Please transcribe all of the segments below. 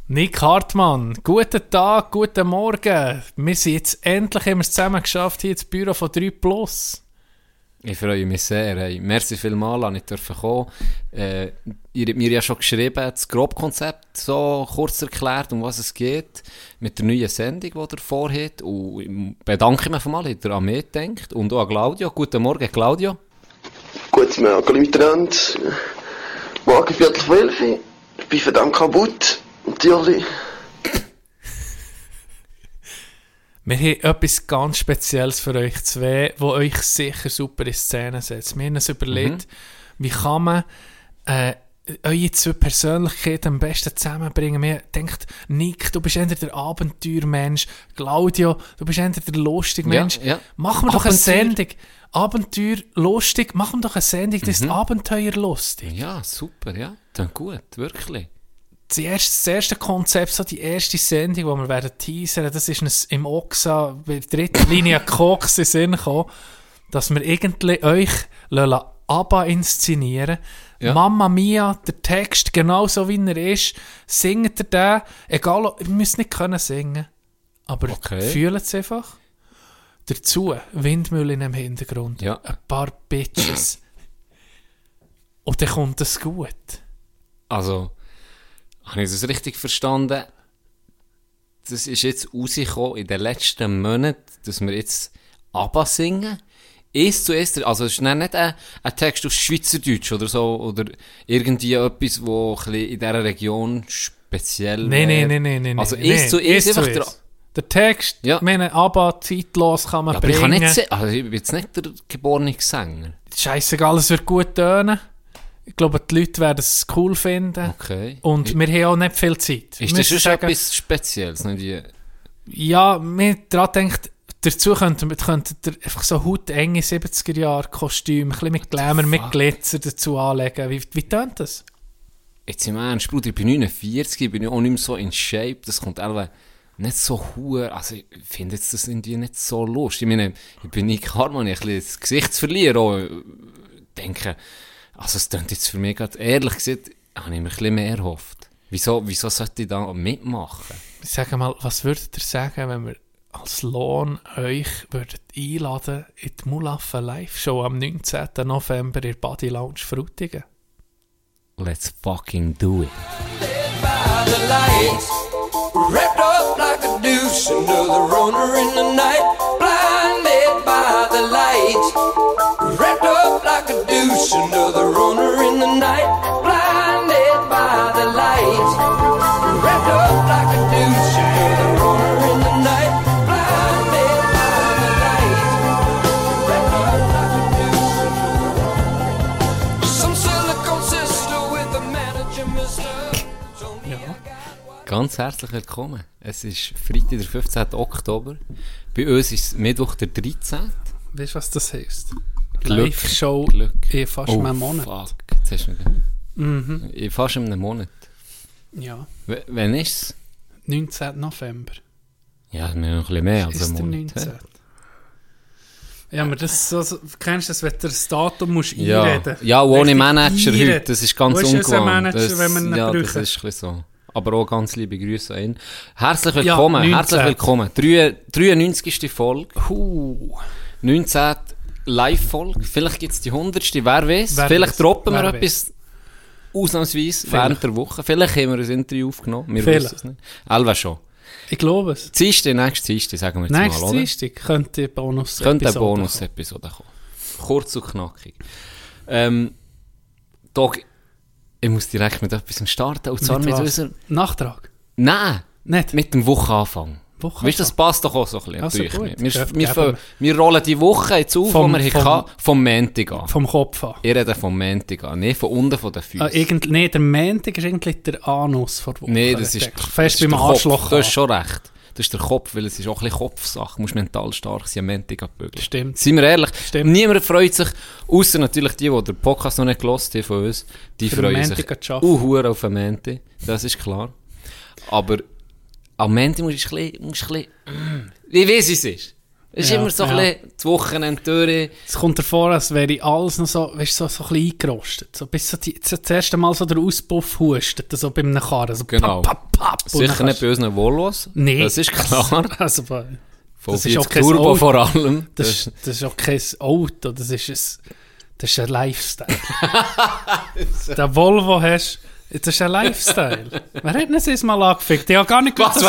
Nick Hartmann, guten Tag, guten Morgen. Wir sind jetzt endlich haben wir es zusammen geschafft, hier ins Büro von 3+. Ich freue mich sehr. Hey. Merci vielmals, dass ich kommen durfte. Ihr habt mir ja schon geschrieben, das Grobkonzept so kurz erklärt, um was es geht, mit der neuen Sendung, die ihr vorhabt. Und ich bedanke mich mal, dass ihr an mich denkt und auch an Claudio. Guten Morgen, Claudio. Guten Morgen miteinander. Morgen 10:45. Ich bin verdammt kaputt. Natürlich. Wir haben etwas ganz Spezielles für euch zwei, das euch sicher super in Szene setzt. Wir haben uns überlegt, wie kann man eure zwei Persönlichkeiten am besten zusammenbringen. Wir denken, Nick, du bist entweder der Abenteuermensch, Claudio, du bist entweder der lustige Mensch. Ja. Machen wir doch eine Sendung. Abenteuer lustig, machen wir doch eine Sendung, das ist Abenteuer lustig. Ja, super, ja. Dann gut, wirklich. Das erste Konzept, so die erste Sendung, die wir werden teasern, das ist uns im Oxa bei der dritten Linie Koks in den Sinn gekommen, dass wir irgendwie euch ABBA inszenieren. Ja. Mamma Mia, der Text, genauso wie er ist, singt ihr den, egal, ihr müsst nicht können singen, aber fühlt es einfach. Dazu Windmühlen im Hintergrund, ein paar Bitches. Und dann kommt es gut. Also, habe ich das richtig verstanden? Das ist jetzt rausgekommen in den letzten Monaten, dass wir jetzt ABBA singen. Erst zu erst, also es ist nicht ein Text auf Schweizerdeutsch oder so, oder irgendwie etwas, wo ein bisschen in dieser Region speziell Nein. Also erst zu erst einfach der Text, ich meine, ABBA zeitlos kann man aber bringen. Aber ich kann nicht also ich bin jetzt nicht der geborene Sänger. Scheissegal, es wird gut tönen. Ich glaube, die Leute werden es cool finden. Okay. Und wir haben auch nicht viel Zeit. Ist das schon etwas Spezielles? Nicht ja, mir daran denkt, dazu könnten ihr einfach so hautenge 70er-Jahre-Kostüme, ein bisschen mit Glamour, mit Glitzer dazu anlegen. Wie tönt das? Jetzt im Ernst, Bruder, ich bin 49, bin auch nicht mehr so in Shape. Das kommt einfach nicht so hoch. Also ich finde jetzt das irgendwie nicht so lustig. Ich meine, ich bin nicht Hartmann, ich ein bisschen das Gesicht zu verlieren. Auch denke, also es klingt jetzt für mich gerade, ehrlich gesagt, habe ich mir ein bisschen mehr erhofft. Wieso sollte ich da mitmachen? Sag mal, was würdet ihr sagen, wenn wir als Lohn euch würdet einladen in die Mulaffe Live-Show am 19. November in der Body Lounge Frutigen? Let's fucking do it. Wrapped up like a deuce, another runner in the night. Blinded by the light. Wrapped up like a deuce, another runner in the night. Blinded by the light. Wrapped up like a deuce, another runner in the night. Blinded by the light. Wrapped up like a deuce. Some silicone sister with a manager, Mr. Ganz herzlich willkommen. Es ist Freitag, der 15. Oktober. Bei uns ist es Mittwoch, der 13. Weißt du, was das heisst? Glück. Live-Show in fast einem Monat. Fuck. Jetzt hast du in fast einem Monat. Ja. Wann ist es? 19. November. Ja, wir haben noch ein bisschen mehr als einen Monat. 19. Ja, aber das so, kennst du das, wenn du das Datum musst einreden musst? Ja, ohne Manager heute, das ist ganz ungewohnt. Wo ist Manager, wenn man ihn brauchen? Das ist ein bisschen so. Aber auch ganz liebe Grüße an ihn. Herzlich willkommen, herzlich willkommen. 93. Folge. 19. Live-Folge. Vielleicht gibt es die 100. Wer weiß. Vielleicht droppen wir etwas ausnahmsweise während der Woche. Vielleicht haben wir ein Interview aufgenommen. Wir wissen es nicht. Elva schon. Ich glaube es. Nächste Dienstag, sagen wir jetzt mal, oder? Nächste Dienstag könnte eine Bonus-Episode kommen. Kurz und knackig. Dog, ich muss direkt mit etwas starten. Und zwar mit unserem Nachtrag? Nein, nicht. Mit dem Wochenanfang. Weißt du, das passt doch auch so ein bisschen. Also wir rollen die Woche jetzt auf, die wir hatten, vom Montag an. Vom Kopf an. Ich rede vom Montag an, nicht von unten von den Füßen. Nein, der Montag ist eigentlich der Anus vor der Woche. Nein, das ist fest beim Arschloch. Du hast schon recht. Das ist der Kopf, weil es ist auch ein bisschen Kopfsache. Du musst mental stark sein, am Montag abbügeln. Stimmt. Seien wir ehrlich, niemand freut sich, außer natürlich die den Podcast noch nicht gehört haben von uns, die freuen sich auf den Montag. Das ist klar. Aber am Montag musst du ein bisschen wie weiss es ist. Es ist immer so ein bisschen das Wochenende durch. Es kommt davor, als wäre alles noch so, weißt, so ein bisschen eingerostet. So, bis so das erste Mal so der Auspuff hustet, so bei einem Karren. So genau. Papp. Sicher nicht bei unseren Volvos. Nee. Das ist klar. Also, Das ist auch Turbo vor allem. Das ist auch kein Auto, das ist ein Lifestyle. Der Volvo hast, das ist ein Lifestyle. Wer hat denn das mal angefickt? Ich habe gar nicht gewusst,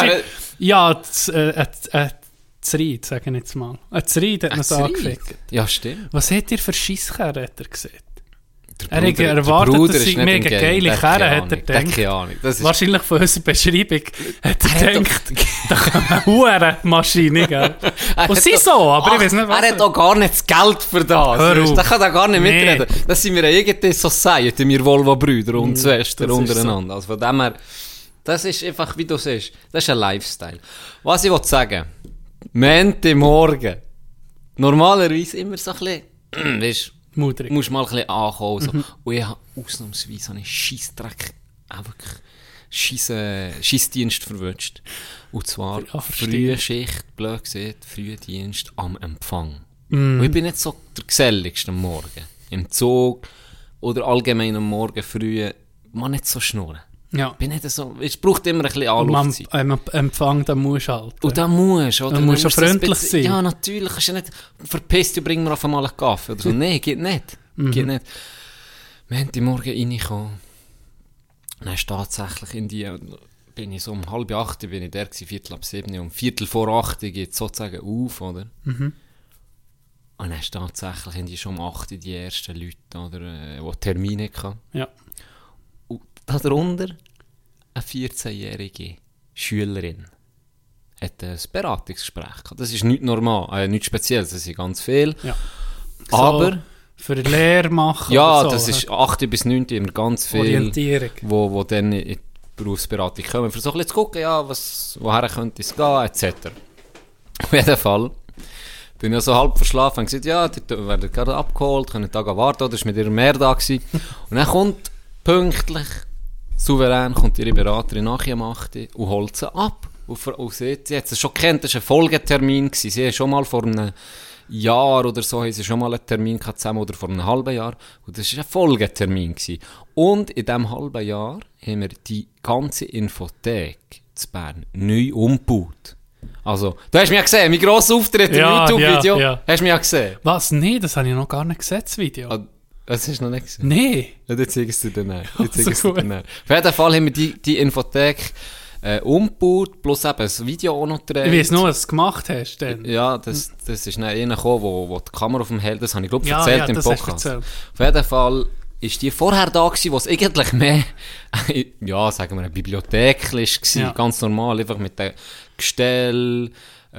das Reit, sage ich jetzt mal. Ein Reit hat man es angefickt. Ja, stimmt. Was hat ihr für Scheisskerren, hat er gesagt? Der Er hat erwartet, dass sie mega geile Karren hat er gedacht. Keine Ahnung. Das ist Wahrscheinlich von unserer Beschreibung hat er gedacht, da kommen Hurenmaschinen, gell? Und sie so, aber ich weiß nicht, was er hat auch gar nicht das Geld für das. Hör auf. Da kann er gar nicht Nee. mitreden. Das sind wir eine eigene Society, wir Volvo-Brüder und Schwestern das ist untereinander. Also von dem her, das ist einfach, wie du siehst, das ist ein Lifestyle. Was ich sagen Montagmorgen. Normalerweise immer so ein bisschen, weißt, Mudrig. musst mal ein bisschen ankommen. So. Und ich habe ausnahmsweise einen Scheissdreck, auch wirklich Scheissdienst verwünscht. Und zwar Ja, verstehe. frühe Schicht, blöd gesagt, frühe Dienst am Empfang. Und ich bin nicht so der Geselligste am Morgen. Im Zug oder allgemein am Morgen früh, man nicht so schnurren. Ja. Bin nicht so, es braucht immer ein bisschen Und Anlaufzeit. am Empfang, da musst du halt. Und da musst du, oder? Da musst du musst das ein freundlich bisschen- sein. Ja, natürlich. Kannst du nicht verpisst, du bring mir auf einmal einen Kaffee oder so. Nein, geht nicht. Geht nicht. Wir haben die Morgen reingekommen. Dann ist tatsächlich bin ich so um 7:30 bin ich da gewesen, 7:45, um 7:45 geht es sozusagen auf, oder? Und dann ist tatsächlich schon um 8 die ersten Leute, oder, die Termine hatten. Ja. Und darunter eine 14-jährige Schülerin hat ein Beratungsgespräch gehabt. Das ist nichts normal, nichts Spezielles, das sind ganz viel. Ja. Aber, Für Lehre machen. ja, oder so, das ist 8 bis 9 immer ganz viel, Orientierung. wo dann in die Berufsberatung kommen, für so ein bisschen zu gucken, ja, woher könnte es gehen, etc. Auf jeden Fall bin ich so halb verschlafen und gesagt, ja, die werden gerade abgeholt, können da warten, oder ist mit ihrem Mehr da gewesen. Und dann kommt pünktlich, souverän, kommt ihre Beraterin nachher um 8 Uhr und holt sie ab. Und sie hat es schon gekannt, das war ein Folgetermin gewesen. Sie haben schon mal vor einem Jahr oder so, haben sie schon mal einen Termin gehabt zusammen, oder vor einem halben Jahr. Und das war ein Folgetermin gewesen. Und in diesem halben Jahr haben wir die ganze Infothek zu Bern neu umgebaut. Also, du hast mich ja gesehen, mein grosser Auftritt im Ja, YouTube-Video. ja. Hast du mich ja gesehen? Was? Nee, das habe ich noch gar nicht gesehen, das Video. Ah, das hast du noch nicht gesehen? Nee. Ja, dann zeige ich es dir dann. So gut. Auf jeden Fall haben wir die Infothek umgebaut, plus eben ein Video auch noch gedreht. Ich weiss nur, was du gemacht hast. Dann. Ja, das ist dann einer gekommen, wo die Kamera auf dem hält. Das habe ich, glaube ich, Ja, erzählt ja, im das hast du Podcast. erzählt. Auf jeden Fall ist die vorher da gewesen, wo es eigentlich mehr, ja, sagen wir, eine Bibliothek war. Ja. Ganz normal, einfach mit den Gestell,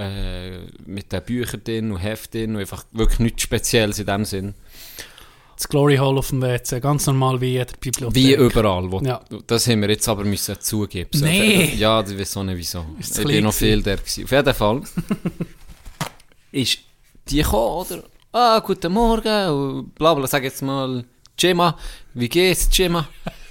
mit den Büchern drin und Heften und einfach wirklich nichts Spezielles in dem Sinn. Das Glory Hall auf dem WC, ganz normal wie jeder Bibliothek. Wie überall. Ja. Das haben wir jetzt aber müssen zugeben. So, Nee. Ja, ich weiß auch nicht wieso. Ist Ich zu bin klein noch viel der gewesen. Auf jeden Fall ist die gekommen, oder? Ah, guten Morgen, und bla bla, sag jetzt mal, Gemma, wie geht's, Gemma?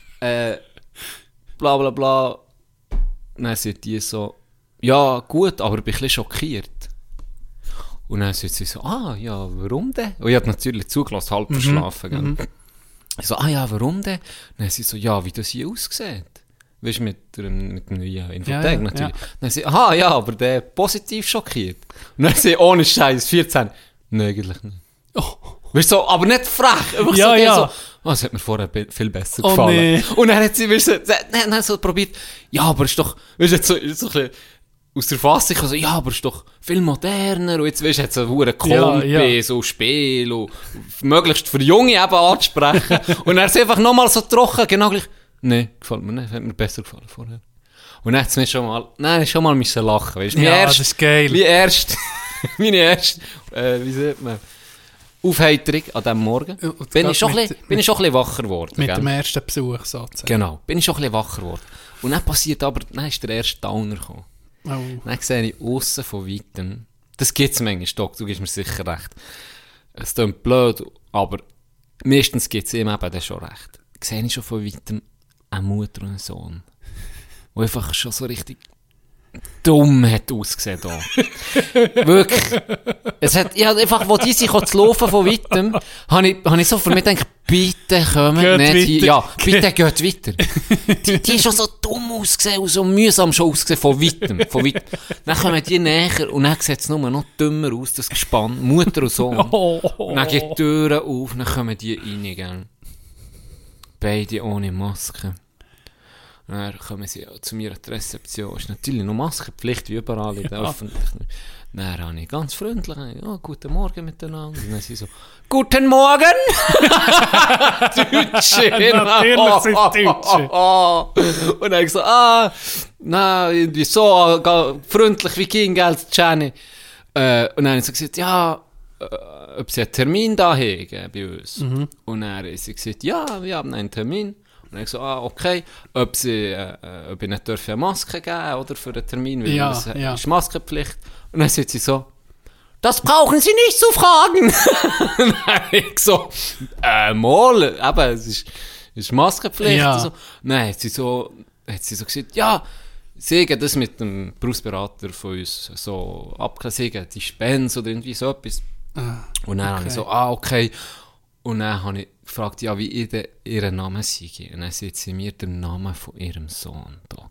Bla bla bla. Dann sagt die so, ja gut, aber ich bin ein bisschen schockiert. Und dann sagt sie so, ah ja, warum denn? Und ich habe natürlich zugelassen, halb verschlafen. Gell? Ich so, ah ja, warum denn? Und dann sie so, ja, wie das hier aussieht. Weißt du, mit dem neuen Infothek Ja, ja, natürlich. ja. Dann sie, aha, ja, aber der positiv schockiert. Und dann sie, ohne Scheiß, 14. Nein, eigentlich nicht. Oh. Weißt du, so, aber nicht frech. Einfach Ja, so, ja. so, oh, das hat mir vorher viel besser Oh, gefallen. nee. Und dann hat sie, weißt du, dann so probiert, ja, aber ist doch, weißt du, jetzt so ein bisschen aus der Fassung, also, ja, aber ist doch viel moderner, und jetzt, weißt du, hat so einen Kombi, Ja. so Spiel, und möglichst für Junge eben anzusprechen. Und dann hat sie einfach nochmal so trocken, genau gleich, nee, gefällt mir nicht, hat mir besser gefallen vorher. Und dann hat sie mir schon mal müssen lachen, weißt du, Ja, das ist geil. meine erste, wie sagt man, Aufheiterung an diesem Morgen, Und bin gerade ich schon ein bisschen wacher geworden. Mit gell? dem ersten Besuch sozusagen. Genau, bin ich schon ein bisschen wacher geworden. Und dann passiert aber, dann ist der erste Downer gekommen. Oh. Dann sehe ich aussen von weitem, das gibt es manchmal, Doc, du gibst mir sicher recht. Es klingt blöd, aber meistens gibt es ihm eben dann schon recht. Sehe ich schon von weitem eine Mutter und einen Sohn, die einfach schon so richtig dumm hat ausgesehen da. Wirklich. Es hat, ich habe einfach, wo die sich zu laufen von weitem, habe ich so für mich gedacht, bitte kommen geht nicht weiter. hier. Ja, bitte geht weiter. Die ist schon so dumm ausgesehen und so mühsam schon ausgesehen von weitem. Dann kommen die näher und dann sieht es nur noch dümmer aus, das Gespann, Mutter und Sohn. Und dann geht die Türen auf, dann kommen die rein, gell. Beide ohne Maske. Dann kommen sie zu mir an die Rezeption. Ist natürlich noch Maskenpflicht wie überall in der Öffentlichkeit. Dann habe ich ganz freundlich, guten Morgen miteinander. Und dann sie so, guten Morgen! Deutsche! Natürlich sind Deutsche. Und dann habe ich so, irgendwie so freundlich wie ging, gell, Jenny. Und dann habe ich so gesagt, ja, ob sie einen Termin da haben bei uns. Und dann hat sie gesagt, ja, wir haben einen Termin. Und dann habe ich so, okay, ob ich nicht eine Maske geben oder für den Termin, weil das ist Maskenpflicht. Und dann sagt sie so, das brauchen Sie nicht zu fragen. Und dann habe ich so, mal, eben, es ist Maskenpflicht. Ja. Und so. Nein, hat sie so gesagt, ja, sie haben das mit dem Berufsberater von uns so abgelassen, die Spens oder irgendwie so etwas. Und dann habe ich so, okay. Und dann habe ich gefragt, ja, wie ihr Name sei. Und dann sagt sie mir den Namen von ihrem Sohn, Doc.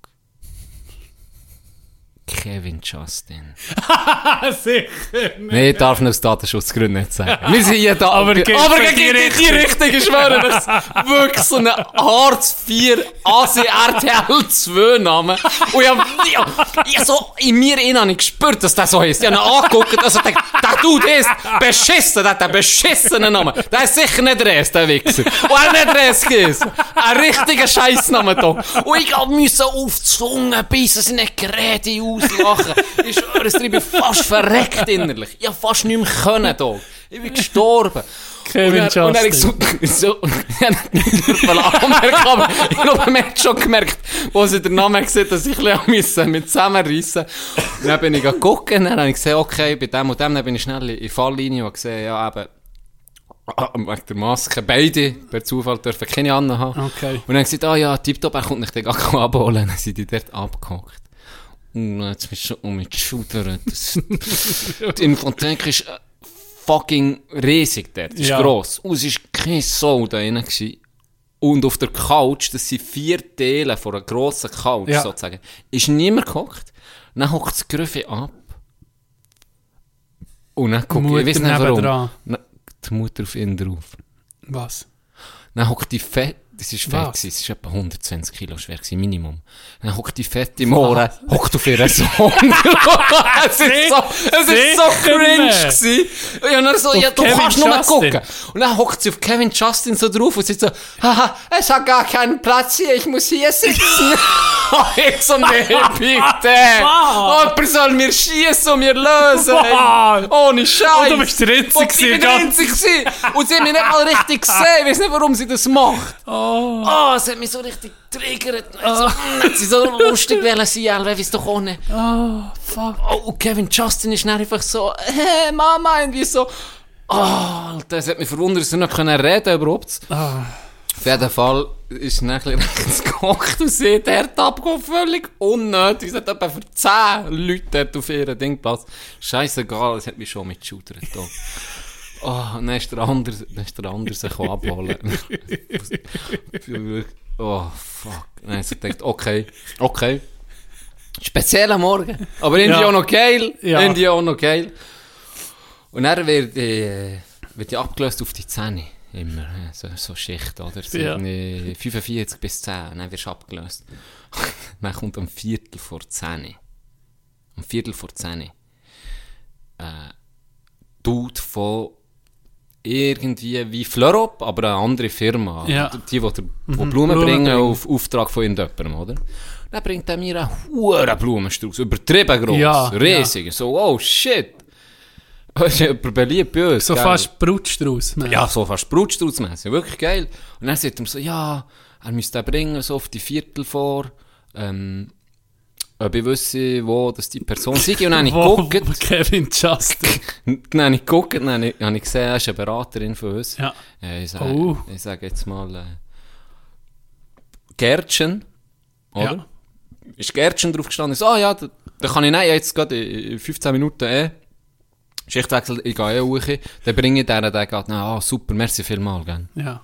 Kevin Justin. Sicher nicht. Nein, ich darf ihn aus Datenschutzgründen nicht sagen. Wir sind hier da. Aber gegen die richtige schwören. Das ist wirklich so ein Hartz 4 AC RTL 2 Name. Und ich so in mir habe ich gespürt, dass das so heisst. Ich habe ihn angeguckt, also der Dude ist beschissen, der hat einen beschissenen Namen. Der ist sicher nicht Res, der Wichser. Und er nicht Res ist. Ein richtiger Scheissname da. Und ich musste auf die Zunge beißen, sie nicht Gerede auslachen. Ich schwöre, ich bin fast verreckt innerlich. Ich habe fast nicht mehr können da. Ich bin gestorben. Kevin Justin. Und dann habe ich so ich glaube, man hat schon gemerkt, wo sie den Namen gesehen, dass ich ein bisschen mit zusammenreissen musste. Und dann bin ich geguckt, und dann habe ich gesehen, okay, bei dem und dem, dann bin ich schnell in die Falllinie und gesehen, ja eben, wegen der Maske, beide per Zufall dürfen keine anderen haben. Okay. Und dann habe ich gesagt, ja, tipptopp, er kommt nicht den gar abholen. Dann sind die dort abgehockt. Und dann hat mich schon um die Schulter. Die Infothek ist fucking riesig dort. Das ist gross. Und es war kein Soul da drin gewesen. Und auf der Couch, das sind 4 Teile von einer grossen Couch sozusagen, ist niemand gehockt. Dann hockt das Grüffi ab. Und dann gucke ich, ich weiss nicht warum. Die Mutter auf ihn drauf. Was? Dann hockt die Fett, das ist fett gewesen, es ist etwa 120 Kilo schwer gewesen, Minimum. Dann hockt die fette Moore, hockt auf ihren Sohn. Es ist so cringe gewesen. Und dann so, ja, du Kevin kannst nur Justin. gucken. Und dann hockt sie auf Kevin Justin so drauf und sagt so, haha, es hat gar keinen Platz hier, ich muss hier sitzen. Ich so, nee, bitte. Jemand soll mir schießen und mir lösen. Ohne Scheiß. Und du bist der Einzige. Und ich bin der Einzige gewesen. Und sie haben mich nicht mal richtig gesehen. Ich weiß nicht, warum sie das macht. Es hat mich so richtig getriggert. Hat sie so lustig wollen sein, ich weiss doch auch nicht. Fuck. Und Kevin Justin ist dann einfach so, hey, Mama, irgendwie so. Das hat mich verwundert, dass er noch reden überhaupt. Auf jeden Fall ist dann ein bisschen rechts gekocht und sie hat dort abgekommen, völlig unnötig. Es hat etwa für 10 Leute dort auf ihren Dingplatz. Scheissegal, es hat mich schon mitgeschudert. Dann ist der andere sich abholen. Fuck. Dann habe ich gedacht, okay. Spezieller Morgen. Aber irgendwie auch noch geil. Und dann wird ich abgelöst auf die 10. Immer. So Schicht, oder? Ja. 45 bis 10. Dann wirst du abgelöst. Dann kommt um 9:45. Um 9:45. Dude von irgendwie wie Fleurop, aber eine andere Firma. Ja. Die Blumen bringen auf Auftrag von irgendjemandem, oder? Dann bringt er mir einen hohen Blumenstrauß, übertrieben gross, riesig. So, oh shit. Das ist jemand beliebt bei uns. So gell? fast Brutstrauß. Ja, so fast Brutstrauß-mässig, wirklich geil. Und dann sagt er mir so, ja, er müsste den bringen, so auf die Viertel vor, ob ich wüsste, wo das die Person sei. Und dann habe ich geguckt. Kevin Justin. Dann habe ich geguckt, dann habe ich gesehen, er ist eine Beraterin von uns. Ja. Ich sage jetzt mal, Gärtchen, oder? Ja. Ist Gärtchen drauf gestanden? Ich so, ja, Dann kann ich jetzt gerade in 15 Minuten Schichtwechsel, ich gehe hoch, dann bringe ich den geht, super, merci vielmal, gell. Ja.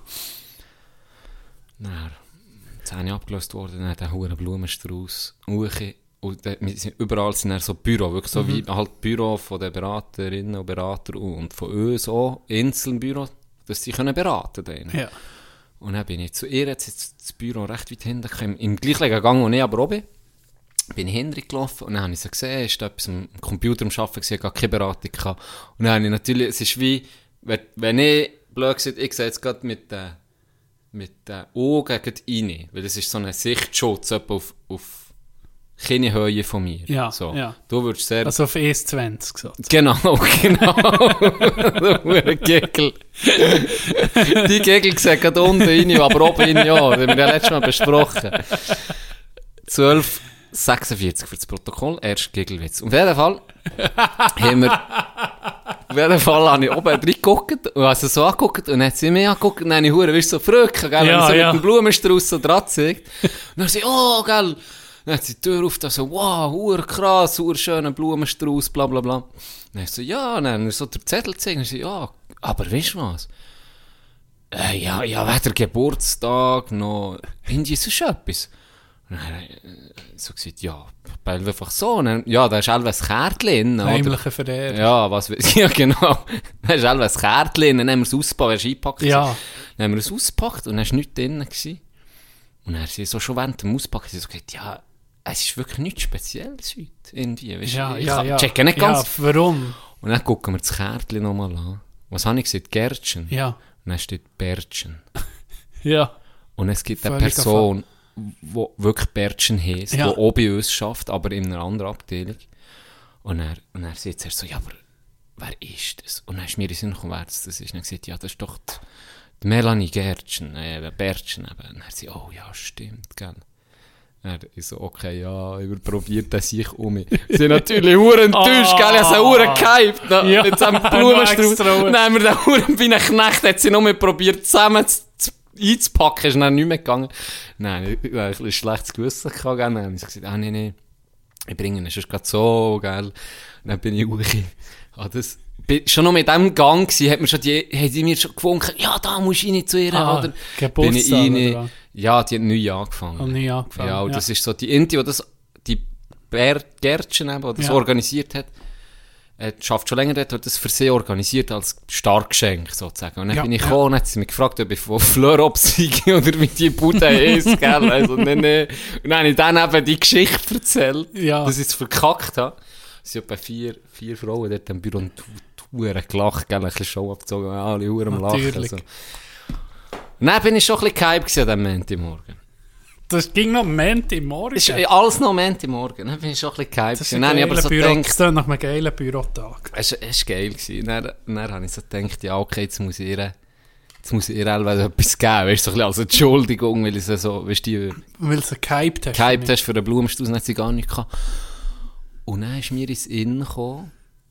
Dann, 10 abgelöst worden, dann hat der hohen Blumenstrauß hoch. Und überall sind dann so Büro, wirklich so wie halt Büro von den Beraterinnen und Beratern und von uns auch, Inselbüro, dass sie können beraten können. Ja. Und dann bin ich zu ihr, jetzt das Büro recht weit hinten gekommen, im gleichen Gang, wo ich aber auch bin ich hinten gelaufen und dann habe ich sie gesehen, ist da etwas am Computer am Arbeiten gewesen, gar keine Beratung gehabt. Und dann habe ich natürlich, es ist wie, wenn ich, blöd gesagt, ich sehe jetzt gerade mit den Augen rein, weil das ist so ein Sichtschutz auf keine Höhe von mir. Ja, so. ja. Du würdest sehr... Also auf ES20 gesagt. Genau. Der Gegel. Die Gegel sehen gerade unten rein, aber oben rein, ja. Das haben wir ja letztes Mal besprochen. 12:46 für das Protokoll. Erst Gegelwitz. Auf jeden Fall habe ich oben reingeguckt und habe sie so angeguckt und dann hat sie mich angeguckt und dann habe ich verdammt so verrückt, gell, wenn ich so mit dem Blumenstrauß so dran zeigt. Und dann habe ich oh, gell. Dann hat sie die Tür auf, so, wow, krass, schöner Blumenstrauß, bla bla bla. Dann habe ich so, ja, dann habe ich so den Zettel gezeigt und ich so, ja, aber weißt du was? Ja, weder Geburtstag noch irgendwie sonst etwas. Und dann habe ich so gesagt, ja, einfach so. Und dann, ja, da ist auch ein Kärtchen. Heimliche Verehrer. Ja, ja, genau. Da ist auch ein Kärtchen, dann haben wir es ausgepackt, Ja. Dann haben wir es ausgepackt und dann war nichts drin gewesen. Und dann haben sie so schon während dem Auspacken so gesagt, ja, es ist wirklich nichts Spezielles heute. Irgendwie. Weißt, ich checke nicht ganz. Ja, warum? Und dann gucken wir das Kärtchen nochmal an. Was habe ich gesagt? Gärtchen. Ja. Und dann steht Bärtchen. Ja. Und es gibt eine Völlig Person, die wirklich Bärtchen heisst, Ja. die auch bei uns schafft, aber in einer anderen Abteilung. Und er sagt er so, ja, aber wer ist das? Und dann ist mir in den Sinn gekommen, wer das ist. Und er gesagt, ja, das ist doch die Melanie Gärtchen, Bärtchen eben. Und er sagt, oh ja, stimmt, gell. Er ist so, okay, ja, überprobiert er sich um mich. Sie sind natürlich verdammt enttäuscht, gell, ich habe sie verdammt gehypt, Ja, mit diesem Blumenstrauß. Dann haben wir den verdammt wie ein Knecht, hat sie noch mal probiert, zusammen einzupacken, ist dann nicht mehr gegangen. Nein, ich hatte ein bisschen schlechtes Gewissen gehabt, gell. Dann habe ich gesagt, nee, ich bringe ihn, es ist gerade so, gell. Dann bin ich schon noch mit dem Gang gewesen, haben die mir schon gewunken, ja, da musst du rein zu ihr, oder? Geburtstag, bin ich oder? Ja, die hat neu angefangen. Ja, und das ist so, die Inti, die Gärtchen eben, die das organisiert hat, schafft schon länger dort, hat das für sie organisiert als Starkgeschenk, sozusagen. Und dann bin ich gekommen und hat sie mich gefragt, ob ich von Fleur sei oder wie die Bude ist, gell? Also, nee. Und dann habe ich dann eben die Geschichte erzählt, dass ich es verkackt habe. Es sind etwa vier Frauen dort im Büro und Huren gelacht, gell? Ein bisschen Show abgezogen, alle Huren am Lachen. Also. Und dann bin ich schon ein bisschen gehypt an diesem Montagmorgen. Das ging noch Montagmorgen? Das ist alles noch Montagmorgen. Dann bin ich schon ein bisschen gehypt. Das ist ein geiler Büro, nach einem geilen Bürotag. Es war geil. Dann habe ich so gedacht, ja okay, jetzt muss ich ihr etwas geben. Weißt du, so ein bisschen als Entschuldigung, weil ich sie so, weißt du, weil sie gehypt hast. Gehypt hast für den Blumenstrauß, dann hat sie gar nicht gehabt. Und dann ist mir ins Sinn gekommen,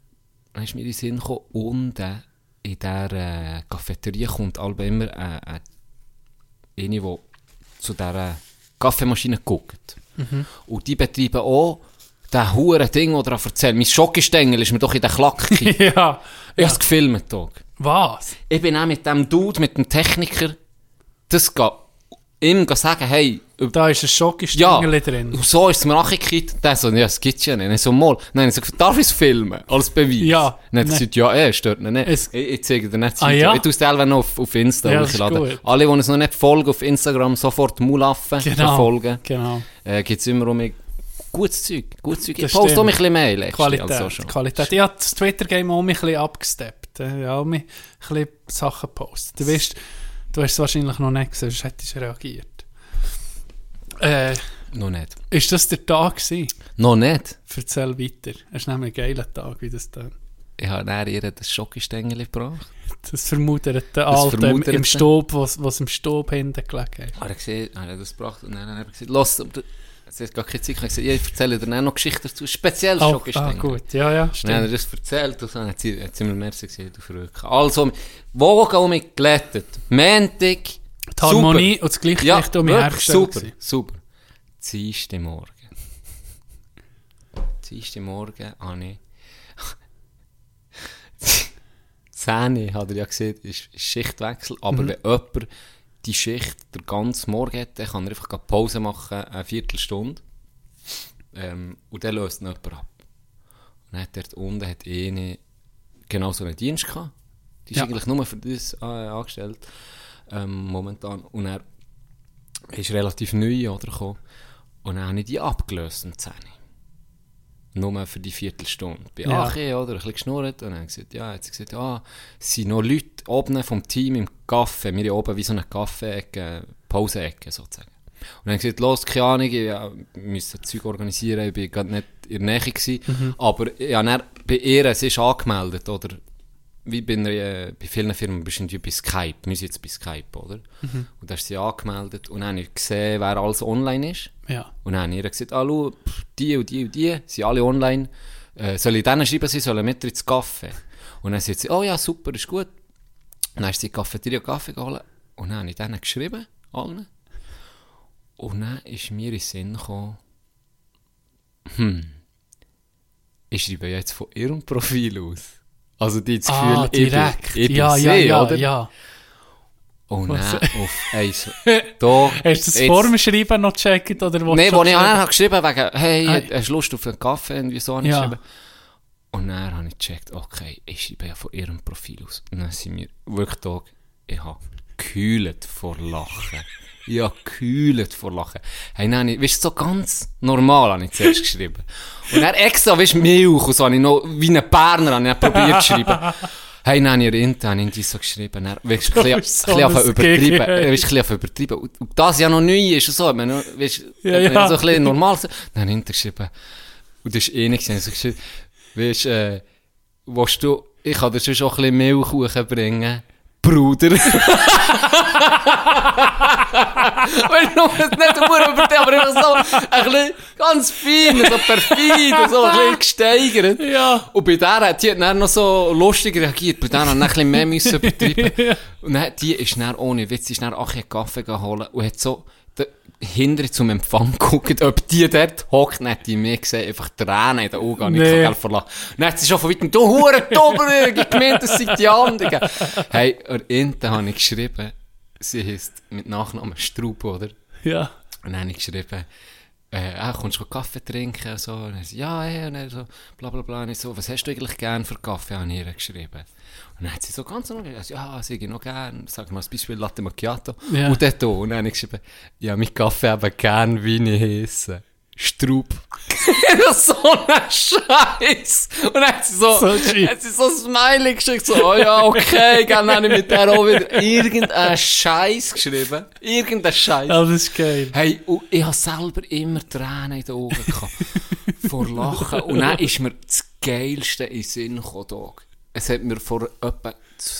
und in dieser Cafeteria kommt immer eine, die zu dieser Kaffeemaschine guckt. Mhm. Und die betreiben auch das hure Ding, das er erzählt. Mein Schokostängel ist mir doch in den Klack. Ja. Ich habe es gefilmt. Was? Ich bin auch mit dem Dude, mit dem Techniker, ihm sagen, hey... Da ist ein Schokostängel drin. Und so ist es mir nachgekriegt. Der so, ja, das gibt's ja nicht. Ich so, mal. Nein, ich so, darf ich es filmen? Als Beweis? Ja. Dann hat er gesagt, ja, stört ihn nicht. Ich zeige dir nicht. Ja? Ich tue es selber noch auf Insta hochladen. Alle, die uns noch nicht folgen auf Instagram, sofort Mulaffen verfolgen. Genau. Gibt es immer um gutes Zeug. Ich poste auch ein bisschen mehr. Qualität. Ich habe das Twitter-Game auch ein bisschen abgesteppt. Ich habe auch ein bisschen Sachen gepostet. Du hast es wahrscheinlich noch nicht gesehen, sonst hättest du reagiert. Noch nicht. Ist das der Tag gewesen? Noch nicht. Erzähl weiter. Es ist nämlich ein geiler Tag, wie das dann. Ich habe dann ihr das Schokostängel gebracht. Das vermutete Alte im Staub, was im Staub hinten gelegen ist. Er hat das gebracht und dann hat er gesagt, los, es hat gar keine Zeit. Ich habe gesagt, ich erzähle dir noch Geschichten dazu, speziell Schokostängel. Gut, ja, stimmt. Dann hat er das erzählt und dann hat sie mir merci gesehen, du verrückt. Also, Wogen um mich glättet. Montag. Die Harmonie und das Gleichgewicht um mich hergestellt. Super. Dienstagmorgen. Dienstagmorgen habe ich 10 hat er ja gesehen, ist Schichtwechsel, aber wenn jemand die Schicht den ganzen Morgen hat, dann kann er einfach Pause machen, eine Viertelstunde. Und dann löst ihn jemand ab. Und dann hat dort unten genau so einen Dienst gehabt. Die ist eigentlich nur für das angestellt, momentan. Und er ist relativ neu gekommen. Und dann habe ich die abgelöst um 10. Nur für die Viertelstunde. Bei Ache, oder? Ein bisschen geschnurrt. Und dann hat sie gesagt, es sind noch Leute oben vom Team im Café. Wir haben oben wie so eine Kaffee-Ecke, Pause-Ecke sozusagen. Und dann haben sie gesagt, los, keine Ahnung, wir müssen Zeug organisieren, ich war gerade nicht in der Nähe gewesen. Aber ja, dann, bei ihr, sie ist angemeldet, oder? Wie bei vielen Firmen bist du bei Skype, wir sind jetzt bei Skype, oder? Und da ist sie angemeldet und dann habe ich gesehen, wer alles online ist. Ja. Und dann habe ich ihr gesagt, schau, die und die und die sind alle online. Soll ich denen schreiben, sie sollen mit ins Kaffee? Und dann sagt sie, oh ja, super, ist gut. Und dann ist sie in die Cafeteria Kaffee geholt und dann habe ich denen geschrieben, allen. Und dann ist mir in den Sinn gekommen, ich schreibe jetzt von ihrem Profil aus. Also die das Gefühl, direkt. Ich bin oder? Ja. Und dann auf eins. Hast du das vor dem Schreiben noch gecheckt? Nein, wo ich dann geschrieben habe, wegen, hey, hast du Lust auf einen Kaffee? Und wieso habe ich geschrieben? Und dann habe ich gecheckt, okay, ich schreibe ja von ihrem Profil aus. Und dann sind wir wirklich da, ich habe gekühlt vor Lachen. Hey, nein, weißt du, so ganz normal habe ich zuerst geschrieben. Und dann extra, weißt du, Milch und so, habe ich noch, wie ein Berner, habe ich probiert zu schreiben. Hey, nein, ihr Intern, habe ich so geschrieben. Dann, weißt du, ein bisschen übertrieben. Und das ja noch neu ist und so, man, weißt du, so ein bisschen normal. Dann habe ich Intern geschrieben. Und das ist nicht so geschrieben, weißt du, willst du, ich kann dir schon ein bisschen Milchkuchen bringen. Bruder. Weil du es nicht so übertrieben, aber einfach so ein bisschen ganz fein, so perfid, so ein bisschen gesteigert. Ja. Und bei der, die hat dann noch so lustig reagiert, bei der hat ein bisschen mehr müssen übertrieben. Und dann, die ist dann ohne Witz, ist dann auch einen Kaffee geholt und hat so hinterher zum Empfang geguckt, ob die dort hockt, dann hat die mir gesehen, einfach Tränen in den Augen, ich kann verlassen. Und dann hat sie schon von weitem, du Hurentober, ich gemeint, das sind die anderen. Hey, hinten habe ich geschrieben, sie heisst mit Nachnamen Straub, oder? Ja. Und dann habe ich geschrieben, kommst du Kaffee trinken? So. Und er so, ja, und er so, bla bla bla. Und ich so, was hast du eigentlich gern für Kaffee? Habe ich ihr geschrieben. Und dann hat sie so ganz normal gesagt, ja, sie ich noch gern. Sag mal, als Beispiel Latte Macchiato. Ja. Und dann und dann habe ich geschrieben, ja, mit Kaffee eben gern, wie ich heisse. Straub. So ein Scheiß. Und dann hat sie so Smiley geschrieben, so, oh ja, okay, dann habe ich mit der auch wieder irgendeinen Scheiß geschrieben. Irgendeinen Scheiß. Oh, das ist geil. Hey, und ich habe selber immer Tränen in den Augen gehabt. Vor Lachen. Und dann ist mir das Geilste in den Sinn gekommen. Es hat mir vor etwa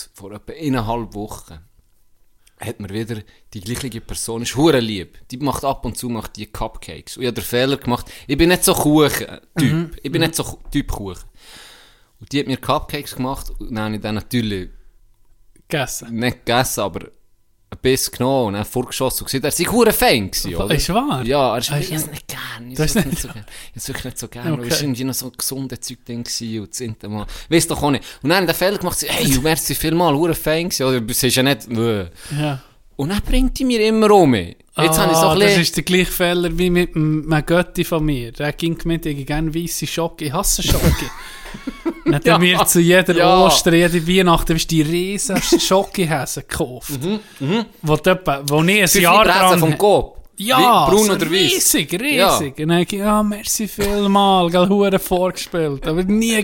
1,5 Wochen hat mir wieder die gleiche Person, ist hure lieb. Die macht ab und zu die Cupcakes. Und ich habe den Fehler gemacht, ich bin nicht so Kuchen-Typ. Ich bin nicht so Typ Kuchen. Und die hat mir Cupcakes gemacht und dann habe ich dann natürlich gegessen. Nicht gegessen, aber ein Biss genommen und dann vorgeschossen und gesehen, er sei hure Fan gewesen, oder? Ist wahr? Ja, ich habe es nicht gern. Ich habe es wirklich nicht so gern. Okay. Es war irgendwie noch so ein gesundes Zeug-Ding und das Mal. Weißt doch auch nicht. Und dann hat der Fehler gemacht, hey, du wärst vielmal hure Fan gewesen, oder? Du bist ja nicht, ja. Und dann bringt die mir immer um. Jetzt habe ich so ein das ist der gleiche Fehler wie mit einem Götti von mir. Der ging mit, ich gerne weisse Schocke. Ich hasse Schocke. Dann hat er mir zu jeder Ostern, jede Weihnachten, die riesen Schocke-Häsen gekauft. Wo ich ein Jahr lang... vom Coop? Ja, braun oder weiß? Riesig. Ja. Und dann habe ich, merci vielmal, gell, hure vorgespielt. Aber nie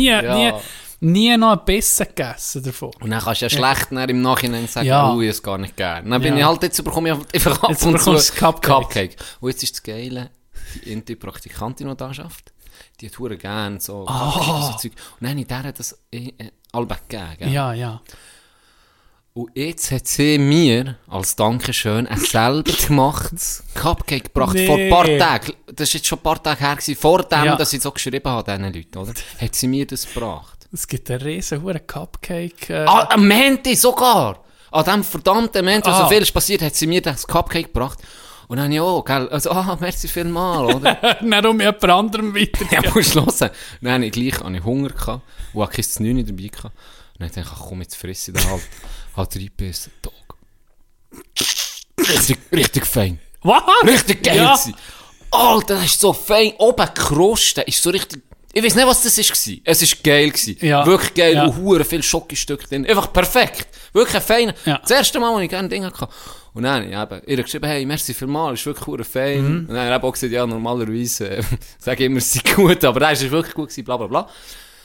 noch ein Bissen gegessen davon. Und dann kannst du ja schlecht im Nachhinein sagen, ich habe es gar nicht gern. Dann bin ich halt, jetzt bekomme ich einfach ab und zu Cupcake. Und jetzt ist das Geile, die Praktikantin, die da arbeitet, die hat verdammt gerne so Zeug. Und dann habe ich der das alle gegeben. Ja. Und jetzt hat sie mir als Dankeschön ein selber gemachtes Cupcake gebracht. Vor ein paar Tagen. Das war jetzt schon ein paar Tage her gewesen, vor dem, dass ich so geschrieben habe, diesen Leuten, oder? Hat sie mir das gebracht. Es gibt einen riesen Cupcake. Am Montag sogar! An dem verdammten Montag, wo so viel ist passiert, hat sie mir das Cupcake gebracht. Und dann habe ich auch, gell, also, merci vielmal, oder? Dann um jemand anderem weiter. Ja, musst du hören. Dann habe ich Hunger gehabt und habe kein 9 dabei gehabt. Und dann dachte ich, komm, jetzt friss ich da halt reingebissen. Richtig fein. Was? Richtig geil Ja. gewesen. Alter, das ist so fein. Oben die Kruste ist so richtig... Ich weiß nicht, was das war. Es war geil gewesen. Ja. Wirklich geil. Ja. Und hure viel Schokostücke drin. Einfach perfekt. Wirklich ein feiner. Ja. Das erste Mal, als ich gerne Dinge hatte. Und dann habe ich ihr geschrieben, hey, merci vielmals, ist wirklich hure fein. Und dann habe ich auch gesagt, ja, normalerweise sage ich immer, es sei gut, aber das ist wirklich gut gewesen, bla bla bla.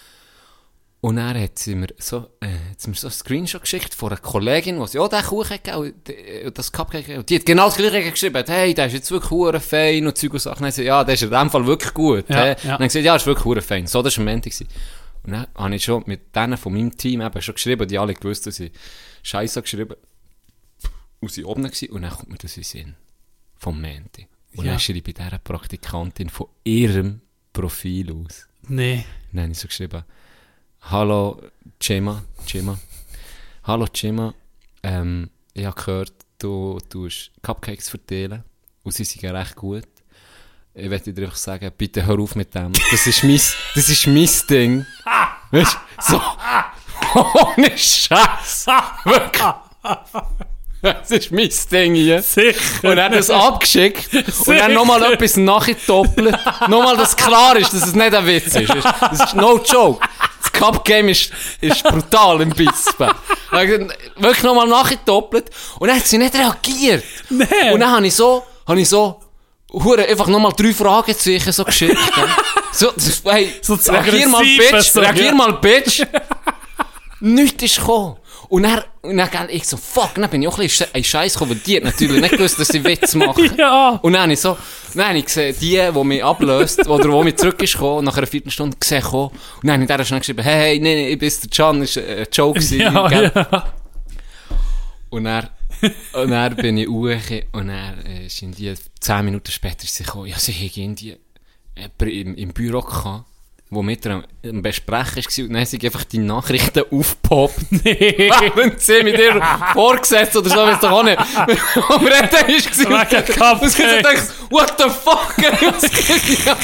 Und dann hat sie mir so ein Screenshot geschickt von einer Kollegin, die sie auch den Kuchen gegeben und das Cupcake gegeben. Und die hat genau das Gleiche geschrieben. Hey, der ist jetzt wirklich hure fein und Zeug und Sachen. Und dann ja, der ist in dem Fall wirklich gut. Ja, Ja. ja. Und dann gesagt, ja, ist wirklich hure fein. So, das war am Ende. Und dann habe ich schon mit denen von meinem Team eben schon geschrieben, die alle gewusst, dass ich Scheiße geschrieben und sie oben waren. Und dann kommt mir das in den Sinn. Vom Menti. Und dann schreibe ich dieser Praktikantin von ihrem Profil aus. Nee. Dann habe ich so geschrieben, hallo Cema. Hallo Cema. Ich habe gehört, du tust Cupcakes verteilen. Und sie sind ja recht gut. Ich möchte dir einfach sagen, bitte hör auf mit dem. Das ist mein Ding. Weißt du? So. Ohne Scheiß. Wirklich. Das ist mein Ding hier. Sicher. Und er hat das abgeschickt und dann nochmal etwas nachgedoppelt. Nochmal, dass klar ist, dass es nicht ein Witz ist. Das ist no joke. Das Cup-Game ist brutal im Bispen. Wirklich nochmal nachgedoppelt. Und dann hat sie nicht reagiert. Nee. Und dann habe ich so, hure einfach nochmal 3 Fragezeichen so geschickt. So, hey, So das reagier mal, Aggressive, Bitch, so, reagier ja. mal, Bitch. Nichts ist gekommen. Und dann gell, ich so, fuck, dann bin ich auch ein bisschen in Scheiß gekommen, weil die hat natürlich nicht gewusst, dass ich Witz mache. Ja. Und dann habe ich gesehen, die mich ablöst, oder die mich zurück ist gekommen, nach einer Viertelstunde gesehen kommen. Und dann habe ich der schnell geschrieben, hey, nee, ich bin der Can, das war ein Joke gewesen, Ja, gell? ja. Und dann bin ich hochgekommen und dann ist in die 10 Minuten später ist sie gekommen, ja, sie hätte irgendwie jemanden im Büro gehabt, der mit ihr am Besprechen war, und dann sind einfach die Nachrichten aufgepoppt. Nee. Wenn sie mit ihr vorgesetzt oder so, weiß doch auch nicht. Aber er war Wegen Cupcake. und sie dachte, what the fuck, was geht hier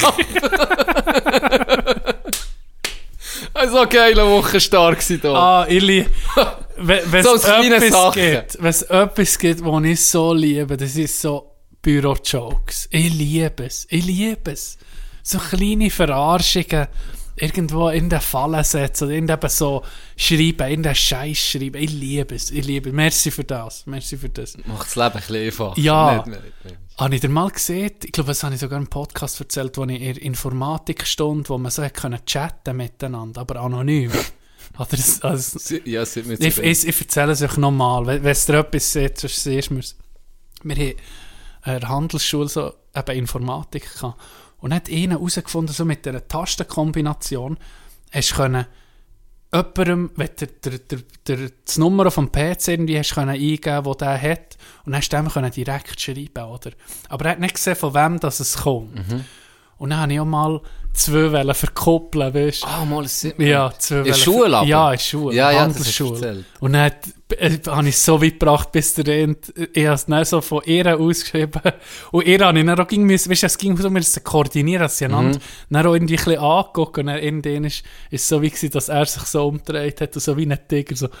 ab? Also geiler Wochenstark war da. Ah, Ili, wenn So kleine Sachen. es etwas gibt, was ich so liebe, das ist so Büro-Jokes. Ich liebe es. So kleine Verarschungen, irgendwo in den Fallen setzen oder irgendwo so schreiben, in den Scheiß schreiben. Ich liebe es. Merci für das. Macht das Leben ein bisschen einfach. Ja. Nicht. Habe ich dir mal gesehen, ich glaube, das habe ich sogar im Podcast erzählt, wo ich in der Informatik stand, wo man so chatten konnte miteinander, aber anonym. Oder Ja, sind wir ich erzähle es euch nochmal, wenn es dir etwas sieht, sonst siehst du es. Wir haben an der Handelsschule so eben Informatik gehabt. Und hat einer herausgefunden, so mit dieser Tastenkombination, hast du können jemandem, wenn du das Nummer auf dem PC irgendwie hast können eingeben, das der hat, und dann hast du dem können direkt schreiben, oder? Aber er hat nicht gesehen, von wem das es kommt. Und dann habe ich auch mal 2 verkuppeln, weißt du? Ah, mal ein Sim. Ja, 2 In der Schule aber? Ja, in der Schule. Ja, das hast du Handelsschule. erzählt. Und dann habe ich es so weit gebracht, bis der End, ich habe es dann so von ihr ausgeschrieben. Und ihr habe ich dann auch weißt du, es ging so, wir müssen koordinieren, dass sie einander dann auch irgendwie ein bisschen angeguckt. Und dann irgendwann ist es so wie gewesen, dass er sich so umgedreht hat und so wie ein Tiger so.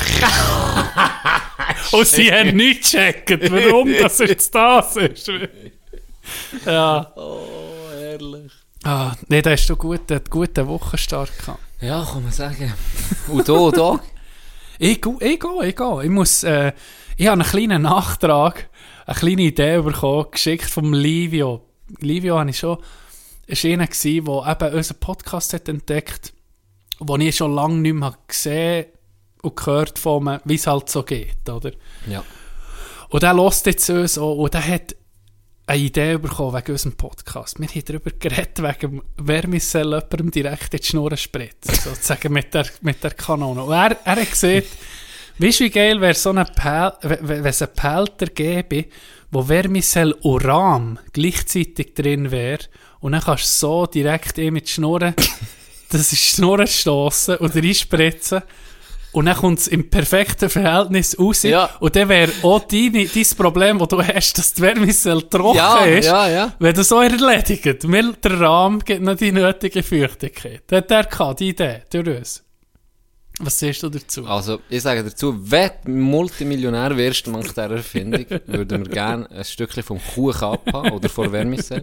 Und sie haben nicht gecheckt, warum das jetzt das ist. Ja. Oh, ehrlich. Ah, nee, da hast du einen guten Wochenstart gehabt. Ja, kann man sagen. Und da? Ich gehe. Ich muss, ich habe einen kleinen Nachtrag, eine kleine Idee bekommen, geschickt vom Livio. Livio habe ich schon, ist einer gewesen, der eben unseren Podcast hat entdeckt, den ich schon lange nicht mehr gesehen und gehört von mir, wie es halt so geht, oder? Ja. Und der hört jetzt uns auch, und der hat eine Idee bekommen wegen unserem Podcast. Wir haben darüber geredet, wegen wer wir jemandem direkt in die Schnur spritzen, sozusagen mit der Kanone. Und er hat gesagt, weißt du, wie geil wäre so wenn es einen Pelter gäbe, wo Vermicell Uran gleichzeitig drin wäre, und dann kannst du so direkt mit die Schnur, das ist die Schnur stossen oder einspritzen, Und dann kommt es im perfekten Verhältnis raus. Ja. Und dann wäre auch dein Problem, das du hast, dass die Wärmezelle trocken ist, wenn das so erledigt. Weil der Rahmen gibt noch die nötige Feuchtigkeit. Das hat er gehabt, die Idee, durch uns. Was siehst du dazu? Also, ich sage dazu, wenn du Multimillionär wirst nach dieser Erfindung, würden wir gerne ein Stückchen vom Kuchen abhaben oder von Wärmezelle.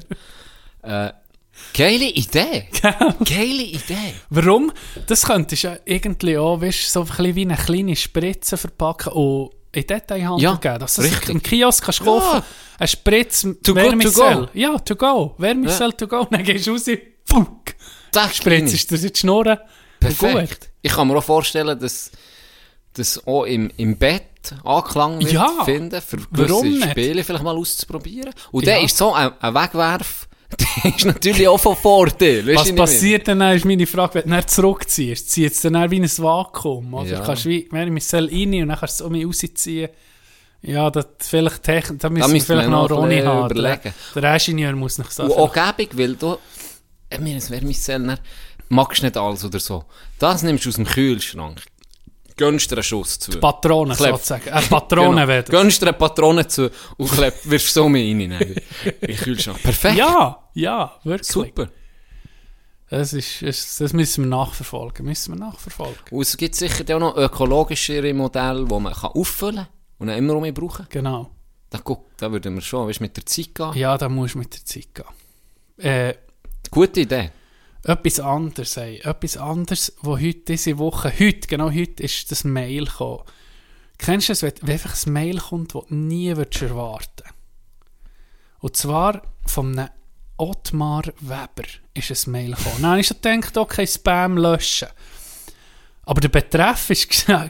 Geile Idee! Geile Idee! Warum? Das könntest du ja irgendwie auch, weißt, so ein bisschen wie eine kleine Spritze verpacken und in Detailhandel geben. Dass du das im Kiosk kannst kaufen, eine Spritze Wärmezelle. Ja, to go. Wärmezelle to go. Dann gehst du raus, fuck. Spritzt dir die Schnurren. Perfekt. Ich kann mir auch vorstellen, dass das auch im Bett Anklang wird finden, für gewisse Spiele vielleicht mal auszuprobieren. Und dann ist so ein Wegwerf, der ist natürlich auch von Vorteil. Was passiert dann, ist meine Frage, wenn du dann zurückziehst? Zieht es dann wie ein Vakuum? Oder kannst du wie Wärmezelle rein und dann kannst du es um rausziehen? Ja, das vielleicht da müssen wir vielleicht noch Ronny haben. Der Ingenieur muss noch sagen. Und auch gäbig, weil du, mir ein Wärmezelle, magst nicht alles oder so. Das nimmst du aus dem Kühlschrank. Gönnst dir einen Schuss zu. Die Patronen sozusagen. Patronen genau. Gönnst dir eine Patrone zu und wirfst so mit rein in den Kühlschrank. Perfekt. Ja, wirklich. Super. Das müssen wir nachverfolgen. Und es gibt sicher auch noch ökologischere Modelle, die man auffüllen kann und dann immer mehr brauchen. Genau. Da würden wir schon, mit der Zeit gehen. Ja, da musst du mit der Zeit gehen. Gute Idee. Etwas anderes, wo diese Woche ist das Mail gekommen. Kennst du das, wenn einfach ein Mail kommt, das du nie erwarten würdest? Und zwar von einem Ottmar Weber ist ein Mail gekommen. Dann habe ich schon gedacht, okay, Spam löschen. Aber der Betreff war,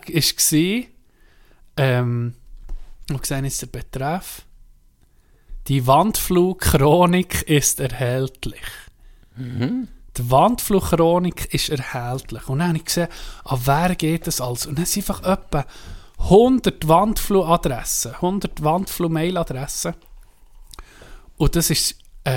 wo gesehen ist der Betreff? Die Wandflugchronik ist erhältlich. Mhm. Die Wandflugchronik ist erhältlich. Und dann habe ich gesehen, an wer geht das alles? Und dann sind einfach etwa 100 Wandflug-Adressen, 100 Wandflug-Mail-Adressen. Und das ist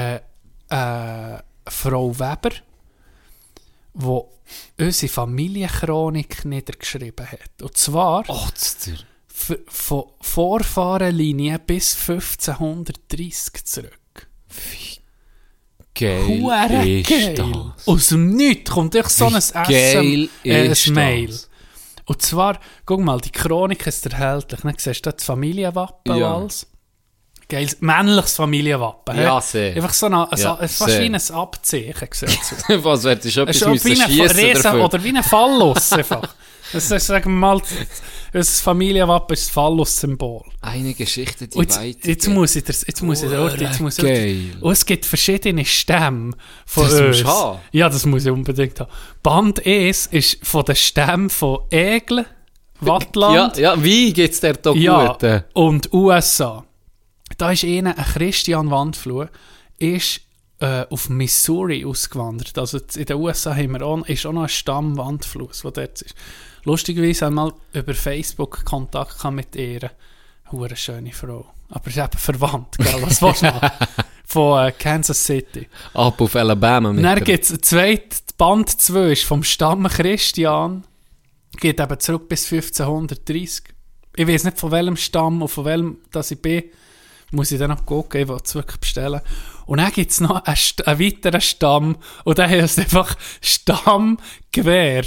Frau Weber, die unsere Familienchronik niedergeschrieben hat. Und zwar von Vorfahrenlinie bis 1530 zurück. Wie geil ist das? Aus dem Nichts kommt echt so ein Mail. Das? Und zwar, guck mal, die Chronik ist erhältlich. Dann siehst du das Familienwappen und alles. Geiles, männliches Familienwappen. Ja, sehr. Einfach so fast wie ein Abzeichen. Was hättest du etwas müssen schiessen dafür? Oder wie ein Phallus einfach. Das ist, sagen wir mal, unser Familienwappen ist das Phallus-Symbol. Eine Geschichte, die weiter. Jetzt muss ich geil. Und es gibt verschiedene Stämme von das uns. Musst du haben. Ja, das muss ich unbedingt haben. Band 1 ist von den Stämmen von Egel, Wattland. Ja, wie geht es dir da gut? Ja, und USA. Da ist ein Christian Wandfluh, ist auf Missouri ausgewandert. Also in den USA ist auch noch ein Stamm Wandfluss, der dort ist. Lustigerweise haben wir mal über Facebook Kontakt mit ihr. Eine schöne Frau. Aber sie ist eben verwandt, gell? Was willst du noch? Von Kansas City. Ab auf Alabama. Dann gibt es Band 2 ist vom Stamm Christian. Geht eben zurück bis 1530. Ich weiß nicht von welchem Stamm und von welchem das ich bin. Muss ich dann noch gucken, ich will es wirklich bestellen. Und dann gibt es noch einen weiteren Stamm und der heißt einfach Stammgewehr.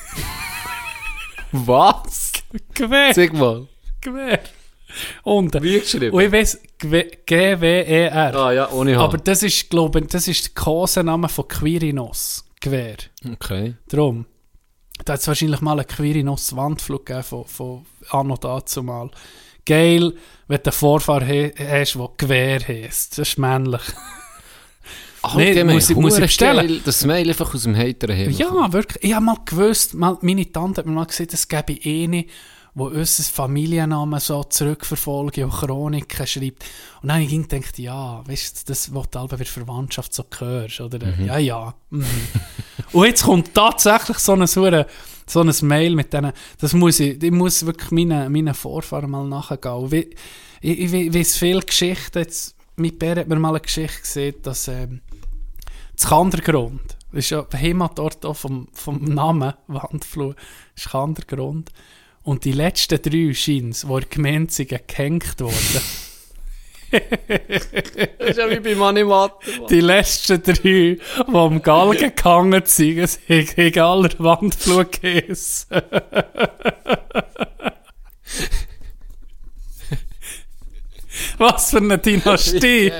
Was? Gewehr. Sag mal. Gewehr. Und wie geschrieben? Und ich weiss, G-W-E-R. Ah ja, ohne H. Aber das ist, glaube ich, der Kosename von Quirinus. Gewehr. Okay. Darum. Da hat es wahrscheinlich mal einen Quirinus-Wandflug gegeben von Anno dazumal. Geil, wenn du einen Vorfahr hast, der Gewehr heisst. Das ist männlich. Nee, muss ich bestellen. Das Mail einfach aus dem Heiteren her. Ja, wirklich. Ich habe mal gewusst, meine Tante hat mir mal gesagt, es gäbe eine, die unseren Familiennamen so zurückverfolgt und Chroniken schreibt. Und dann habe ich gedacht, ja, weißt du, das, was du bei der Verwandtschaft so hörst, oder? Ja. Mhm. Und jetzt kommt tatsächlich so ein Mail mit denen, ich muss wirklich meinen Vorfahren mal nachgehen. Ich weiss viele Geschichten, jetzt, mein Bär hat mir mal eine Geschichte gesehen, dass das Kandergrund, Das ist ja der Heimatort auch vom Namen, Wandfluh, ist kein anderer Grund. Und die letzten 3 Scheins, die in der Gemeinde sind, gehängt wurden. Das ist ja wie beim Animator. Die letzten 3, die am Galgen gehangen sind, haben alle Wandfluh gegessen. Was für eine Dynastie!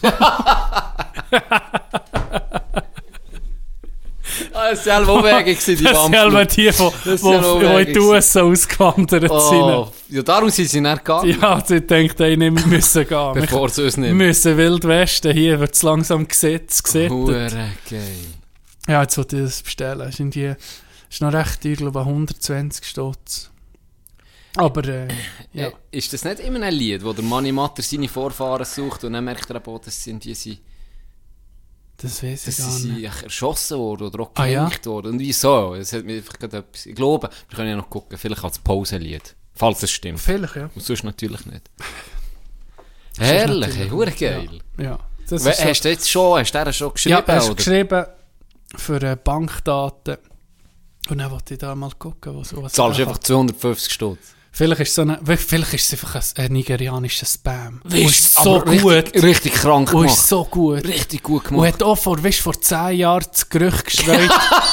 Das war selber auch Wege, die Das sind Wandfluh. die, die in die USA ausgewandert Oh, sind. ja, darum sind sie nicht gegangen. Ja, sie denkt, wir müssen gehen. Bevor sie uns Wir nehmen. müssen Wild Westen, hier wird es langsam gesittet. Hure geil. Ja, jetzt wollte ich das bestellen. Ist noch recht teuer, glaube ich, 120 Stutz. Aber, ja. Ist das nicht immer ein Lied, wo der Manimatter seine Vorfahren sucht und dann merkt er aber, dass sie Das weiß ich dass gar sie nicht. erschossen wurden oder auch Ah, ja? gehängt wurden. Und wieso? Das hat mir einfach gerade etwas... Ich glaube, wir können ja noch gucken, vielleicht als Pausenlied. Falls es stimmt. Vielleicht, ja. Und sonst natürlich nicht. Herrlich, natürlich hure nicht. geil. Ja. Das We- ist Hast du jetzt schon, hast du den schon geschrieben? ja, er ist oder? geschrieben für Bankdaten. Und dann wollte ich da mal gucken, was Zahlst er einfach hat. 250 Stutz. Vielleicht ist es einfach ein nigerianischer Spam. Und Ist ist so aber gut. Richtig krank Und gemacht. ist so gut. Richtig gut Und gemacht. hat auch vor 10 Jahren das Gerücht gestreut,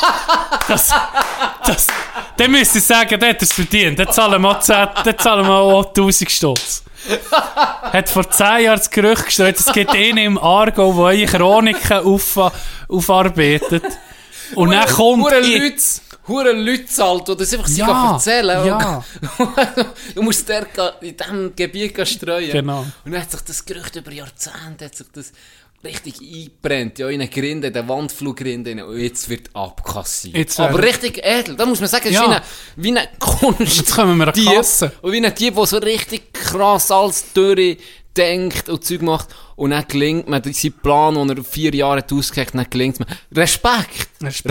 dass dann müsste ich sagen, der hat es verdient. Dann zahlen wir auch 1000 Stutz. Hat vor 10 Jahren das Gerücht gestreut, es gibt einen im Aargau, der eure Chroniken aufarbeitet. Und dann kommt Hure Leute zahlt, die das einfach sie Ja, erzählen. ja. Du musst der in diesem Gebiet streuen. Genau. Und dann hat sich das Gerücht über Jahrzehnte hat sich das richtig eingebrennt. Ja, in eine Grinde, in den Wandflugrinden. Und jetzt wird abkassiert. Jetzt Aber werden- richtig edel. Da muss man sagen, es Ja. ist wie eine Kunst. Jetzt kommen wir an die Kasse. Und wie ein Dieb, der so richtig krass alles durchdenkt und Zeug macht. Und dann gelingt mir sein Plan, den er 4 Jahre hat ausgeheckt, dann gelingt mir. Respekt!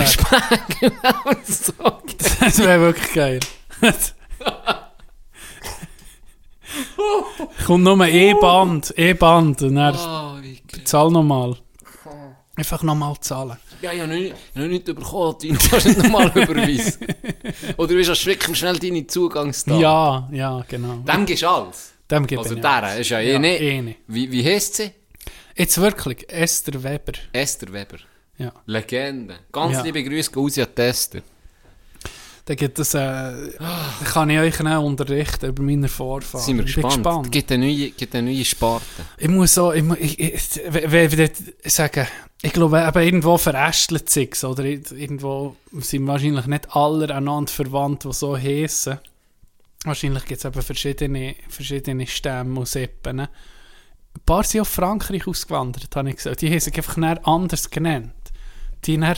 So. Das wäre wirklich geil. Kommt nur E-Band. Und dann Oh, wie geil. zahl nochmal. Einfach nochmal zahlen. Ja, ich habe noch nicht bekommen, du kannst nicht nochmal überweisen. Oder du hast schwicken schnell deine Zugangsdaten. Ja, genau. Dem gibst du alles. Dem gebe Also ich der alles. ist ja Ja, nicht. eh nicht. Wie heisst sie? Jetzt wirklich, Esther Weber. Esther Weber. Ja. Legende. Ganz Ja. liebe Grüße, Gausi an Tester. Da gibt es, kann ich euch auch unterrichten über meine Vorfahren. Sind wir Ich bin gespannt. Gibt eine neue Sparte. Ich muss auch, ich sagen, ich glaube, eben irgendwo verästelt sich oder irgendwo sind wahrscheinlich nicht alle einander verwandt, die so heissen. Wahrscheinlich gibt es eben verschiedene Stämme und Sippen. Ein paar sind auf Frankreich ausgewandert, habe ich gesagt. Die haben sich einfach näher anders genannt. Die näher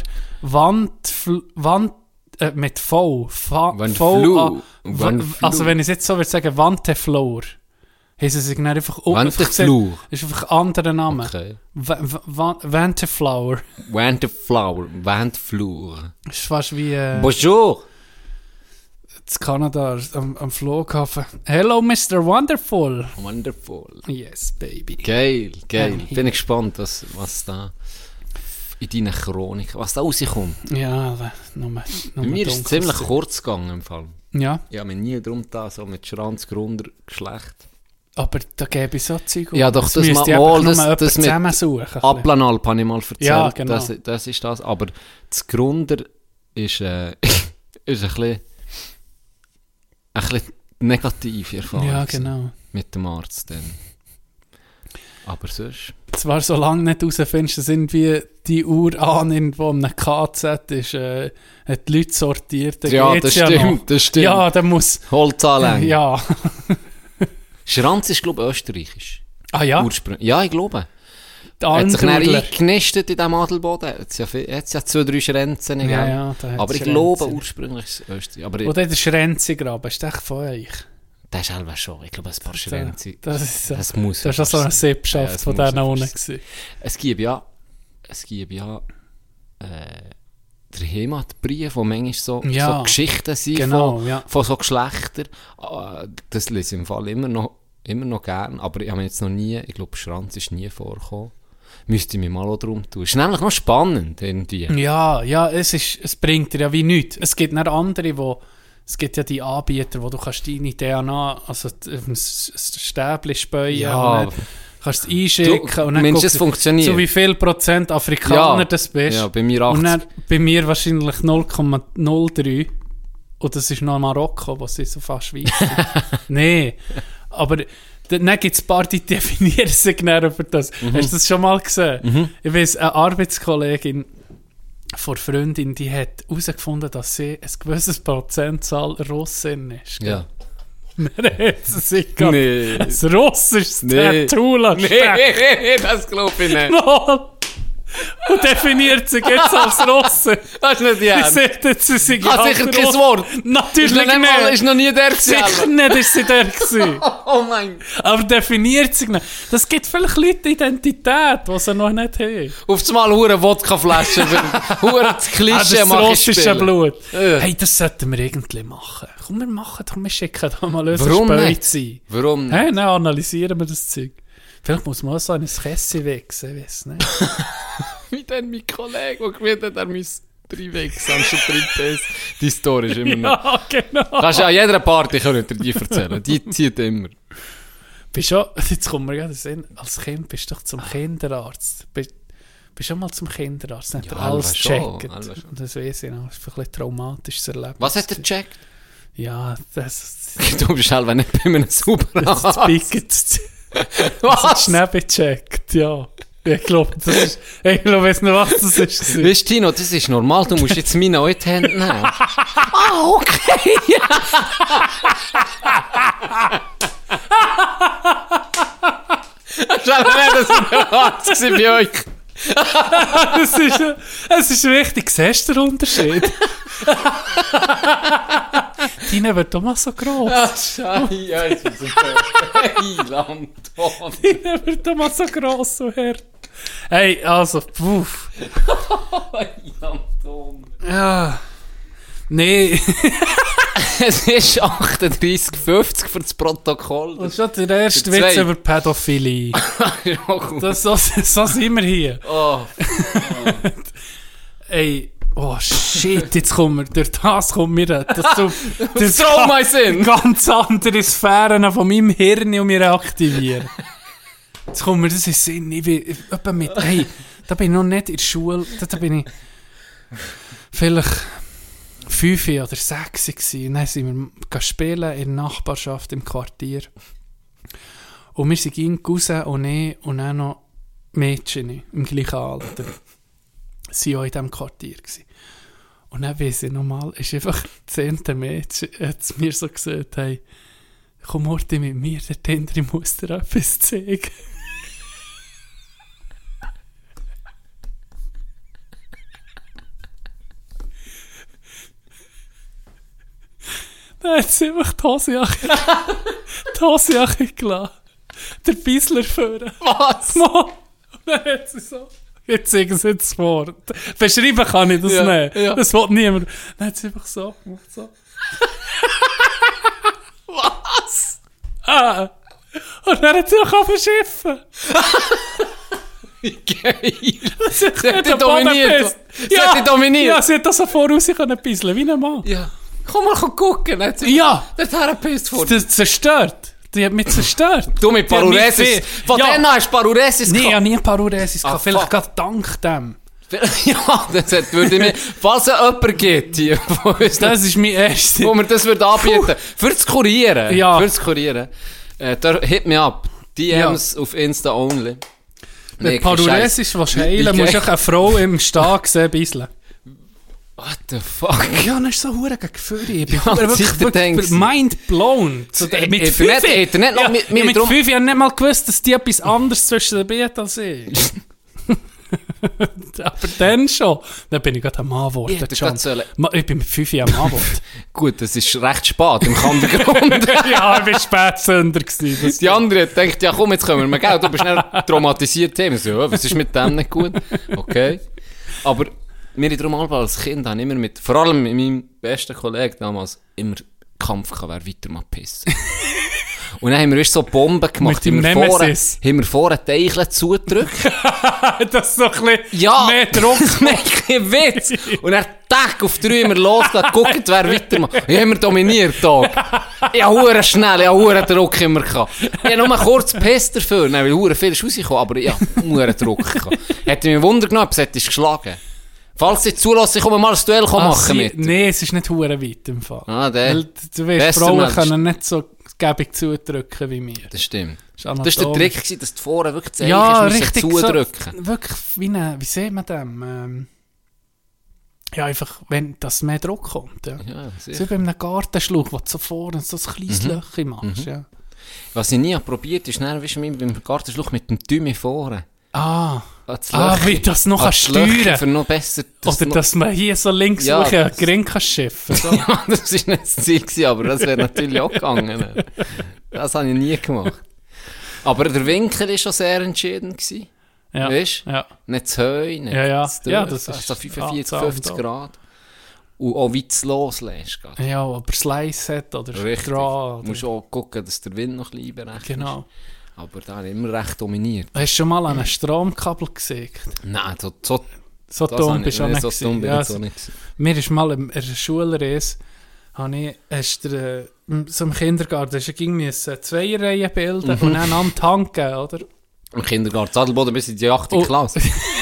Wand mit V. Wandflur. Also wenn ich es jetzt so würde sagen, Wandeflor. Haben sie sich näher einfach Wandeflur. Das ist einfach ein anderer Name. Okay. Wandeflower. Wandflur. Das ist fast wie Bonjour. in Kanada am Flughafen. Hello, Mr. Wonderful. Wonderful. Yes, baby. Geil. Ja. Bin ich gespannt, was da in deiner Chronik, was da rauskommt. Ja, nur Bei mir ist es ziemlich kurz gegangen im Fall. Ja, Ich habe mich nie drum da, so mit Schranz, Grunder, Geschlecht. aber da gäbe ich so Zeug. Ja, doch, das müsste ich mal- einfach nur das jemanden mit zusammensuchen. Aplanalp habe ich mal erzählt. Ja, genau. Das ist das. Aber das Grunder ist, ist ein bisschen negative Erfahrung. Ja, gewesen genau. Mit dem Arzt dann. Aber sonst... Zwar so lange nicht herausfindest, dass irgendwie die Uhr an irgendwo am KZ ist, hat die Leute sortiert. dann Ja, geht's das stimmt, noch. das stimmt. Ja, dann muss... Holzanlänge. Ja. Schranz ist, glaube ich, österreichisch. Ah ja? Ursprünglich. Ja, ich glaube. Der Er hat sich dann Andudler. eingenistet in diesem Adelboden. Jetzt ja 2-3 Schrenzen. Ja, gell? ja, da hat's Aber ich Schrenzen. glaube, ursprünglich ist es Österreich. Aber Oder der Schrenzigraben, ist echt von euch? das ist selber schon. Ich glaube, ein paar Schrenzen. Das ist so. Das muss. Das war schon so eine Sippschaft es von muss denen einfach unten. sein. Es gibt ja der Heimatbrief, wo manchmal so Ja, Geschichten sind genau, ja. von so Geschlechtern. Das lese ich im Fall immer noch gern, aber ich habe jetzt noch nie, ich glaube, Schranz ist nie vorgekommen. müsste ich mich mal auch drum tun. Ist nämlich noch spannend, irgendwie. Ja, es bringt dir ja wie nichts. Es gibt nicht andere, es gibt ja die Anbieter, wo du kannst deine DNA, also ein Stäbchen spähen Ja. und dann kannst es einschicken. Und dann Mensch, guckst das du, funktioniert. so wie viel Prozent Afrikaner das bist. Ja, bei mir 80. Und dann bei mir wahrscheinlich 0,03. Und das ist noch Marokko, was sie so fast weiss sind. Nee, aber dann gibt es ein paar, die definieren sich näher über das. Hast du das schon mal gesehen? Ich weiss, eine Arbeitskollegin von Freundin, die hat herausgefunden, dass sie ein gewisses Prozentzahl Russin ist. Ja. Dann hat sie sich gerade Nee. ein russisches Nee. Tattoo lassen stechen. Nee, das glaube ich nicht. Und definiert sich jetzt als Russe. Das ist nicht die Sie Ernst. sagt jetzt, sie sind Ah, sicher kein Wort. Natürlich Ist noch nicht mal- nicht. ist noch nie der Sicher gewesen. nicht ist sie der gewesen. Oh mein. Aber definiert sich nicht. Das gibt vielleicht Leute Identität, die sie noch nicht haben. Auf einmal hure Wodkaflaschen, hure das Klischee Das machen russische spielen. Blut. Ja. Hey, das sollten wir irgendwie machen. Komm, wir schicken da mal Warum unsere nicht? Spezi. Warum nicht? Hey, dann analysieren wir das Zeug. Vielleicht muss man auch so ein Käse wechseln, ich weiss nicht. Wie denn mein Kollege, der gemeint hat, er müsse 3 Wegs am schon 3 ist. Die Story ist immer noch. Ja, genau. Kannst du an jeder Party können dir die erzählen. Die zieht immer. Bist schon, jetzt kommt mir gerade in den Sinn, als Kind bist du doch zum Kinderarzt. Bist schon mal zum Kinderarzt, nicht Ja, alles allweil schon, gecheckt. allweil schon. Und das weiss ich noch, das ist ein bisschen traumatisches Erlebnis. Was hat er gecheckt? Ja, das Du bist halt nicht bei einem Superarzt. das Picket. Das ist schnell gecheckt, ja. Ich glaube, weiss nicht, was das ist. Weißt du, Tino, das ist normal, du musst jetzt meine auch in die Hände nehmen. Ah, okay. Das war aber nicht ein Arzt bei euch. Es ist wichtig, siehst du den Unterschied? Deine wird doch mal so gross. Ah, Scheiße. Hey, Landon. Deine wird doch mal so gross und hart. Hey, also, puff. Hey, Landon. Ja. Nee. Es ist 38,50 für das Protokoll. Das ist schon der erste Der Witz zwei. über Pädophilie. Ja, gut. So sind wir hier. Oh, Ey, oh shit, jetzt kommen wir, durch das kommt mir das Trauma in Sinn. ganz andere Sphären von meinem Hirn und mir aktivieren. Jetzt kommt mir das in den Sinn. Ich bin etwa mit, hey, da bin ich noch nicht in der Schule, da bin ich vielleicht 5 oder 6 gewesen. Und dann sind wir spielen in der Nachbarschaft im Quartier. Und wir sind ging Cousin und ich und dann noch Mädchen im gleichen Alter. Sie waren auch in diesem Quartier gewesen. Und dann weiss ich nochmal, ist einfach das 10. Mädchen, hat es mir so gesagt, hey, komm heute mit mir, der Tender, ich muss dir etwas zeigen. Dann hat sie einfach die Hosejacke gelassen. Der Beisler führen. was? Und dann hat sie so, jetzt zeigen sie jetzt vor. Beschreiben kann ich das Ja, nicht. ja. Das will niemand. Dann hat sie einfach so gemacht. So. Was? Ah. Und dann hat sie auch verschiffen. Wie geil. Sie hat dich dominiert. Sie hat dich dominiert. Ja, sie hat das so voraus können bisseln, wie ein Mann. Ja. Komm mal gucken. Ja. Der Therapist vor. Das zerstört. Die hat mich zerstört. Du mit Die hat mich Paruresis. viel- Von Ja. denen hast du Paruresis Nee, ich gehabt. habe nie Paruresis gehabt. Vielleicht fuck. gerade dank dem. Ja, das würde mir... Falls es jemanden gibt hier, wo uns Das ist mein erster. wo mir das würde anbieten. Fürs Kurieren. Ja. Fürs Kurieren. Da hit me up. DMs auf Insta only. Wenn Paruresis willst heilen, musst du auch eine Frau im Stehen sehen, bisseln. What the fuck? Ja, dann ist so verdammt gegen Gefühle. Ich bin Ja, wirklich sicher denkst du. mind blown. So, Internet- mit Internet noch ja, mit- mit drum- 5 Jahren nicht mal gewusst, dass die etwas anderes zwischen den Beinen als ich. Aber dann schon. Dann bin ich gerade ein Mann geworden. Ich hätte Can. grad sollen- Ich bin mit 5 Jahren Mann geworden. Gut, das ist recht spät im Kandergrund. Ja, ich war Spätsünder gewesen. Das Die andere denkt, ja komm, jetzt kommen wir, gell, du bist schnell traumatisiert. Ich so, ja, was ist mit dem nicht gut? Okay. Aber mir in Drumalba als Kind haben immer mit, vor allem mit meinem besten Kollegen damals, immer Kampf gehabt, wer weiter mal pissen. Und dann haben wir so Bomben gemacht. Mit dem Nemesis. Haben wir vorne Teicheln zugedrückt. Das ist so ein bisschen Ja, mehr Druck. kein Witz. Und dann Tag auf 3 haben wir losgelassen, guckt, wer weitermacht. Ja, haben wir dominiert, Tag. Ja, hure schnell, ja, hure Druck immer gehabt. Ich habe nur kurz Pest dafür, weil hure viel ist rausgekommen, aber ja, hure Druck gehabt. Hätte mich Wunder genommen, ob es hätte geschlagen. Falls sie zulassen, ich komme mal ein Duell machen mit. Nein, es ist nicht hure weit im Fall. Ah, der. Weil, du weißt, Frauen können nicht so gäbig zudrücken wie mir. Das stimmt. Das war der Trick, gewesen, dass du vorne wirklich das ja, Eichen richtig zudrücken. So, wirklich wie sieht man dem? Ja, einfach, wenn das mehr Druck kommt. Ja. Ja, so wie bei einem Gartenschlauch, wo du so vorne so ein kleines Löchchen machst. Ja. Was ich nie probiert habe, ist beim Gartenschlauch mit dem Tüme vorne. Wie das noch kann steuern für noch besser. Oder dass man hier so links ja, durch einen Gring kann schiffen. So. Ja, das war nicht das Ziel gewesen, aber das wäre natürlich auch gegangen. Das habe ich nie gemacht. Aber der Winkel war schon sehr entscheidend gewesen. Ja. Weißt du? Ja. Nicht zu heu, nicht das ist ist so 45, 50 Grad. Und auch wie du es loslässt. Ja, aber Slice hat oder Richtig. Draw. Du musst auch gucken, dass der Wind noch ein bisschen berechnet ist. Genau. Aber da habe ich immer recht dominiert. Hast du schon mal an einem Stromkabel gesägt? Nein, So dumm bist du auch nicht so dumm bin ich auch nicht. Mir ist mal in der Schulreise, so im Kindergarten, ging mir 2 Reihen bilden und dann am Hand geben, oder? Im Kindergarten Sadelboden bis in die 8. Klasse.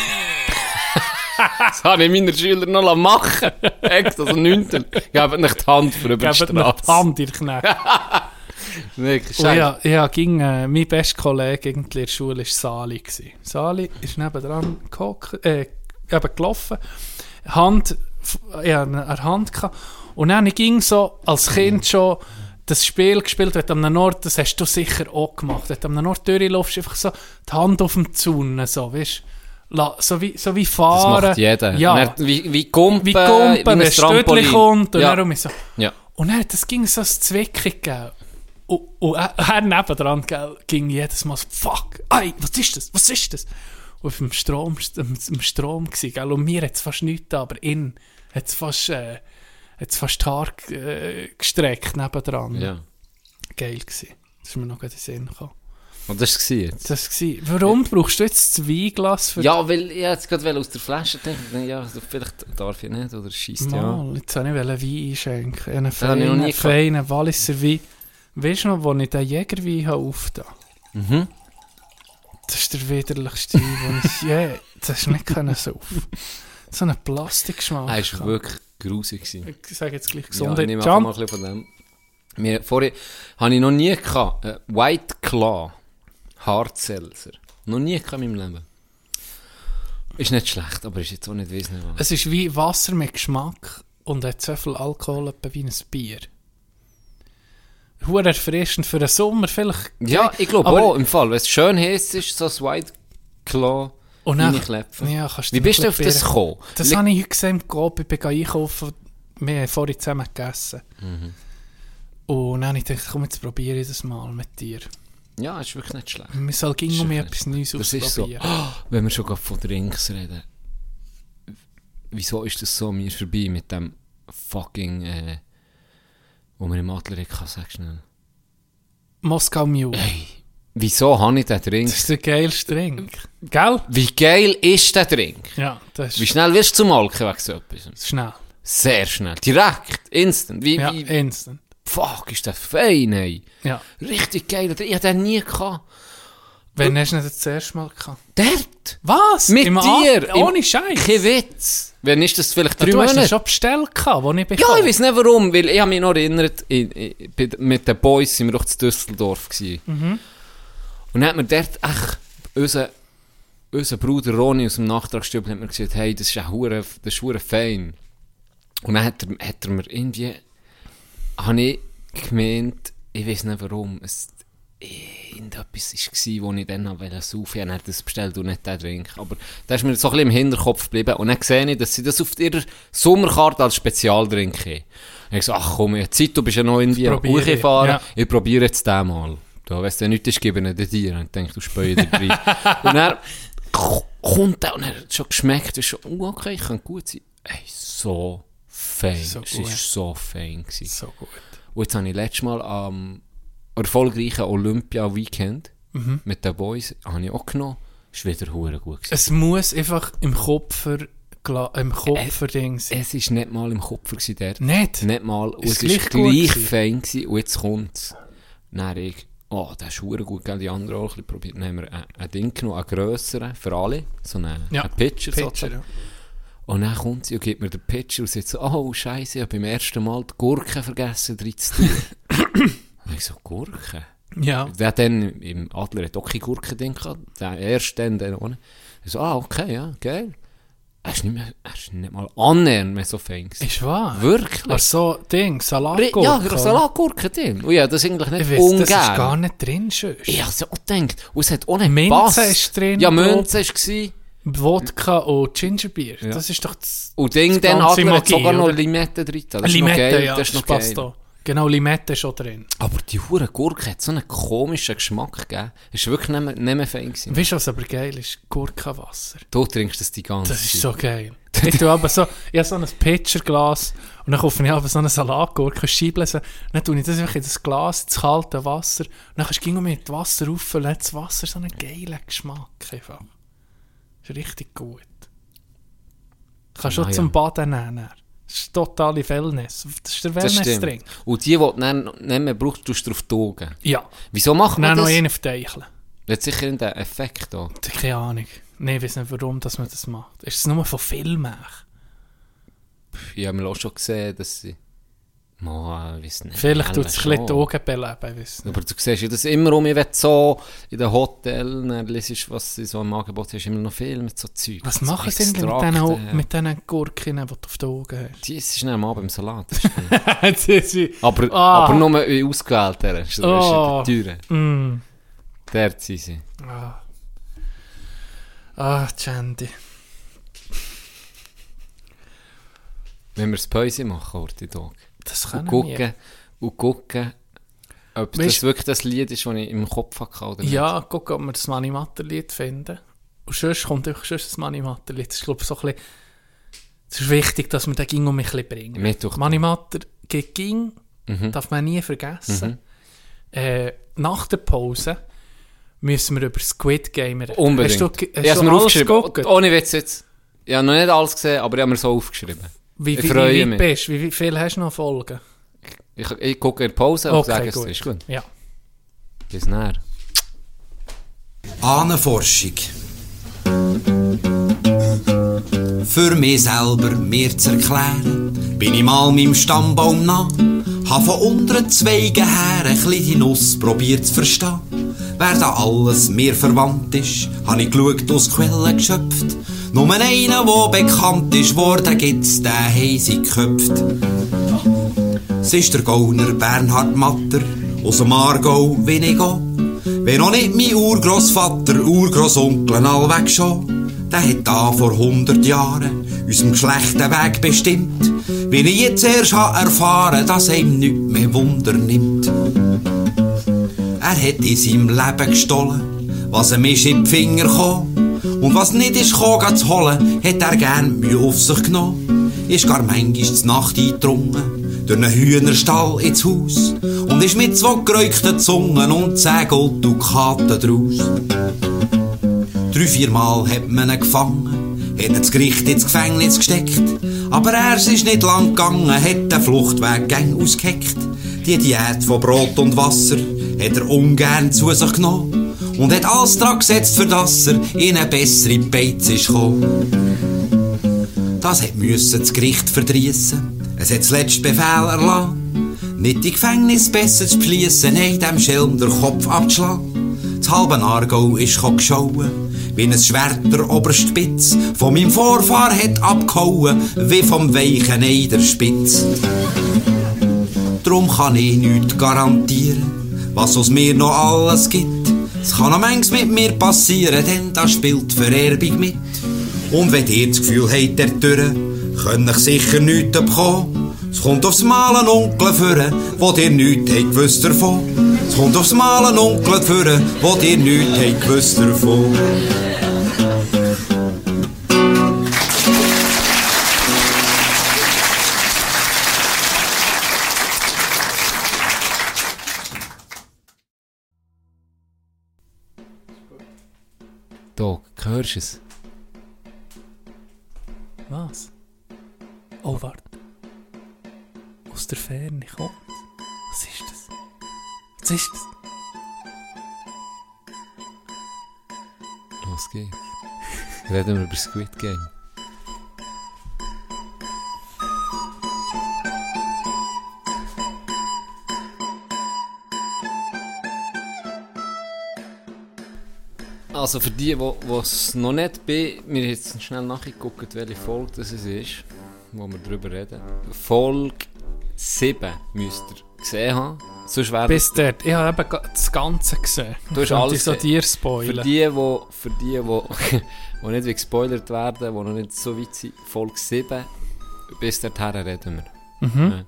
Das habe ich meiner Schüler noch machen lassen. Also 9. Gebt nicht die Hand für über die Gebt nicht die Hand, ihr Knecht. Mein bester Kollege in der Schule war Sali. Sali ist nebendran gelaufen, Hand gehabt. Und dann ging so als Kind schon das Spiel gespielt, wenn du am Nord, das hast du sicher auch gemacht, wenn du am Nord durchlaufst, einfach so die Hand auf dem Zaun, so, weißt so wie fahren. Das macht jeder. Ja. Wie Kumpen, wie ein Stütchen kommt. Und ja. dann so. Ja. Und dann das ging so ein Zwicken gegeben. Und er nebendran ging jedes Mal so, fuck, ey, was ist das? Und im Strom gsi, gell? Und mir hat es fast nichts da, aber ihn hat es fast die Haare gestreckt nebendran. Ja. Geil gsi. Das ist mir noch gerade in den Sinn gekommen. Und das war jetzt? Das war. Warum brauchst du jetzt das Weinglas für... Ja, weil ich jetzt gerade aus der Flasche denke, ja, vielleicht darf ich nicht, oder scheisst ja. Jetzt wollte ich Wein einschenken. Einen feinen Walliser Wein. Weißt du noch, als ich den Jägerwein aufgetan habe? Das ist der widerlichste Wein, den ich das nicht saufen. So einen Plastikgeschmack. Er war wirklich grusig. Ich sage jetzt gleich Gesundheit. Ja, ich nehme mal ein bisschen von dem. Vorher habe ich noch nie gehabt. White Claw Hard Seltzer. Noch nie gehabt in meinem Leben. Ist nicht schlecht, aber ist jetzt auch nicht wissen was. Es ist wie Wasser mit Geschmack und hat so viel Alkohol wie ein Bier. Hure erfrischend für den Sommer vielleicht. Ja, ich glaube auch im Fall. Wenn es schön heiß ist, so ein White Claw reinklepfen. Ja, wie bist du auf das gekommen? Das habe ich heute gesehen im Coop. Ich bin einkaufen. Wir haben vorhin zusammen gegessen. Und dann habe ich gedacht, komm, jetzt probiere ich das mal mit dir. Ja, ist wirklich nicht schlecht. Man soll ging mir etwas Neues ausprobieren. So, wenn wir schon von Drinks reden, wieso ist das so mir vorbei mit dem fucking, wo man im Adler kann, sag schnell. Moskau Mule. Hey, wieso habe ich den Drink? Das ist der geilste Drink. Gell? Wie geil ist der Drink? Ja, das ist... Wie schnell wirst du zum Alken wegen so etwas? Schnell. Sehr schnell. Direkt. Instant. Instant. Fuck, ist der fein, ey. Ja. Richtig geil. Ich habe den nie gehabt. Wann hast du nicht das erste Mal gehabt? Dort? Was? Mit dir? Ohne Scheiß. Kein Witz. Wann ist das vielleicht 3 Monate? Du hast Monate? ihn schon bestellt gehabt, wo ich bekam. Ja, ich weiß nicht warum, weil ich habe mich noch erinnert, mit den Boys waren wir doch in Düsseldorf gewesen. Und dann hat mir dort unser Bruder Ronny aus dem Nachtragsstübel hat mir gesagt, hey, das ist hure fein. Und dann hat er mir irgendwie, habe ich gemeint, ich weiß nicht warum, irgendetwas war, wo ich dann saufen wollte. Ich habe das bestellt und nicht den Drink. Aber da ist mir so ein bisschen im Hinterkopf geblieben. Und dann sehe ich, dass sie das auf ihrer Sommerkarte als Spezialdrink haben. Und ich gesagt, ach komm, Zeit, du bist ja noch irgendwie hochgefahren. Ja. Ich probiere jetzt den mal. Da, wenn es dir nichts ist, gebe ich ihn dir. Und ich denke, du spüre dir rein. Und dann kommt der und er hat schon geschmeckt. Ist schon, okay, kann gut sein. Ey, so fein. Es war so fein. So gut. Und jetzt habe ich letztes Mal am erfolgreichen Olympia-Weekend mit den Boys habe ich auch genommen. Das war wieder verdammt gut gewesen. Es muss einfach im Kopf Ding sein. Es war nicht mal im Kopf gewesen, der. Nicht mal. Und Ist es war gleich gut gleich gewesen? fein gewesen. Und jetzt kommt es. Dann ich, das ist verdammt gut, gell? Die anderen auch ein bisschen probiert. Dann haben wir ein Ding genommen, einen grösseren, für alle. So einen Pitcher sozusagen. Ja. Und dann kommt sie und gibt mir den Pitcher und sagt so, oh Scheiße, ich habe beim ersten Mal die Gurke vergessen, drin zu tun. Und ich so, Gurke? Ja. Der hat dann im Adler hat auch keine Gurke drin gehabt. Der erste dann ohne. Ich so, okay, ja, geil. Er ist nicht mal annähernd mehr so fein gewesen. Ist wahr? Wirklich? Also Salatgurke. Ja, Salatgurke drin. Und ja, das ist eigentlich nicht Ich weiss, ungern. das ist gar nicht drin, sonst. Ich habe es auch gedacht. Und es hat auch nicht Minze gepasst. ist drin, Ja, glaub. Minze war. Wodka und Gingerbeer. Ja. Das ist doch das Und Ding, das dann ganze Adler hat Magie, sogar noch oder? Limette drin. Das ist Limette, noch geil. ja, Das ist noch passt geil. da. Genau, Limette ist auch drin. Aber die hure Gurke hat so einen komischen Geschmack gegeben. Es war wirklich nicht mehr fein gewesen. Weißt du, was aber geil ist? Gurkenwasser. Du trinkst das die ganze Das ist Zeit. so geil. Ich habe so ein Pitcherglas und dann kaufe ich aber so eine Salatgurke, schiebe sie, dann tue ich das einfach in das Glas, ins kalte Wasser und dann kannst du mit Wasser auffüllen, dann hat das Wasser so einen geilen Geschmack einfach. Das ist richtig gut. Du kannst schon zum Baden nehmen. Das ist totale Wellness. Das ist der Das Wellness-Drink. stimmt. Und die du dann nicht mehr brauchst, tust du drauf die Augen. Ja. Wieso macht man Dann noch das? einen verteicheln. Hat sicher einen Effekt da. Keine Ahnung. Nein, ich weiß nicht, warum dass man das macht. Ist es nur von Filmen? Ich habe mir auch schon gesehen, dass sie... Ich weiss nicht. Vielleicht tut es ein bisschen schon. die Augen beleben. Ich weiss nicht. Aber du siehst ja das immer ich will so in den Hotels, dann liest, was sie so im Angebot haben, ist immer noch viel mit so Zeug. Was So machen sie denn Extrakte. mit diesen Gurken, die du auf den Augen hast? Die ist am Abend im Salat. aber aber nur in ausgewählten. Das ist in der Türe. Mm. Dort sind sie. Chandy. Wenn wir das Päuschen machen, Horti-Dog. Das Und können wir. gucken, ob das wirklich das Lied ist, das ich im Kopf hatte oder nicht. Ja, gucken, ob wir das Mani-Matter-Lied finden. Und sonst kommt auch das Mani-Matter-Lied. Das ist, glaube ich, so ein bisschen... Es ist wichtig, dass wir den Ging um mich ein bisschen bringen. Mani-Matter Ging darf man nie vergessen. Nach der Pause müssen wir über Squid Game reden. Unbedingt. Hast du Ich habe es mir aufgeschrieben. geguckt? Ohne Witz jetzt. Ich habe noch nicht alles gesehen, aber ich habe mir so aufgeschrieben. Wie Ich freue weit mich. bist du? Wie viel hast du noch Folgen? Ich gucke in der Pause und sage, es ist gut. Ja. Bis näher. Ahnenforschung. Für mich selber mir zu erklären, bin ich mal meinem Stammbaum nah, habe von unteren Zweigen her ein bisschen die Nuss probiert zu verstehen. Wer da alles mir verwandt ist, habe ich geschaut, aus Quellen geschöpft. Nur einen, der bekannt ist worden, gibt's, den haben sie geköpft. Es ist der Gauner Bernhard Matter, aus dem Aargau, wie ich gehe. Wenn noch nicht mein Urgroßvater, Urgroßonkel allweg schon, der hat da vor 100 Jahren unserem Geschlecht den Weg bestimmt. Wie ich jetzt erst erfahren, dass ihm nichts mehr Wunder nimmt. Er hat in seinem Leben gestohlen, was ihm ist in die Finger gekommen. Und was nicht ist gekommen zu holen, hat er gern Mühe auf sich genommen. Ist gar manchmal zur Nacht eingedrungen, durch einen Hühnerstall ins Haus. Und ist mit 2 geräuchten Zungen und 10 Golddukaten draus. 3-4 Mal hat man ihn gefangen, hat ihn das Gericht ins Gefängnis gesteckt. Aber er ist nicht lang gegangen, hat den Fluchtweg gang ausgeheckt. Die Diät von Brot und Wasser hat er ungern zu sich genommen. Und hat alles dran gesetzt, für dass er in eine bessere Beiz ist gekommen. Das hat müssen das Gericht verdriessen. Es hat das letzte Befehl erlassen. Nicht die Gefängnis besser zu beschliessen, nein, dem Schelm den Kopf abzuschlagen. Das halbe Aargau ist geschauen, wie ein Schwert der oberste Spitz von meinem Vorfahr hat abgehauen, wie vom weichen Ei der Spitz. Drum kann ich nichts garantieren, was aus mir noch alles gibt. Es kann noch manches mit mir passieren, denn das spielt Vererbung mit. Und wenn ihr das Gefühl habt, der Türe, könnt ich sicher nichts bekommen. Es kommt aufs Mal ein Onkel führen, wo dir nichts habt gewusst davon. Es kommt aufs Mal ein Onkel führen, wo dir nichts habt gewusst davon. hörst du es? Was? Oh, warte. Aus der Ferne kommt. Was ist das? Was ist das? Los geht's. Reden wir über Squid Game. Also für die es noch nicht bin, wir haben jetzt schnell nachgeguckt, welche Folge das ist, wo wir darüber reden. Folge 7 müsst ihr gesehen haben. Sonst wäre Bis dort. Ich habe eben das Ganze gesehen. Du hast alles so gesehen. dir für spoilern. die, wo nicht wie gespoilert werden, die noch nicht so weit sind, Folge 7, bis dorthin reden wir. Mhm. Ja.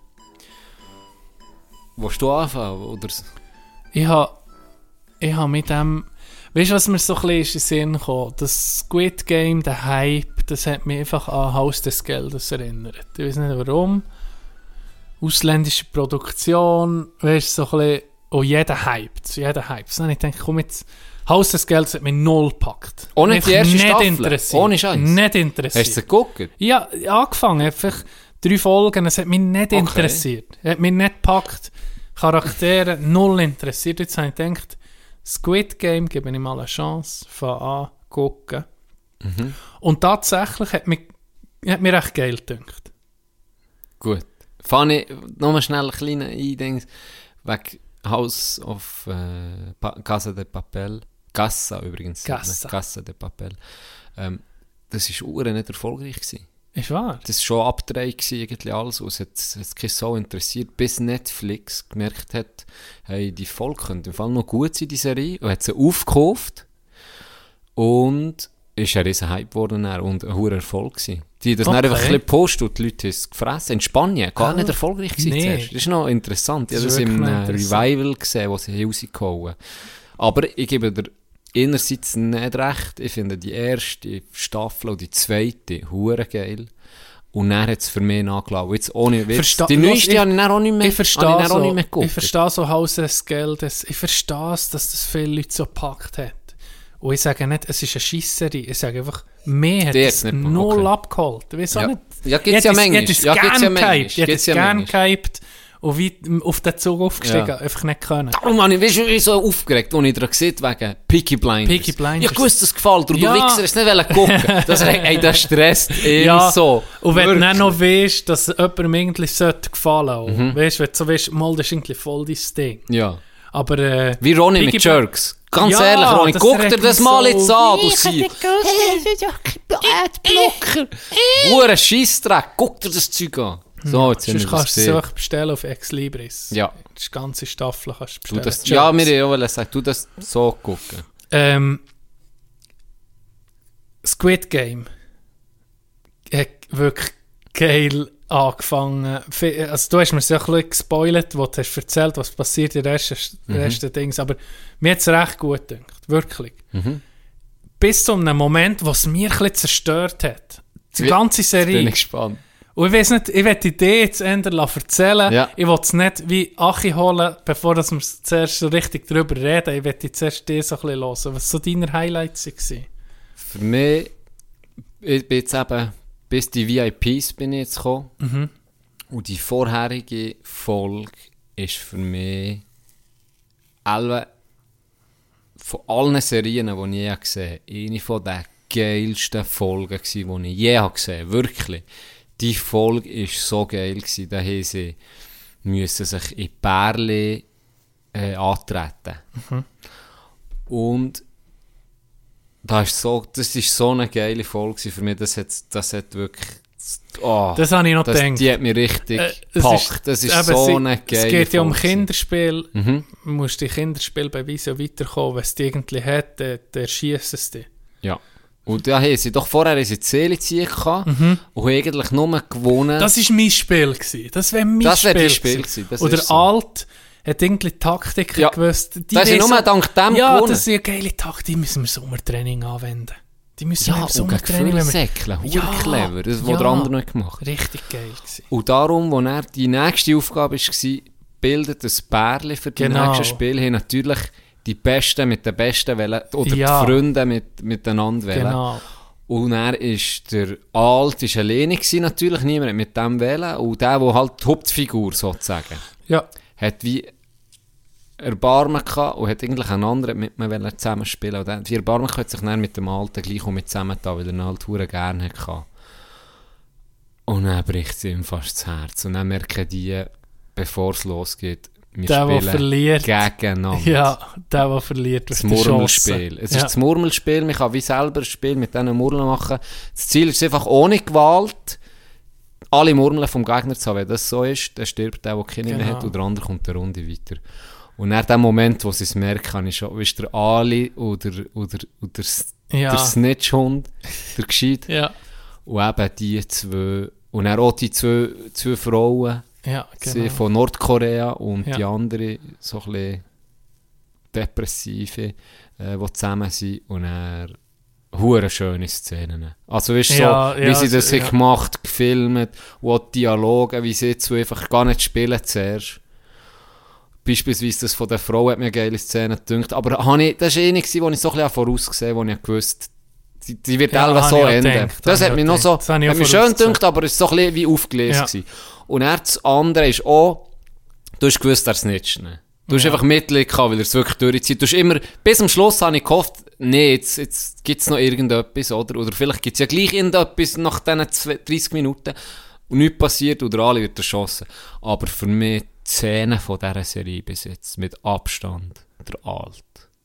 Willst du anfangen? Oder? Ich habe mit dem... Weißt du, was mir so ein bisschen in den Sinn gekommen? Das Squid Game, der Hype, das hat mich einfach an Haus des Geldes erinnert. Ich weiß nicht warum. Ausländische Produktion, weißt du, so ein bisschen... Oh, jeder hypt. Jeder hypt. So, ich denke, komm jetzt... Haus des Geldes hat mich null gepackt. Ohne die erste nicht Staffel? Interessiert. Ohne Scheiß? Nicht interessiert. Hast du sie geguckt? Ja, angefangen. Einfach 3 Folgen. Es hat mich nicht interessiert. Es hat mich nicht gepackt. Charaktere null interessiert. Jetzt habe ich gedacht, Squid Game gebe ich mal eine Chance. Von an, gucken. Mhm. Und tatsächlich hat mir recht geil gedacht. Gut. Fange ich nochmal schnell einen kleinen Eindings wegen House of Casa de Papel. Gassa übrigens. Gassa. Casa de Papel. Das war nicht erfolgreich gewesen. Ist wahr? Das war schon abgedreht gewesen, irgendwie alles. Und es hat kein so interessiert, bis Netflix gemerkt hat, hey, die Folge könnte im Fall noch gut sein, die Serie. Und hat sie aufgekauft. Und ist ein riesen Hype geworden und ein hoher Erfolg gewesen. Die haben das dann einfach ein bisschen gepostet und die Leute haben es gefressen. In Spanien, gar nicht erfolgreich gewesen zuerst. Das ist noch interessant. Ich habe das im Revival gesehen, wo sie rausgehauen haben. Aber ich gebe dir einerseits nicht recht. Ich finde die erste Staffel und die zweite hure geil. Und dann hat es für mich nachgelassen. Jetzt ohne Witz. Die neueste habe ich dann auch nicht mehr, ich verstehe so Haus des Geldes. Ich verstehe es, dass das viele Leute so gepackt hat. Und ich sage nicht, es ist eine Scheisserei. Ich sage einfach, mehr hat es null abgeholt. Ich weiß auch nicht. Ja, gibt es ja manchmal. Ich hätte es gerne gehypt. Und wie auf den Zug aufgestiegen, einfach nicht können. Darum habe ich so aufgeregt, als ich daran gesehen wegen Peaky Blinders. Ja, gut, das gefällt dir. Du Wichser, es nicht gucken. Das stresst so. Und wenn du dann noch weißt, dass jemandem irgendwie gefallen sollte. Weißt du, wenn du so weißt, mal, das ist irgendwie voll dein Ding. Ja. Aber, wie Ronny mit Jerks. Ganz ehrlich, Ronny, guck dir das mal so jetzt an, du Sieg. Adblocker. Hure Scheissdreck, guck dir das Zeug an. So, jetzt sonst kannst du es auch bestellen auf Ex Libris. Ja. Die ganze Staffel kannst du bestellen. Wir wollen sagen, du das so gucken. Squid Game hat wirklich geil angefangen. Also du hast mir ja ein bisschen gespoilert, wo du hast erzählt, was passiert in den ersten Dings, aber mir hat es recht gut gedacht, wirklich. Bis zu einem Moment, wo es mir ein bisschen zerstört hat. Die ganze Serie. Bin ich gespannt. Und ich weiss nicht, ich will die Idee jetzt erzählen. Ja. Ich will es nicht wie Achi holen, bevor wir zuerst so richtig darüber reden. Ich will die zuerst die so ein bisschen hören. Was so deine Highlights waren? Für mich, ich bin jetzt eben, bis die VIPs bin ich jetzt gekommen. Und die vorherige Folge ist für mich von allen Serien, die ich je gesehen habe, eine von den geilsten Folgen, die ich je gesehen habe. Wirklich. Die Folge war so geil gewesen, da haben sie müssen sich in Pärchen antreten. Und das ist so eine geile Folge für mich, das hat wirklich... das habe ich noch gedacht. Die hat mich richtig gepackt. Das ist so eine geile Folge. Es geht ja um Kinderspiel. Du musst die Kinderspiel bei Visio weiterkommen. Wenn es die irgendwie hat, dann erschießt es dich. Ja. Und da haben sie doch vorher die Seele ziehen können und eigentlich nur gewonnen. Das war mein Spiel gewesen. Das wäre mein Spiel gewesen. Oder so. Alt hat irgendwie Taktiken gewusst. Das ist nur dank dem gewonnen. Ja, das ist eine geile Taktik. Die müssen wir im Sommertraining anwenden. Die müssen wir im Sommertraining anwenden. Clever. Das wurde der andere nicht gemacht. Richtig geil gewesen. Und darum, als die nächste Aufgabe war, bildet ein Pärchen für die nächsten Spiele, haben natürlich die Besten mit den Besten wählen, oder die Freunde miteinander wählen. Genau. Und er ist der Alt, ist alleine gewesen, natürlich, niemand hat mit dem wählen. Und der halt die Hauptfigur sozusagen, hat wie Erbarmen gehabt und hat eigentlich einen anderen mit mir zusammenspielen. Und die Erbarmen hat sich dann mit dem Alten gleich auch mit zusammengetan, weil er ihn halt verdammt gerne hatte. Und dann bricht sie ihm fast das Herz. Und dann merken die, bevor es losgeht, wir der spielen gegeneinander. Ja, der verliert. Das Murmelspiel. Es ist das Murmelspiel, man kann wie selber ein Spiel mit diesen Murmeln machen. Das Ziel ist einfach ohne Gewalt, alle Murmeln vom Gegner zu haben. Wenn das so ist, dann stirbt der keine mehr hat, und der andere kommt eine Runde weiter. Und nach dem Moment, wo sie es merken, kann ich schon, ist der Ali oder der Snitchhund, der Gescheit. Ja. Und eben die zwei, und dann auch die zwei Frauen, sie von Nordkorea und die andere, so ein bisschen depressive, die zusammen sind. Und dann hure schöne Szenen. Also weißt du, wie sie das gemacht, gefilmt, und auch die Dialoge, wie sie zwei einfach gar nicht spielen zuerst. Beispielsweise das von der Frau hat mir eine geile Szene gedacht. Aber das war nichts, wo ich so ein bisschen vorausgesehen habe, wo ich gewusst, die wird selber so enden. Das hat mich noch so, hat mich schön gedacht, aber es war so ein bisschen wie aufgelesen. Und dann das andere ist auch, du hast gewusst, er snitcht nicht. Du hast einfach Mitleid gehabt, weil er es wirklich durchzieht. Du hast immer, bis zum Schluss habe ich gehofft, nee, jetzt gibt es noch irgendetwas, oder vielleicht gibt es ja gleich irgendetwas nach diesen 30 Minuten und nichts passiert und der Ali wird erschossen. Aber für mich die Szene von dieser Serie bis jetzt, mit Abstand, der Alt.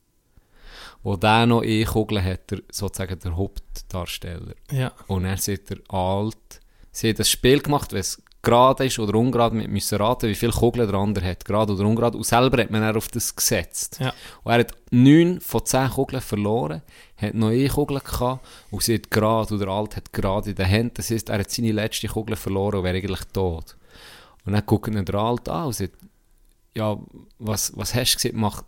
Wo der noch Kugel hat, sozusagen der Hauptdarsteller. Ja. Und er sieht der Alt, sie hat das Spiel gemacht, wenn es gerade ist oder ungerade, wir müssen raten, wie viele Kugeln der andere hat, gerade oder ungerade. Und selber hat man dann auf das gesetzt. Ja. Und er hat 9 von 10 Kugeln verloren, hat noch eine Kugel gehabt und sie hat gerade, oder der Alt hat gerade in den Händen, das heisst, er hat seine letzte Kugel verloren und wäre eigentlich tot. Und dann guckt ihn der Alt an und sagt, ja, was hast du gesehen? Macht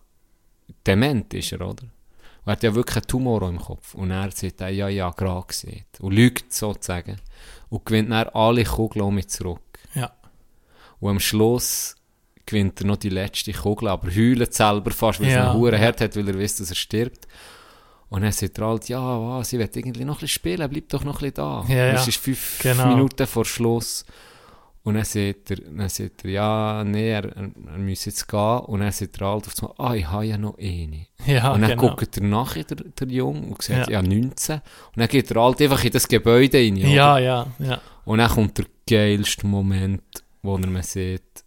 dement ist er, oder? Und er hat ja wirklich einen Tumor im Kopf. Und er sagt, ja, gerade gesehen. Und lügt sozusagen. Und gewinnt dann alle Kugeln mit zurück. Ja. Und am Schluss gewinnt er noch die letzte Kugel, aber heult selber fast, weil es einen hohen Herd hat, weil er weiss, dass er stirbt. Und dann sagt er halt, sie will irgendwie noch ein bisschen spielen, bleib doch noch ein bisschen da. Ja, es ist 5 Minuten vor Schluss. Und dann sagt er, ja, nee, er muss jetzt gehen. Und dann sagt er halt auf einmal, ich habe ja noch eine. Ja, und dann guckt er nachher, der Junge, und sagt, 19. Und dann geht er halt einfach in das Gebäude rein. Ja. Und dann kommt der geilste Moment, wo er mir sagt,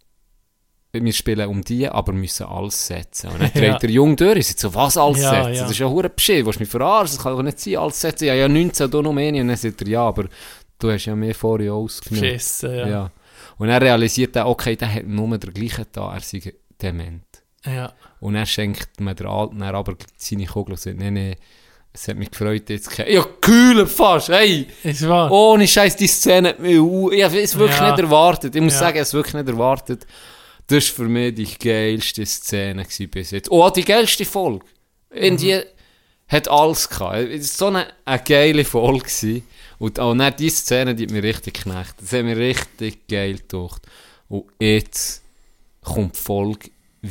wir spielen um die, aber müssen alles setzen. Und dann dreht der Junge durch, und sagt so, was alles setzen? Ja. Das ist ja verdammt beschissen, willst du mich verarschen? Das kann doch nicht sein, alles setzen. Ja, 19, du noch mehr. Und dann sagt er, ja, aber du hast ja mehr vorher ausgenommen. Beschissen, ja. Und er realisiert dann, okay, der hat nur den gleichen da, er sei dement. Ja. Und er schenkt mir der Alten aber seine Kugel und sagt, nee, es hat mich gefreut, jetzt ja, kühler fast, hey! Ist wahr. Ohne Scheiß, die Szene, ich habe es wirklich nicht erwartet. Ich muss sagen, ich habe es wirklich nicht erwartet. Das war für mich die geilste Szene bis jetzt. Oh, die geilste Folge. Die hat alles gehabt. Es war so eine geile Folge gewesen. Und auch dann diese Szene, die hat mich richtig geknackt. Das hat mich richtig geil gedacht. Und jetzt kommt die Folge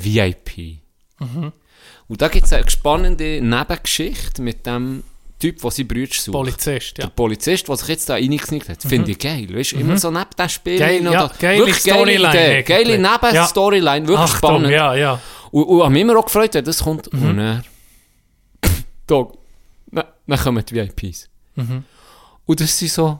VIP. Mhm. Und da gibt es eine spannende Nebengeschichte mit dem Typ, der seinen Bruder sucht. Polizist, ja. Der Polizist, der sich jetzt da reingeknickt hat. Finde ich geil. Weißt du, immer so neben dem Spiel. Geile Storyline. Geile Nebenstoryline. Wirklich Achtung, spannend. Ja. Und habe mich immer auch gefreut, wenn das kommt. Und dann kommen die VIPs. Mhm. Und das sind so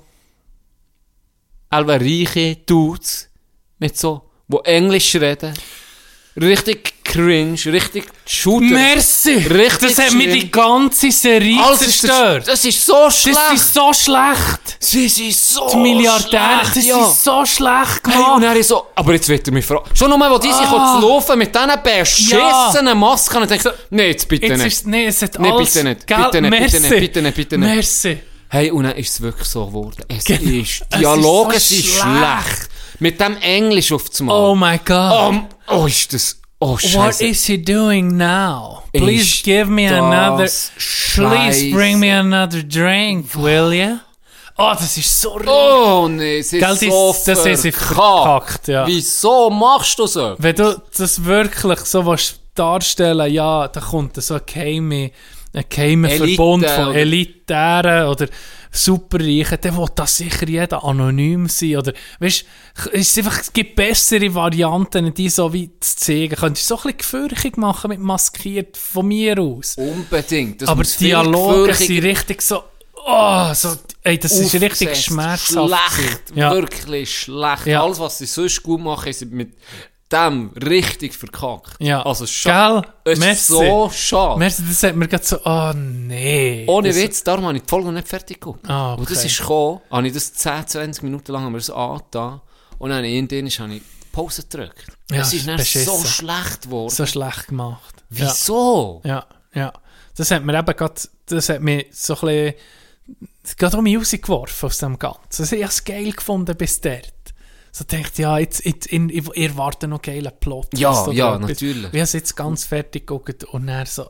reiche Dudes, mit so, die Englisch reden. Richtig cringe, richtig Shooter. Merci! Richtig das hat mir die ganze Serie zerstört. Das ist so schlecht. Das ist so schlecht. Sie sind so die Milliardäre, das ist so schlecht gemacht. Hey, und er ist so, aber jetzt wird er mich fragen. Schon nur, wo die sich zu laufen mit diesen beschissenen Masken und denkt, nee, jetzt bitte nicht. Nee, es hat alles... Bitte nicht, bitte nicht. Merci. Hey, und dann ist es wirklich so geworden. Dialoge sind schlecht. Mit dem Englisch auf das Mal. Oh my God. Ist das... Oh, Scheiße. What is he doing now? Please give me another... Please bring me another drink, will you? Oh, das ist so richtig. Oh, nee, es ist so verkackt, ja. Wieso machst du so? Wenn du das wirklich so willst darstellen, ja, da kommt so ein geheimer Elite, Verbund von oder- Elitären oder Superreichen, dann will das sicher jeder anonym sein. Oder, weißt, es gibt bessere Varianten, die so wie zu zeigen. Könntest du so ein bisschen gefürchtig machen mit maskiert von mir aus. Unbedingt. Das Aber muss die viel Dialoge gefürchtig- sind richtig so, oh, so, ey, das ist richtig aufgesetzt, schmerzhaft. Schlecht, Ja. wirklich schlecht. Ja. Alles, was sie sonst gut machen, ist mit dem richtig verkackt. Ja. Also schade. Gell? Es ist Merci. so schade. Merci, das hat mir gerade so, oh nee. Ohne Das- Witz, darum habe ich die Folge noch nicht fertig geguckt. Ah, okay. Und das ist gekommen, habe ich das 10, 20 Minuten lang haben wir das angetan und dann habe ich Pause gedrückt. Ja, es ist dann beschissen. so schlecht geworden. So schlecht gemacht. Wieso? Ja, ja. Das hat mir eben gerade, das hat mich so ein bisschen, gerade um mich rausgeworfen aus dem Ganzen. Also ich habe es geil gefunden bis dort. So denkt, ja, jetzt ich erwarte noch geilen Plot. Ja, oder ja, etwas. natürlich. Ich habe es jetzt ganz fertig geguckt und dann so,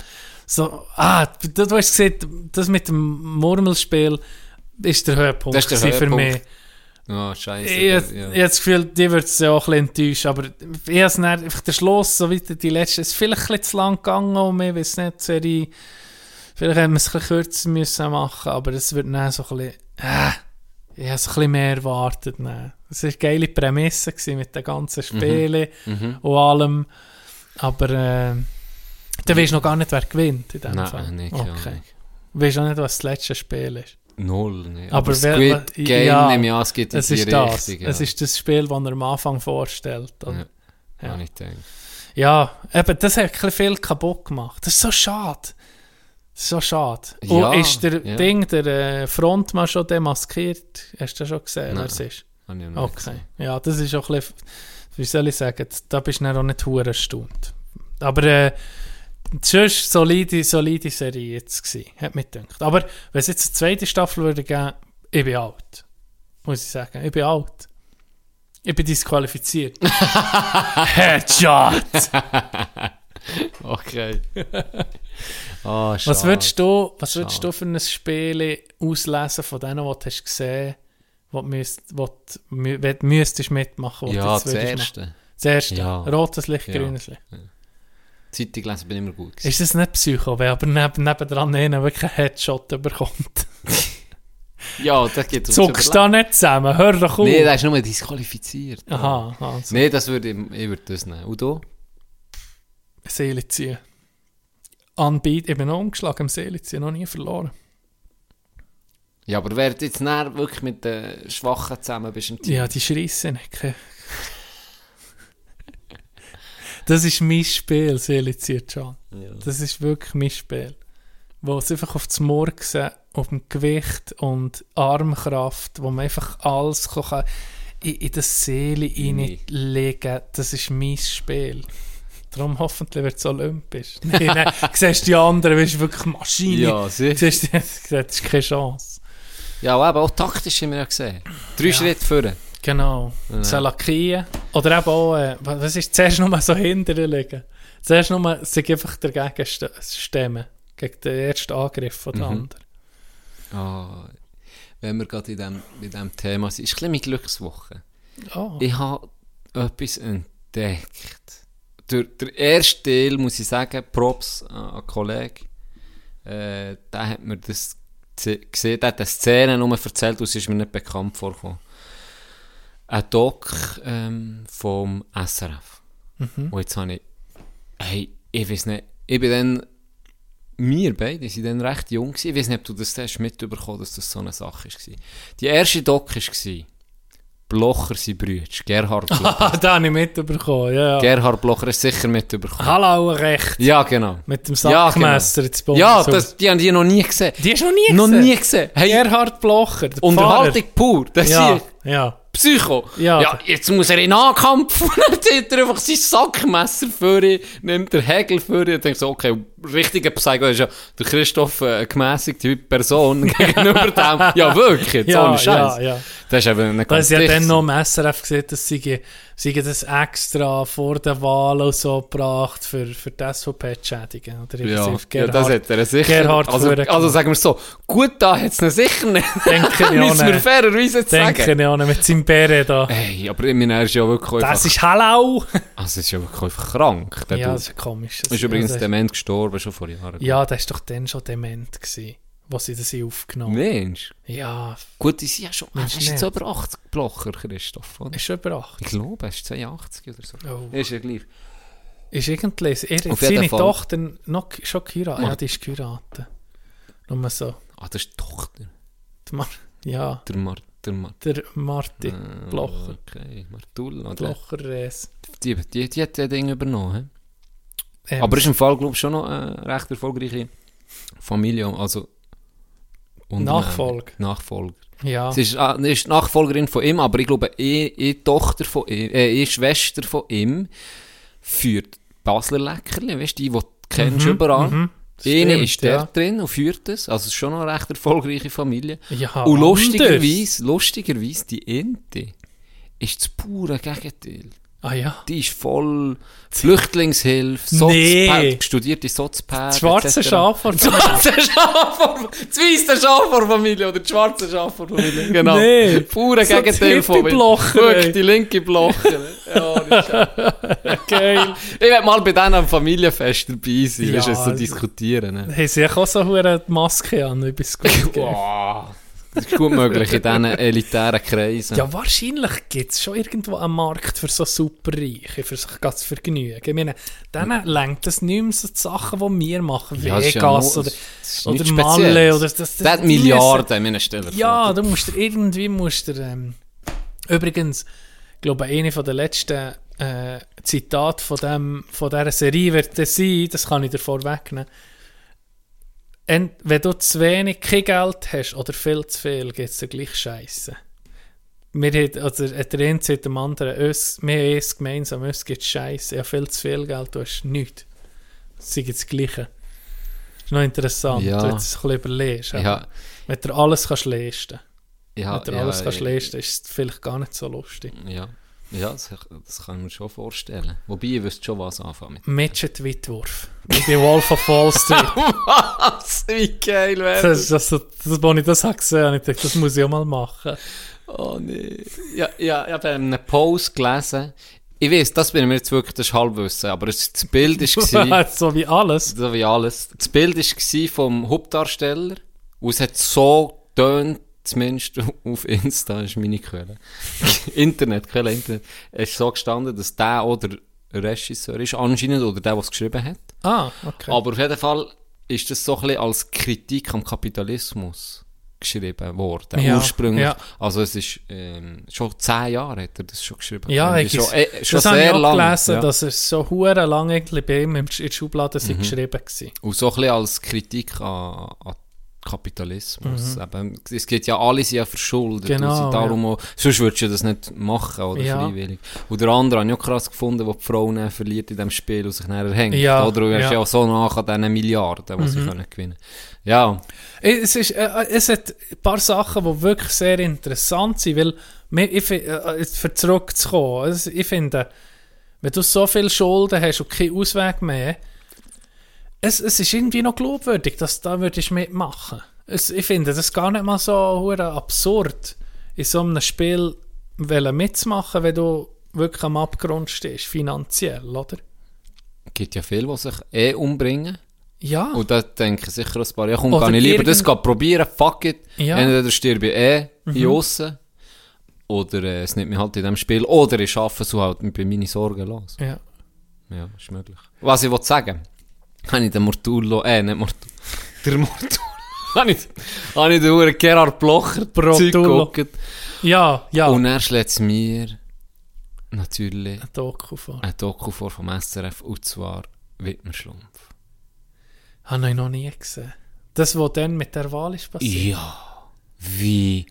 du hast gesehen, das mit dem Murmelspiel ist der Höhepunkt, Das ist der gewesen für Höhepunkt. mich. Oh, scheiße. Ich habe das Gefühl, die wird es ja auch ein bisschen enttäuscht, aber ich habe es dann, einfach der Schluss, so wie die letzte, ist vielleicht ein bisschen zu lang gegangen und ich weiß nicht, die Serie, vielleicht hätten wir es ein bisschen kürzer müssen machen, aber es wird dann so ein bisschen, ich habe so ein bisschen mehr erwartet. Es war eine geile Prämisse gewesen mit den ganzen Spielen und allem, aber dann weisst du noch gar nicht, wer gewinnt in dem Nein, Fall. nicht, Okay. ja. Weisst auch nicht, was das letzte Spiel ist. Null. Nee. Aber Aber Squid Game, ja, nehme ich an, es geht in Es die ist das. Richtung. Ja. Es ist das Spiel, das er am Anfang vorstellt. Oder? Ja. Ja. Habe ich gedacht. Ja, eben, das hat ein bisschen viel kaputt gemacht. Das ist so schade. Das ist so schade. Ja, Und ist der ja. der Frontmann schon demaskiert? Hast du das schon gesehen, wer Nein. es ist? Habe ich noch nicht Okay. Ja, das ist auch ein bisschen, wie soll ich sagen, da bist du dann auch nicht verdammt erstaunt. Aber sonst solide Serie jetzt gewesen, hat mich gedacht. Aber wenn es jetzt eine zweite Staffel würde geben, ich bin alt. Muss ich sagen, ich bin alt. Ich bin disqualifiziert. Headshot! Okay. Oh, Was würdest du Schade. für ein Spiel auslesen von denen, die du hast gesehen hast, wo du müsstest mitmachen? wo du Ja, jetzt das würdest machen? Erste. Das erste. Ja. Rotes Licht, Ja. grünes Licht. Zeitung lesen bin immer gut gewesen. Ist das nicht Psycho, wenn aber nebendran einer wirklich einen Headshot bekommt? Ja, das geht Zuckst da nicht zusammen? Hör doch auf! Nee, der ist nur disqualifiziert. Aha, also. Nee, das würde ich würde das nehmen. Und du? Seele ziehen. Anbieten, ich bin noch umgeschlagen im Seele ziehen, noch nie verloren. Ja, aber wer jetzt näher wirklich mit den Schwachen zusammen bist im Team? Ja, die schreissen nicht. Das ist mein Spiel, Seele ziehen, John. Ja. Das ist wirklich mein Spiel. Wo es einfach auf das Murksen, auf dem Gewicht und Armkraft, wo man einfach alles kann in die Seele reinlegen kann, das ist mein Spiel. Darum hoffentlich wird es olympisch. Nein, siehst die anderen, bist du wirklich Maschine. Ja, sicher. Siehst du, das ist keine Chance. Ja, aber auch taktisch haben wir ja gesehen. 3 Schritte vorne. Genau. Ja. Salakien. Oder eben auch, was ist, zuerst nur so hinterher liegen. Zuerst nur sich einfach dagegen stemmen. Gegen den ersten Angriff von der anderen. Oh, wenn wir gerade in diesem Thema sind, ist ein bisschen meine Glückswoche. Oh. Ich habe etwas entdeckt. Der erste Teil, muss ich sagen, Props an einen Kollegen, der hat mir das gesehen, der hat eine Szene nur erzählt und es ist mir nicht bekannt vorgekommen. Ein Doc vom SRF. Und jetzt habe ich weiß nicht, wir beide sind dann recht jung gewesen. Ich weiß nicht, ob du das hast mitbekommen, dass das so eine Sache war. Die erste Doc war Blocher, sein Bruder, Gerhard Blocher. Da habe ich mitbekommen, ja. Gerhard Blocher hast du sicher mitbekommen. Hallo, recht. Ja, genau. Mit dem Sackmesser ins Ja, Bundeshaus. die haben die noch nie gesehen. Die hast du noch nie gesehen? Noch nie gesehen. Hey, Gerhard Blocher, der Unterhaltung pur. Das Pfarrer. ist Ja. Psycho. Ja. Jetzt muss er in Nahkampf. Dann zieht er einfach sein Sackmesser vor, nimmt den Hegel vor und denkt so, okay, richtiger Psycho ist ja der Christoph eine gemäßigte Person gegenüber dem. Ja, wirklich, jetzt Ja, ohne Scheiß. ja. Das ist eben eine Da ganz ist ja dann dicht- noch im SRF gesehen, dass sie das extra vor der Wahl und so gebracht für die SVP zu schädigen. Oder Ja, Gerhard, das hat er sicher. Gerhard Also vorgemacht. sagen wir es so, gut da hat es ihn sicher nicht. Denke ich auch Müssen wir nicht. fairerweise jetzt Denke sagen. ich Simeone mit seinem Beret da. Hey, aber ich meine, er ist ja wirklich Das ist Hallau! Also, es ist ja wirklich einfach krank. Der Ja, Dude. das ist komisch. ist übrigens dement gestorben, schon vor Jahren. Ja, der ist doch dann schon dement gewesen, wo sie das aufgenommen haben. Mensch. Ja, Gut, die sind ja schon... Mensch, Ist jetzt nicht. über 80 Blocher, Christoph, oder? ist schon über 8. Ich glaube, er ist 82 oder so. Oh. Ist ja gleich. Ist irgendwie, Auf jeden seine Fall. Tochter noch schon geheiratet? Ja, Mar- die ist geheiratet. Nur so. Ah, das ist die Tochter. Ja, Der der Marti Blocher. Okay, Martulla. oder? Blocher-Res. Die hat das Ding übernommen. Aber ist im Fall, glaube ich, schon noch eine recht erfolgreiche Familie. Also Nachfolger. Ja. Sie ist die Nachfolgerin von ihm, aber ich glaube, eine Tochter von ihm, eine Schwester von ihm führt Basler Leckerli, weißt du, die du kennst überall. Eine Stimmt, ist der drin und führt das. Also es ist schon noch eine recht erfolgreiche Familie. Ja, Und anders. lustigerweise, die Ente ist das pure Gegenteil. Ah ja. Die ist voll Flüchtlingshilfe, Nee. studierte Sozpäder. Das schwarze Schaf von Das weiße Schaf der Familie oder das schwarze Schaf der Familie. Genau. Nee. Pure So Gegenteil die von Hippie-Blocher, Wirklich, ey. die linke Blocher. Ja, Geil. ich werde mal bei denen am Familienfest dabei sein, Ja, weißt du, so also- diskutieren. Ne? Haben sie auch so eine Maske an, wie es gut geht. Wow. Das ist gut möglich in diesen elitären Kreisen. Ja, wahrscheinlich gibt es schon irgendwo einen Markt für so Superreiche, für sich zu vergnügen. Ich meine, denen lenkt das nicht mehr so die Sachen, die wir machen, Ja, das ist ja Vegas nur- oder, das ist oder nichts Malle. Spezielles. Oder das, Der hat die Milliarden in meinen Stellen. Ja, du musst übrigens, ich glaube, eine von der letzten Zitate von dieser Serie wird das sein, das kann ich dir vorwegnehmen. Wenn du zu wenig kein Geld hast oder viel zu viel, geht es dir gleich scheisse. Der eine sagt dem anderen, wir haben es gemeinsam, uns geht scheisse. Ja, viel zu viel Geld, du hast nichts. Das ist das Gleiche. Das ist noch interessant, Ja. wenn du es ein bisschen überlegst. Ja. Wenn du alles kannst leisten Ja, wenn du alles kannst leisten, ist es vielleicht gar nicht so lustig. Ja, das kann ich mir schon vorstellen. Wobei, ich wüsste schon, was anfangen mit. Midget-Weitwurf. Wie bei Wolf of Wall Street. Was? Wie geil wäre Das, als ich das habe gesehen habe, ich gedacht, das muss ich auch mal machen. Oh nee. Ja, ich habe einen Post gelesen. Ich weiss, das bin ich mir jetzt wirklich das Halbwissen, aber das Bild war... So wie alles. So wie alles. Das Bild war vom Hauptdarsteller und es hat so getönt, zumindest auf Insta, ist meine Quelle. Internetquelle, Internet. Es ist so gestanden, dass der oder der Regisseur ist, anscheinend, oder der es geschrieben hat. Ah, okay. Aber auf jeden Fall ist das so ein bisschen als Kritik am Kapitalismus geschrieben worden, Ja, ursprünglich. ja. Also es ist schon 10 Jahre hat er das schon geschrieben. Ja, Ist schon, schon das habe ich sehr auch lang. gelesen, Ja. dass es so hure lang eigentlich bei ihm in der Schublade geschrieben war. Und so ein bisschen als Kritik an Kapitalismus. Eben, es geht ja, alle sind ja verschuldet. Genau, und sind darum auch, sonst würdest du das nicht machen, oder Ja. freiwillig. Und der andere habe ich auch krass gefunden, wo die Frau dann verliert in diesem Spiel und sich dann erhängt. Ja, Oder du hast ja. ja auch so nach an diesen Milliarden, die sie können gewinnen. Ja, Es hat ein paar Sachen, die wirklich sehr interessant sind, weil für zurückzukommen, ich finde, wenn du so viele Schulden hast und keinen Ausweg mehr, es ist irgendwie noch glaubwürdig, dass du da würdest mitmachen. Ich finde das gar nicht mal so hure absurd, in so einem Spiel mitzumachen, wenn du wirklich am Abgrund stehst, finanziell, oder? es gibt ja viele, die sich umbringen. Ja. Und da denken sicher auch ein paar, ja komm, Oder kann ich lieber irgend- das probieren, fuck it. Ja. Entweder sterbe ich in Aussen, oder es nimmt mich halt in diesem Spiel, oder ich arbeite so halt bei meinen Sorgen los. Ja. Ja, ist möglich. Was ich wollte sagen, habe ich den Mortullo, nicht Mortullo, der Mortullo, habe ich den Uhren Gerhard Blocher Brotullo. geguckt. Ja. Und er schlägt es mir natürlich Ein Doku vor. ein Doku vor vom SRF, und zwar Widmerschlumpf. Habe ich noch nie gesehen. Das, was dann mit der Wahl ist passiert? Ja, wie,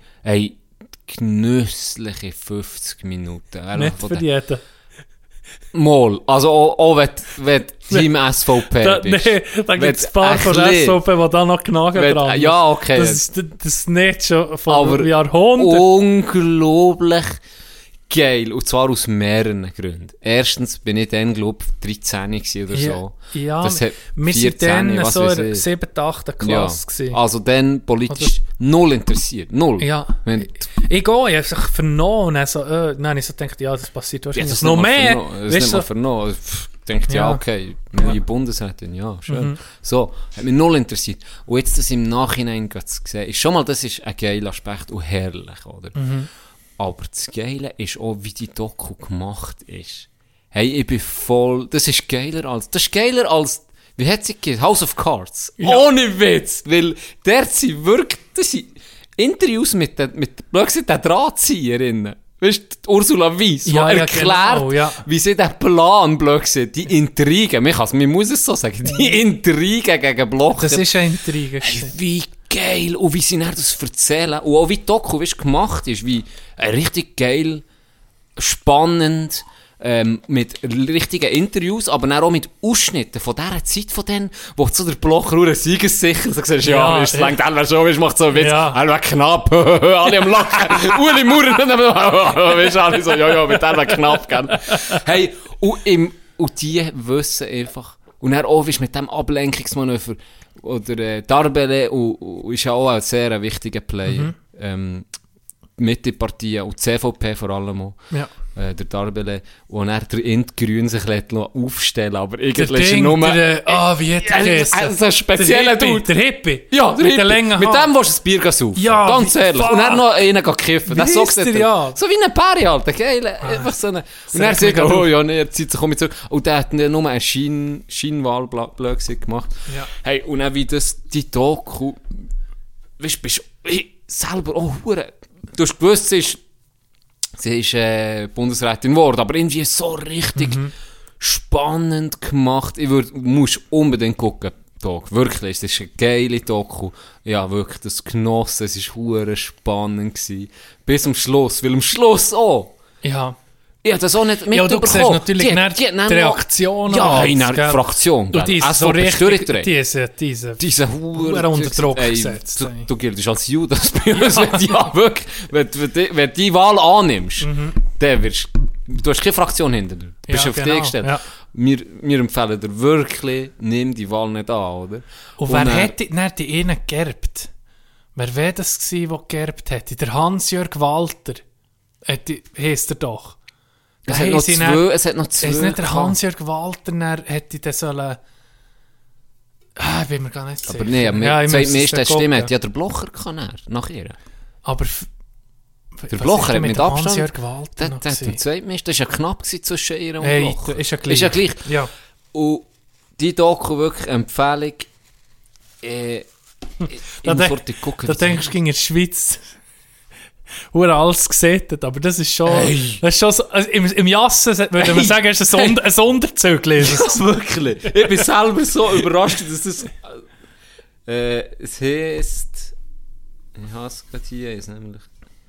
genüssliche 50 Minuten. Nicht für jeden. Mal, also auch wenn du Team SVP bist. Nee, da gibt es ein paar von der SVP, die da noch genagen dran sind. Ja, okay. Das ist nicht schon von Aber Jahrhunderten. unglaublich geil. Und zwar aus mehreren Gründen. Erstens bin ich dann, glaube ich, 13 gewesen oder so. Ja, Das hat wir 14, waren dann was so weiß in der ich. 7., 8. Klasse. gewesen. Also dann politisch null interessiert. Null. Ja. Wenn Ich habe sich vernommen, also, nein, ich so gedacht, ja, das passiert wahrscheinlich das noch mehr. Das ist nicht mal vernommen. Denkt ja, okay, neue Bundesrätin, ja, schön. So, hat mich null interessiert. Und jetzt das im Nachhinein zu sehen, ist schon mal, das ist ein geiler Aspekt und herrlich, oder? Aber das Geile ist auch, wie die Doku gemacht ist. Hey, ich bin voll, das ist geiler als, wie hat sie gesagt? House of Cards. Ja. Ohne Witz, weil der sie wirklich, das sind Interviews mit der Drahtzieherin. Weißt du, Ursula Weiss, die erklärt, genau, wie sie den Plan, die Intrigen, man muss es so sagen, die Intrigen gegen Blocher. Das ist eine Intrige. Hey, wie geil, und wie sie dann das erzählen, und auch wie die Doku gemacht ist, wie richtig geil, spannend, mit richtigen Interviews, aber dann auch mit Ausschnitten von dieser Zeit von denen, wo so der Blocher nur siegessicher so sagst, ja, es längt alle schon, es macht so einen Witz, alle knapp, alle am Lachen, Uli Maurer, weißt du, alle so, ja, mit dem knapp, gell. Hey, und die wissen einfach, und dann auch, wie mit dem Ablenkungsmanöver, oder Darbele, und ist ja auch ein sehr wichtiger Player, Mitte-Partien und CVP vor allem auch. Ja. Der Darbele, wo er der Int-Grün sich aufstellen, aber irgendwie ist er nur... wie hat er das? So ein spezieller Dude. Der Hippie. Ja, der Hippie. Mit dem willst du ein Bier saufen. Ja, ganz ehrlich. Und er noch einen kiffen. Das so wie ein Pari, Alter. Geil. Einfach so eine... Und er sagt, er zieht sich zurück. Und der hat nur einen Scheinwahl Blödsinn gemacht. Ja. Hey, und dann wie das, die Doku... Weißt du, bist selber auch hure... Du hast gewusst, sie ist Bundesrätin geworden, aber irgendwie so richtig spannend gemacht. Musst unbedingt gucken, Doc. Wirklich, es ist eine geile Doku. Ja, wirklich, das genossen, es war hure spannend gewesen. Bis zum Schluss, weil am Schluss auch. Ja. Ich habe das auch nicht mitbekommen. Ja, du siehst natürlich die Reaktionen. Ja, in einer Fraktion. Du die so richtig, diese Huren unter Druck gesetzt. Du giltst als Judas bei uns. Ja, wirklich. Wenn du die Wahl annimmst, dann wirst du hast keine Fraktion hinter dir. Du bist auf dich gestellt. Ja. Wir empfehlen dir wirklich, nimm die Wahl nicht an, oder? Und wer hätte nicht die einen geerbt? Wer wäre das gewesen, der geerbt hätte? Der Hans-Jörg Walter. Heisst er doch. Es hat noch zwei. Ist nicht der Hans-Jörg Walter, hätte ich das sollen... ich bin mir gar nicht sicher. Aber nein, zweitmeiste Stimme hat ja der Blocher nach ihr. Aber... Der Blocher hat mit Abstand... Hans-Jörg Walter der zweitmeiste, das war ja knapp zwischen ihr und Blocher. Ist ja gleich. Ist ja gleich. Ja. Und die Doku wirklich Empfehlung... da denkst du, in der Schweiz... Hure alles gesettet, aber das ist schon, das ist schon so, also im Jassen würde man sagen, es ist ein Sonderzügel. Ja, wirklich. Ich bin selber so überrascht, dass das, es heisst, ich habe es gerade hier, ist nämlich,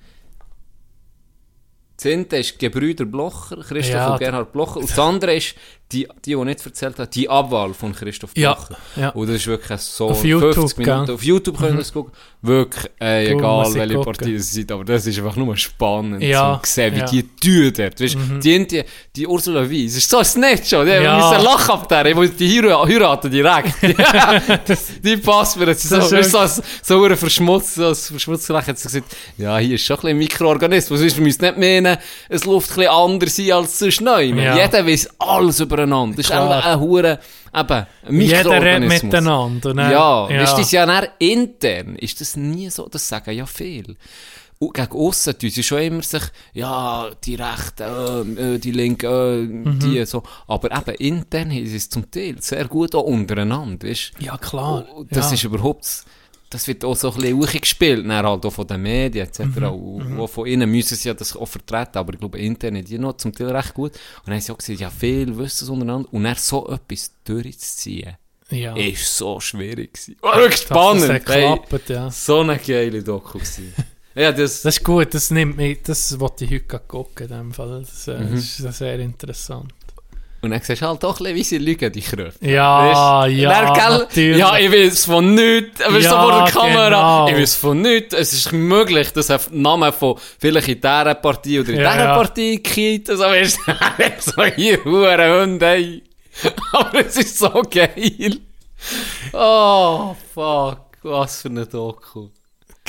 das eine ist Gebrüder Blocher, Christoph und Gerhard Blocher, und das andere ist, die nicht erzählt hat, die Abwahl von Christoph Blocher. Ja. Und das ist wirklich so auf 50 YouTube, Minuten. Auf YouTube können wir das gucken. Wirklich, egal welche Partei es sind, aber das ist einfach nur spannend zu sehen, wie die tun dort. Weißt, die Ursula Weiss, ist so ein Snitch schon, die müssen lachen ab der, ich muss die heiraten direkt. Die passt mir jetzt so ein verschmutztes Lachen. Hat sie gesagt, ja, hier ist schon ein bisschen ein Mikroorganismus, wir müssen nicht meinen, es läuft ein bisschen anders sein als sonst neu. Jeder weiss alles übereinander. Das ist einfach ein Hure, ein Mikroorganismus. Jeder redet miteinander. Weißt du, das ja dann intern ist das nie so, das sagen ja viele. Und gegen aussen tun sie schon immer sich, ja, die Rechten, die Linken, die so. Aber eben intern ist es zum Teil sehr gut auch untereinander, weißt du? Ja, klar. Das ist überhaupt... Das wird auch so ein bisschen gespielt, dann halt auch von den Medien etc. Und von ihnen müssen sie ja das auch vertreten, aber ich glaube, intern die noch zum Teil recht gut. Und dann haben sie auch gesagt, ja, viel wissen es untereinander. Und dann so etwas durchzuziehen, ist so schwierig gewesen. Wirklich spannend. Das geklappt, ja. So eine geile Doku gewesen. Ja, das ist gut, das wollte ich heute gucken, in dem Fall. Das ist sehr interessant. Und dann siehst du halt auch ein bisschen, wie sie lügen, die Kröpfe. Ja, natürlich. Ja, ich weiß von nichts. Aber so vor der Kamera. Genau. Ich weiß von nichts. Es ist möglich, dass ein Name von vielleicht in dieser Partei oder in dieser Partei geht. Also, weißt du, so hier, Hunde, ey. Aber es ist so geil. Oh, fuck. Was für eine Doku.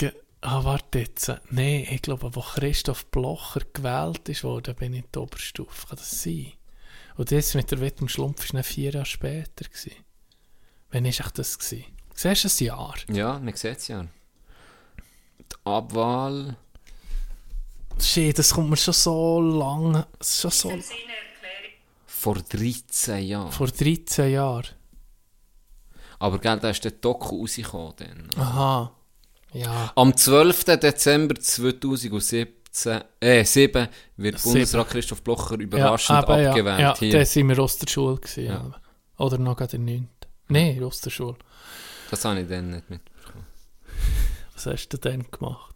warte jetzt. Nein, ich glaube, wo Christoph Blocher gewählt wurde, bin ich in der Oberstufe. Kann das sein? Und das mit der Witt am Schlumpf war 4 Jahre später. Wann war das? Siehst du das Jahr? Ja, man sieht es ja. Die Abwahl... Shit, das kommt mir schon so lang... Schon so... Vor 13 Jahren. Vor 13 Jahren. Aber gell, da ist der Doku rausgekommen dann. Aha. Ja. Am 12. Dezember 2007 wird Bundesrat Christoph Blocher überraschend abgewählt. Ja, hier. da waren wir aus der Schule. Gewesen, ja. Oder noch in der 9. Nein, aus der Schule. Das habe ich dann nicht mitbekommen. Was hast du denn gemacht?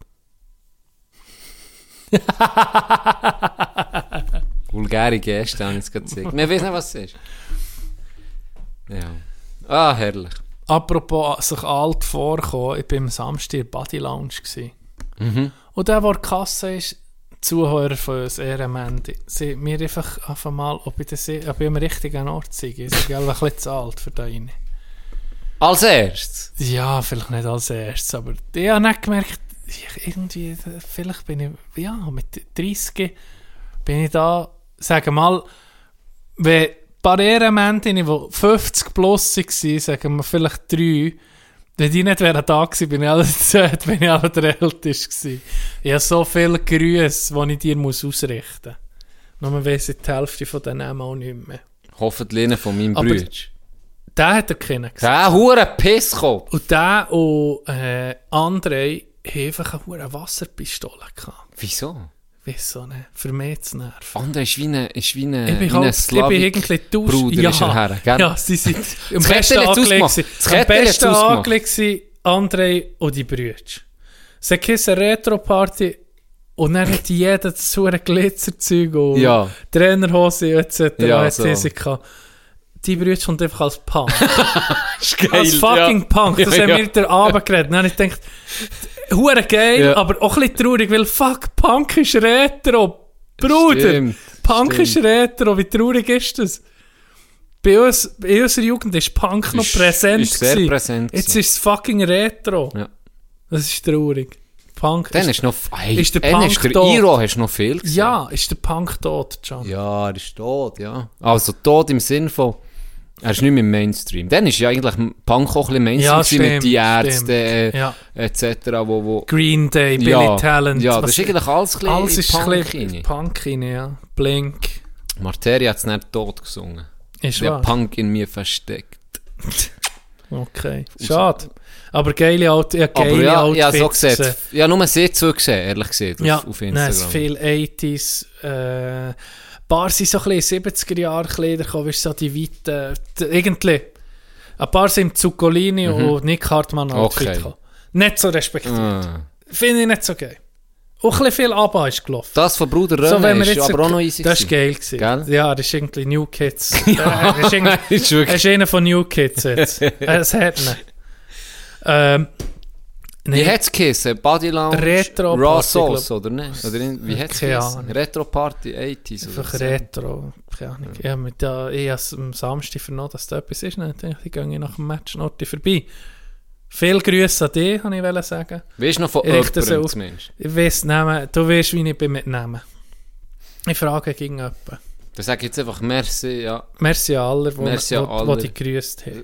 Vulgäre Gäste habe ich jetzt gerade gesagt. Man weiß nicht, was es ist. Ja. Ah, herrlich. Apropos sich alt vorkommen, ich war am Samstag in der Body Lounge. Mhm. Und der, der die Kasse ist, Zuhörer von uns, Ehrenmänner, sie mir einfach mal, ob ich am richtigen Ort sei. Ich sage, ein bisschen zu alt für deine. Als erstes? Ja, vielleicht nicht als erstes, aber ich habe nicht gemerkt, vielleicht bin ich, mit 30 bin ich da, sagen wir mal, wenn ein paar Ehrenmänner, die 50 plus waren, sagen wir vielleicht 3, wenn die nicht da gewesen, bin ich alle der Älteste. Ich habe so viele Grüße, die ich dir ausrichten muss. Nur weiss ich die Hälfte von den Namen auch nicht mehr. Hoffentlich von meinem Bruder. Den hat er kennen. Der hure Pisskopf. Und der und André haben einfach eine hure Wasserpistole gehabt. Wieso? Wieso nicht? Für mich zu nerven. André ist wie ein Ich bin irgendwie Bruder ist er her, gell? Ja, sie sind am besten angelegt. Am besten angelegt sind André und die Brüder. Sie hatten eine Retro-Party und dann hat jeder so ein Glitzerzeug und Trainerhose etc. Ja, so. Die Brüder kommt einfach als Punk. Ist geil, als fucking Punk. Das haben wir der Abend geredet. Dann habe ich gedacht, hure geil, aber auch ein bisschen traurig, weil fuck, Punk ist Retro. Bruder, stimmt, Punk ist Retro. Wie traurig ist das? Bei uns, in unserer Jugend ist Punk noch präsent. Ist sehr präsent. Jetzt ist es fucking Retro. Ja. Das ist traurig. Punk dann ist noch... ist der Punk ist der tot? Iro hast noch viel gesehen. Ja, ist der Punk tot, John? Ja, er ist tot, ja. Also tot im Sinn von... Er ist nicht mehr im Mainstream. Dann ist ja eigentlich Punk auch ein bisschen Mainstream mit die Ärzte etc. Wo Green Day, Billy Talent. Ja, das ist eigentlich alles ein Punk rein, ja. Blink. Marteria hat es nicht tot gesungen. Ist der wahr. Punk in mir versteckt. Okay, schade. Aber geile Outfits. Ja, so gesehen. Ja, nur sie zugesehen, ehrlich gesagt, auf Instagram. Ja, viel 80s. Paar sind so ein bisschen 70er-Jahre-Kleider gekommen, so die weiten... Irgendwie. Ein paar sind im Zuccolini und Nick Hartmann-Outfit gekommen. Nicht so respektiert. Finde ich nicht so geil. Auch ein bisschen viel ABBA ist gelaufen. Das von Bruder René ist aber auch noch easy. Das war geil gewesen. Gell? Ja, das ist irgendwie New Kids. Er ist einer von New Kids jetzt. Es hat ihn. Wie hat es geheißen? Body Lounge? Retro Raw Party, Sauce, oder nicht? Oder wie hat es geheißen? Retro Party 80s einfach oder so. Retro. Keine Ahnung. Ich habe am Samstag vernommen, dass da etwas ist. Dann denke ich gehe nach dem Match noch vorbei. Viele Grüße an dich, kann ich sagen. Weißt du noch von jemandem zumindest? Ich weiss Namen. Du weißt, wie ich bin mit Namen. Ich frage gegen jemanden. Dann sage ich jetzt einfach Merci, ja. Merci an alle, die dich grüßt haben.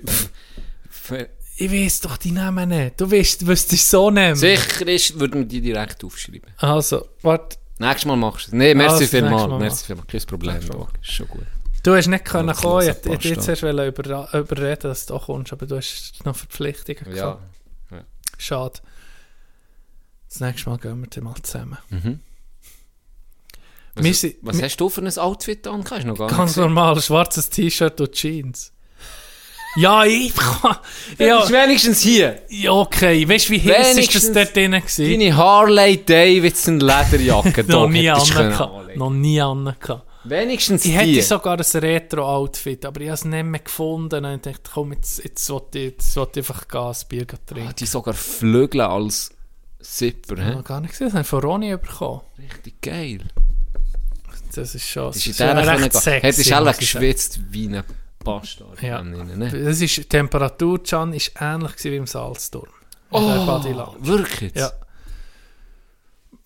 Ich weiss doch die Namen nicht. Du wirst dich so nehmen. Sicher ist, würden wir die direkt aufschreiben. Also, warte. Nächstes Mal machst du es. Nein, merci vielmals. Merci vielmals. Kein Problem. Ist schon gut. Du hast nicht kommen. Ich wollte jetzt erst überreden, dass du auch kommst, aber du hast noch Verpflichtungen gehabt. Ja. Schade. Das nächste Mal gehen wir dann mal zusammen. Mhm. Was hast du für ein Outfit an? Kannst du noch gar nicht ganz normal, schwarzes T-Shirt und Jeans. Ja, ich kann... Ja, ist wenigstens hier. Ja, okay. Weißt du, wie heiß ist das dort drin gewesen? Deine Harley-Davidson Lederjacke. Noch nie angehabt. Wenigstens ich hätte sogar ein Retro-Outfit, aber ich habe es nicht mehr gefunden. Und ich dachte, komm, jetzt wollte ich einfach ein Bier trinken. Die sogar Flügel als Zipper, hä? Gar nicht gesehen, das habe ich von Ronny bekommen. Richtig geil. Das ist schon... Das ist recht sexy. Hättest du auch geschwitzt wie ein Bastard. Ja. Ne? Das ist, die Temperatur, Can, ist ähnlich wie im Salzturm. Oh, wirklich? Ja.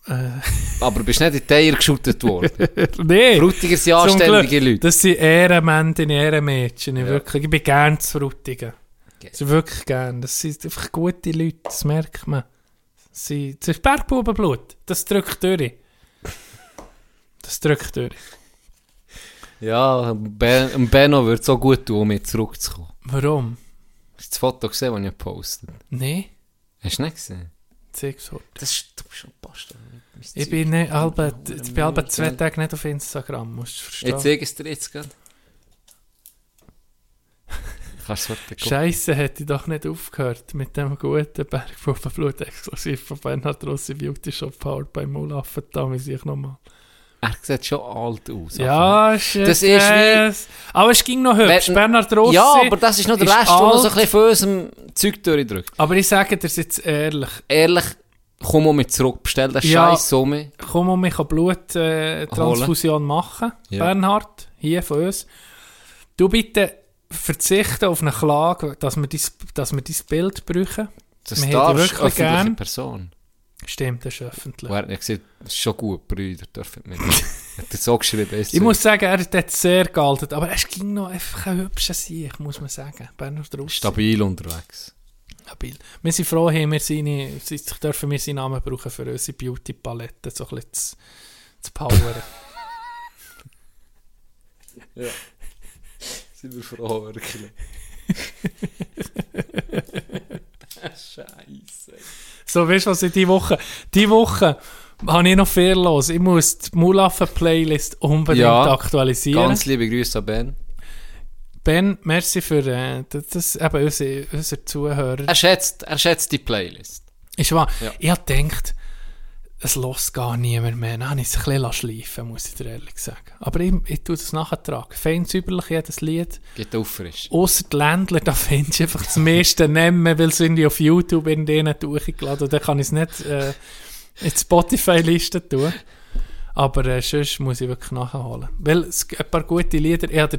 Aber bist nicht in die Eier geschüttet worden. Nee. Frutiger sind Zum anständige Glück. Leute. Das sind Ehrenmänner, Ehrenmädchen. Ja. Wirklich. Ich bin gern zu Frutigen. Das ist wirklich gern. Das sind einfach gute Leute, das merkt man. Das ist Bergbubenblut. Das drückt durch. Das drückt durch. Ja, Benno würde so gut tun, um jetzt zurückzukommen. Warum? Hast du das Foto gesehen, das ich gepostet habe? Nein, Hast du nicht gesehen? zeig's heute. Das ist, du bist schon Pasta. Ich bin halbe 2 Tage nicht auf Instagram, musst du verstehen. Jetzt zeige ich es dir jetzt gerade. Kannst du es heute Scheisse hätte ich doch nicht aufgehört mit dem guten Bergbubenblut exklusiv von Bernhard Rossi Beauty Shop Powered by Mulaffen. Da muss ich nochmal. Er sieht schon alt aus. Ja, das ist wie... Aber es ging noch hübsch. Bernhard Rossi. Ja, aber das ist noch der ist Rest, der noch so ein alt. bisschen von unserem Zeug durchdrückt. Aber ich sage dir jetzt ehrlich. Ehrlich, komm mal mit zurück. Bestell den Ja. Scheiß Summe. Komm, um mich Bluttransfusion machen, Ja. Bernhard, hier von uns. Du bitte verzichten auf eine Klage, dass wir dein Bild brauchen. Das Wir hätten darfst wirklich öffentliche gern. Person. Stimmt, das ist öffentlich. Und er hat gesagt, das ist schon gut, Brüder dürfen mit. Hat er so geschrieben. Ich muss sagen, er hat sehr gealtert, aber er ging noch einfach ein hübscher Sieg, muss man sagen. Bernhard Rossi. Stabil unterwegs. Stabil. Wir sind froh, dürfen wir seinen Namen brauchen für unsere Beauty-Palette, so ein bisschen zu powern. Ja. Sind wir froh, wirklich. Scheiße. So, weißt du, was ich die Woche habe ich noch viel los. Ich muss die Mulaffen-Playlist unbedingt aktualisieren. Ganz liebe Grüße an Ben. Ben, merci für das eben unsere Zuhörer. Er schätzt die Playlist. Ist wahr. Ja. Ich habe gedacht, es lässt gar niemand mehr. Dann habe ich es ein bisschen schleifen, muss ich dir ehrlich sagen. Aber ich tue das nachtragen. Fein säuberlich jedes Lied. Geht auffrisch. Ausser die Ländler, da findest du einfach das meiste nehmen, weil es irgendwie auf YouTube in denen durchgeladen und dann kann ich es nicht in die Spotify-Liste tun. Aber sonst muss ich wirklich nachholen. Weil es gibt ein paar gute Lieder. Ja,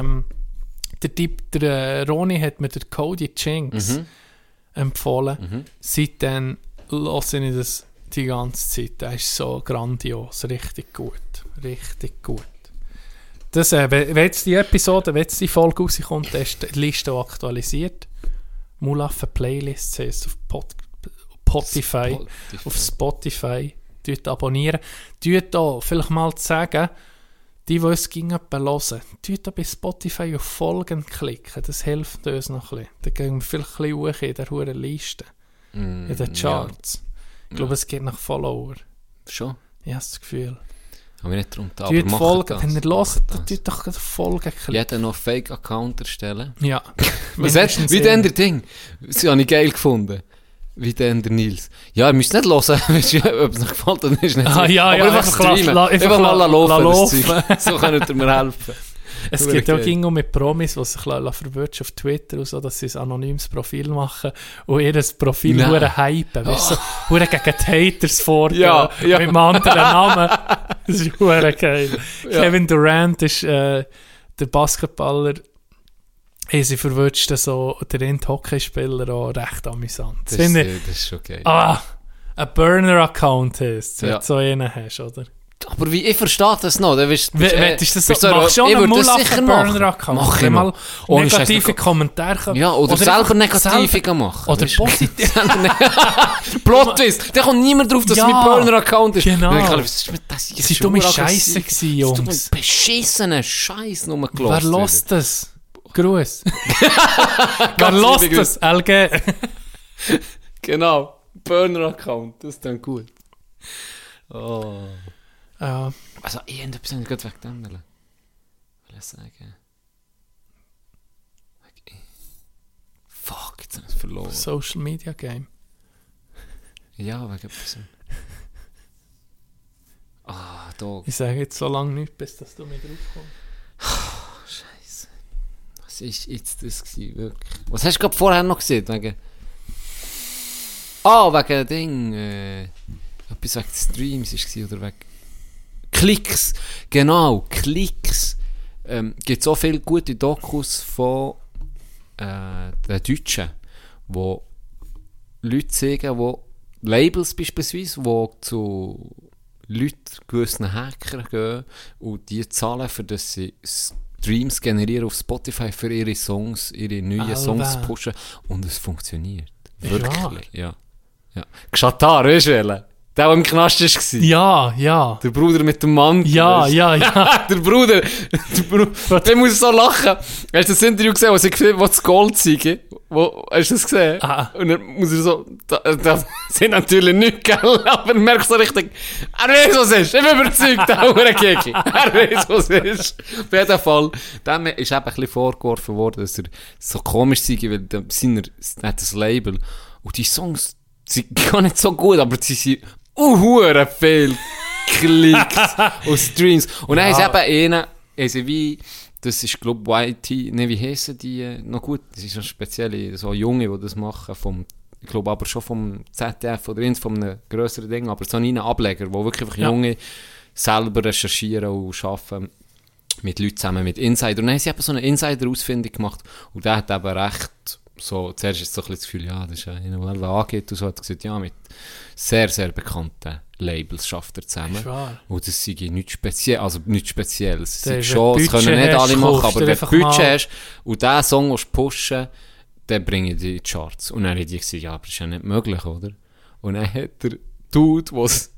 der Roni hat mir den Cody Jinx empfohlen. Seitdem höre ich das die ganze Zeit. Der ist so grandios. Richtig gut. Richtig gut. Das, wenn jetzt die Episode, wenn jetzt die Folge rauskommt, dann ist die Liste auch aktualisiert. Mulaffen Playlists heisst auf Spotify. Auf Spotify. Dort abonnieren. Dort auch vielleicht mal zu sagen, die uns hören, dort bei Spotify auf Folgen klicken. Das hilft uns noch ein bisschen. Dann gehen wir vielleicht ein bisschen hoch in der hohen Liste. In den Charts. Ja. Ich glaube, es geht nach Follower. Schon? Ich habe das Gefühl. Aber nicht darum, aber Dort macht Folgen, das. wenn ihr hört, dann das. tut doch die Folgen klicken. Jeder noch Fake-Account erstellen. Ja. Was hat, wie denn der Ding? Das habe ich geil gefunden. Wie denn der Nils. Ja, ihr müsst nicht hören, weißt du, ob es euch gefällt, dann ist nicht so. Ja, aber einfach streamen. Einfach mal laufen. So könnt ihr mir helfen. Es gibt auch Gingo mit Promis, die sich verwirrt auf Twitter und so, dass sie ein anonymes Profil machen und ihr Profil hure hypen. Weißt du, so, hure gegen die Haters vorgehen. Ja. Mit einem anderen Namen. Das ist hure geil. Ja. Kevin Durant ist der Basketballer. Sie verwünscht so den Hockeyspieler auch recht amüsant. Das ist schon geil. Ein Burner-Account ist, wenn ja. du so einen hast, oder? Aber wie, ich verstehe das noch. Machst du schon einen Burner-Account? Mach ich mal. Negative Kommentare. Ja, oder selber negative machen. Oder positiv. Plot-Twist. Da kommt niemand drauf, dass es mein Burner-Account ist. Genau. Was ist das? Sie sind dumme Scheisse gewesen, Jungs. Das ist beschissene Scheiß nur gelassen. Wer lässt das? Gruß. Wer lässt das? LG. Genau. Burner-Account. Das ist dann gut. Oh. Also, irgendetwas habe ich gerade wegen dem will ich sagen. Fuck, jetzt habe ich es verloren. Social Media Game. Ja, wegen etwas. Dog. Ich sage jetzt so lange nichts, bis dass du mir drauf kommst. Scheiße. Was war jetzt das gewesen, wirklich? Was hast du gerade vorher noch gesehen? Wegen Ding. Etwas wegen Streams war oder wegen Klicks. Genau, Klicks. Gibt so viele gute Dokus von den Deutschen, wo Leute zeigen, die Labels beispielsweise, die zu Leuten, gewissen Hacker gehen und die zahlen, für dass sie Streams generieren auf Spotify für ihre Songs, ihre neuen Songs zu pushen. Und es funktioniert. Wirklich. Ja. Xatar, weißt du welchen? Der im Knast war. Ja. Der Bruder mit dem Mantel. Ja. Der Bruder, der muss so lachen. Hast du das Interview gesehen, wo sie das Gold zeigen? Hast du das gesehen? Und dann muss er so, da sind natürlich nicht, gell? Aber du merkst so richtig, er weiß, was es ist. Ich bin überzeugt, der Hurenkeki. Er weiß, was es ist. Auf jeden Fall, dem ist eben ein bisschen vorgeworfen worden, dass er so komisch sei, weil er hat das Label. Und die Songs sind gar nicht so gut, aber sie sind hure viel Klicks und Streams. Und dann haben sie eben wie, das ist, glaube ich, wie heissen die noch gut? Das ist so spezielle, so Junge, die das machen, ich glaube aber schon vom ZDF oder von einem grösseren Ding, aber so einen Ableger, wo wirklich einfach Junge selber recherchieren und arbeiten mit Leuten zusammen, mit Insider. Und dann haben sie eben so eine Insider-Ausfindung gemacht und der hat eben recht so, zuerst ist so ein bisschen das Gefühl, ja, das ist einer, der angeht und so, hat gesagt, ja, mit sehr, sehr bekannten Labels schafft er zusammen. Und das sei nichts Spezielles, also nichts Spezielles. Das können nicht alle machen, aber wenn du Budget hast und diesen Song willst pushen, dann bringe ich die in die Charts. Und dann hat die gesagt, ja, aber das ist ja nicht möglich, oder? Und dann hat der Dude,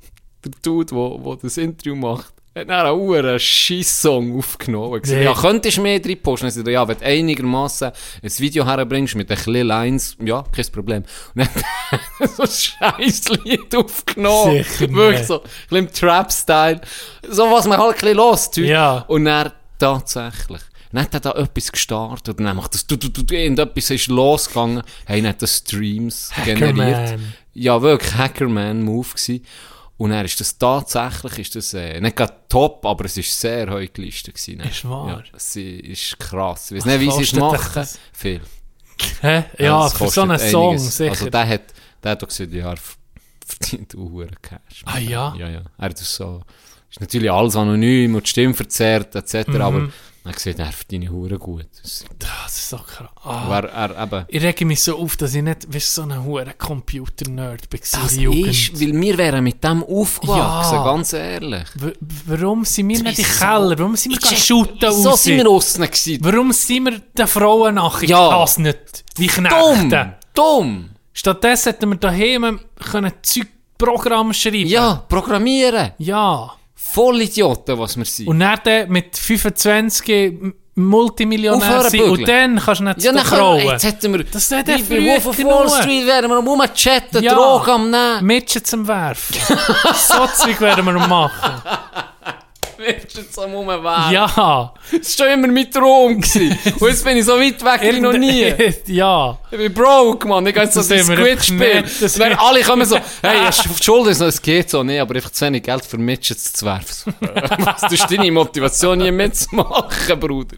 der das Interview macht, hat dann einen Scheiss-Song aufgenommen und gesagt, ja, könntest du mehr drin posten? Und er sagt, ja, wenn du einigermaßen ein Video herbringst mit ein bisschen Lines, ja, kein Problem. Und dann hat er so ein Scheiss-Lied aufgenommen. Sicher wirklich so, ein bisschen im Trap-Style. So, was man halt ein bisschen los tut. Ja. Und dann tatsächlich. Dann hat er da etwas gestartet und dann macht das und etwas ist losgegangen. Hey, dann hat das Streams generiert. Ja, wirklich Hackerman-Move gewesen. Und dann ist das tatsächlich, nicht gerade top, aber es ist sehr hoch gelistet gewesen. Ist wahr? Ja, es ist krass. Ich weiss nicht, wie sie es machen. Viel. Hä? Ja, für so einen Song, sicher. Also der hat doch gesagt, ja, er verdient auch Cash. Ah ja? Ja. Er hat das so, ist natürlich alles anonym und die Stimme verzerrt, etc., aber er hat gesagt, er verdient hure gut. Das ist so krass. Ich rege mich so auf, dass ich nicht so ein hure Computer-Nerd bin. Das ist, weil wir wären mit dem aufgewachsen, ganz ehrlich. Warum sind wir nicht in Keller? Warum sind wir shooten raus? So sind wir aussen gewesen. Warum sind wir den Frauen nachher? Ich hasse nicht. Wie Knechte. Dumm. Stattdessen hätten wir daheim Zeugprogramm schreiben. Ja, programmieren. Ja. Vollidioten, was wir sind. Und dann mit 25 Multimillionär sein. Und dann kannst du nicht zu Frauen. Jetzt hätten wir... Das ist nicht der Wolf of Wall Street wären wir rumchatten, Drogen am Nehmen. Mitchen zum Werfen. So Zeug werden wir machen. Mitchen zum Rumwerfen. Ja. Das war schon immer mein Traum gewesen. Und jetzt bin ich so weit weg wie noch nie. Ja. Ich bin broke, Mann. Ich gehe jetzt so ein Squid spielen. Wenn alle kommen so, hey, hast du auf die Schulter? Es geht so nicht, aber einfach zu wenig Geld für Mitchen zu werfen. Was tust du deine Motivation hier mitzumachen, Bruder?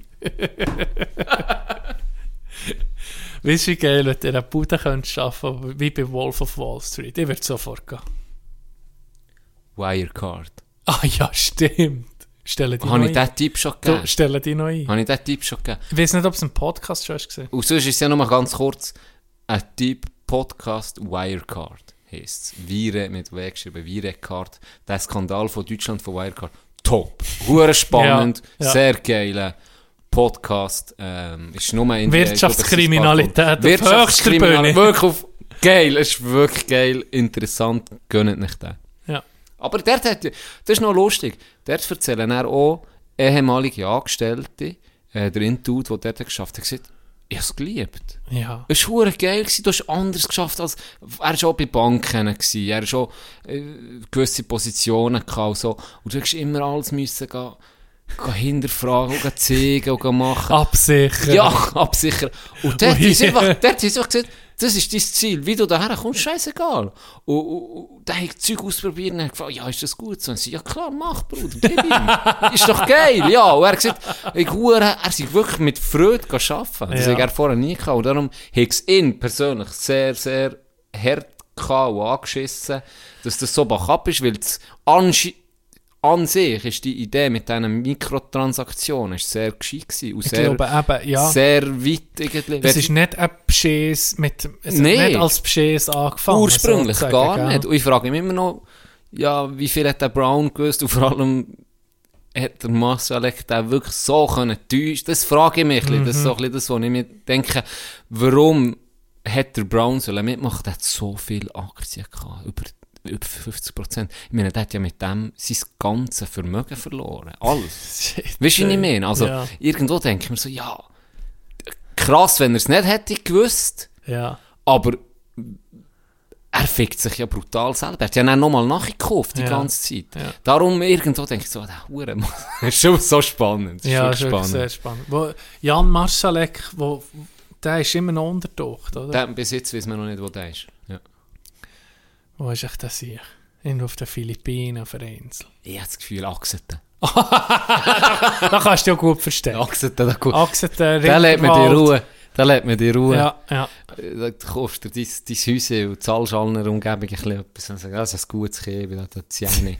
Weißt du, wie geil, wenn du in einer Bude arbeiten könntest, wie bei Wolf of Wall Street? Ich würde sofort gehen. Wirecard. Ah ja, stimmt. Stellen die Habe ich diesen Tipp schon gegeben? Stellen die noch ein. Habe ich diesen Tipp schon gegeben? Ich weiß nicht, ob es im Podcast schon hast gesehen. Und sonst ist es ja noch mal ganz kurz ein Tipp Podcast Wirecard heisst es. Vire mit W geschrieben, Wirecard. Der Skandal von Deutschland von Wirecard. Top. Hure spannend. Ja. Sehr geil. Podcast. Ist nur in Wirtschaftskriminalität. Wirtschaftskriminalität. Wirklich auf geil. Ist wirklich geil. Interessant. Gönnt nicht den. Ja. Aber das ist noch lustig. Dort erzählen er auch ehemalige Angestellte, der Dude, der dort geschafft hat, gesagt, ich habe es geliebt. Ja. Es war geil, du hast anders geschafft als, er war schon bei Banken, er hatte schon gewisse Positionen gehabt, so. Und du musst immer alles müssen gehen hinterfragen und zeigen und machen. Absichern. Ja, absichern. Und dort ist einfach gesagt, das ist dein Ziel. Wie du daher kommst, scheißegal. Und dann habe ich Zeug ausprobiert und habe gefragt, ja, ist das gut so? Und sie, ja klar, mach, Bruder, gib ihm. Ist doch geil, ja. Und er hat gesagt, er sei wirklich mit Freude arbeiten. Das hat er vorher nie gehabt. Und darum habe ich es ihn persönlich sehr, sehr hart gehabt und angeschissen, dass das so backup ist, weil es an sich ist die Idee mit diesen Mikrotransaktionen ist sehr gescheit gewesen und Ich glaube eben, ja. sehr weit irgendwie. Es ist nicht ein Beschiss es hat nicht als Beschiss angefangen. Ursprünglich sozusagen, gar gell? nicht. Und ich frage mich immer noch, ja, wie viel hat der Brown gewusst und vor allem hat der Masalek den wirklich so können täuschen? Das frage ich mich. Das ist so ein bisschen das, was ich mir denke, warum hat der Brown sollen mitmachen? Der hat so viele Aktien gehabt, über 50%. Ich meine, der hat ja mit dem sein ganzes Vermögen verloren. Alles. Weißt du, was ich meine? Also, Ja. irgendwo denke ich mir so, ja, krass, wenn er es nicht hätte gewusst, Ja. aber er fickt sich ja brutal selber. Er hat ja dann nochmal nachgekauft die Ja. ganze Zeit. Ja. Darum irgendwo denke ich so, der Hurenmann. Das ist schon so spannend. Das ist Ja, wirklich ist wirklich sehr spannend. Jan Marsalek, der ist immer noch untertaucht, oder? Bis jetzt weiß man noch nicht, wo der ist. Ja. Wo ist echt das hier? Irgendwo auf den Philippinen, auf einer Insel. Ich habe das Gefühl, Axeten. Da kannst du ja gut verstehen. Axeten, da gut. Axeten, Der lädt mir die Ruhe. Der lädt mir die Ruhe. Ja, ja. Da kaufst du dein Häuschen und zahlst allen Umgebung ein bisschen etwas. Und sagst, das ist ein gutes Kiel, das ziehe ich nicht.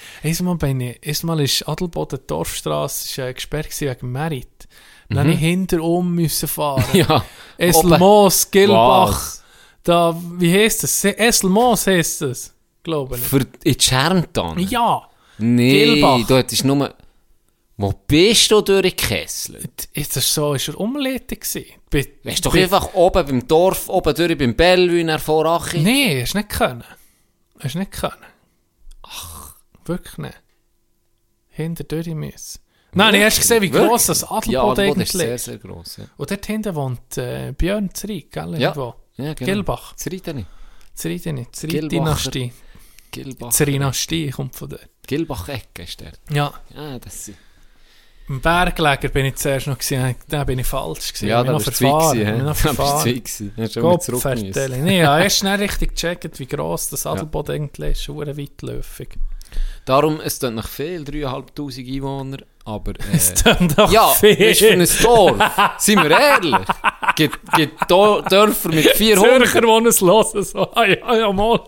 Einmal ist Adelboden Dorfstrasse gesperrt gewesen wegen Merit. Dann musste ich hinterum müssen fahren. Ja. Esselmoos, Gilbach. Was? Da, wie heisst das? Esselmoos heisst das, glaube ich. Für in die Scherntanne? Ja. Nee, Gilbach. du hättest nur... Wo bist du durchgekesselt? Ist das so? Ist er Umleitung gewesen? Weißt du doch einfach oben beim Dorf, oben durch beim Bellevue, nach Vorachi? Nein, hast du nicht können. Hast du nicht können. Ach. Wirklich nicht. Hinterdurch müssen. Nein, ich habe gesehen, wie gross das Adelboden ja, Adelboden eigentlich ist sehr, ist. sehr gross. Ja, Und dort hinten wohnt Björn Zrig, gell? Irgendwo. ja genau. Gilbach. Zriteni. Zridini. Gilbacher. Dynastie. Gilbach. Dynastie kommt von dort. Gilbach-Ecke ist der. Ja. Ja, das sind... Im Bergleger bin ich zuerst noch gewesen, da bin ich falsch gewesen. Ja, da noch bist du zwei gewesen. noch Da bist du verfahren. zwei gewesen. Hast schon wieder zurück müssen. Gott, nee, ja, erst schnell richtig gecheckt, wie gross das Adelboden eigentlich ist. Schon weitläufig. Darum, es tut noch viel, 3'500 Einwohner, aber... Es tut doch ja, viel. ist für ein Dorf, sind wir ehrlich. Gibt Dörfer mit 400. Zürcher, die es hören, so, ja, mal.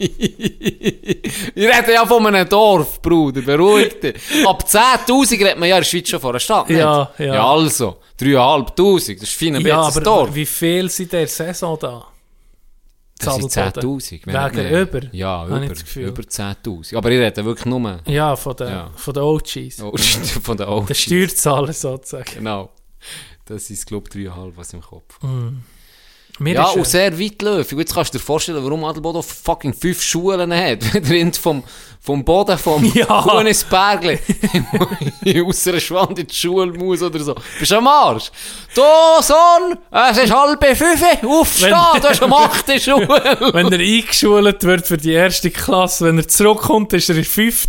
Ich rede ja von einem Dorf, Bruder, beruhig dich. Ab 10'000 redet man ja in der Schweiz schon von einer Stadt, nicht? Ja. Ja, also, 3'500, das ist fein ein Ja, bisschen aber Dorf. wie viel sind der Saison da? Das sind Adelboden? 10'000. Wegen über? Ja, Habe ich das Gefühl. über 10'000. Aber ich rede wirklich nur... Ja, von den OGs. Oh, von der OGs. Der Steuerzahler sozusagen. Genau. Das ist, glaube ich, 3,5 was im Kopf. Mir Ja, ist, und sehr weitläufig. Jetzt kannst du dir vorstellen, warum Adelboden fucking 5 Schulen hat. Wenn du vom Boden vom Kuhn ins Bergli aus einer Schwand in die Schule muss oder so. Bist du am Arsch? Du, Sohn, es ist 4:30, aufstehen, du hast um 8 Uhr Schule. wenn er eingeschult wird für die erste Klasse, wenn er zurückkommt, ist er in der 5.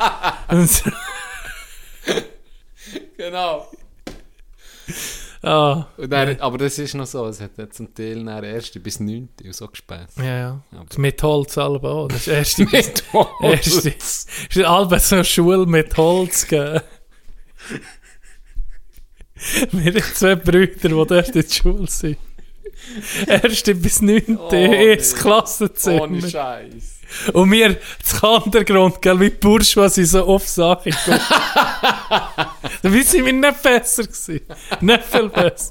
Genau. Ah, Und dann, aber das ist noch so, es hat ja zum Teil nach 1. bis 9. und so gespäht. ja. Aber- Mit Holz selber auch. Das ist erste Mit Holz. erste. Ist Alba so eine Schule mit Holz gegeben. Wir haben 2 Brüder, die dort in der Schule sind. 1. bis 9. erstes Klassenzimmer. Ohne Scheiß. Und wir, das Untergrund, gell, wie Bursch, was ich so oft sage. Dabei sind wir nicht besser gewesen. Nicht viel besser.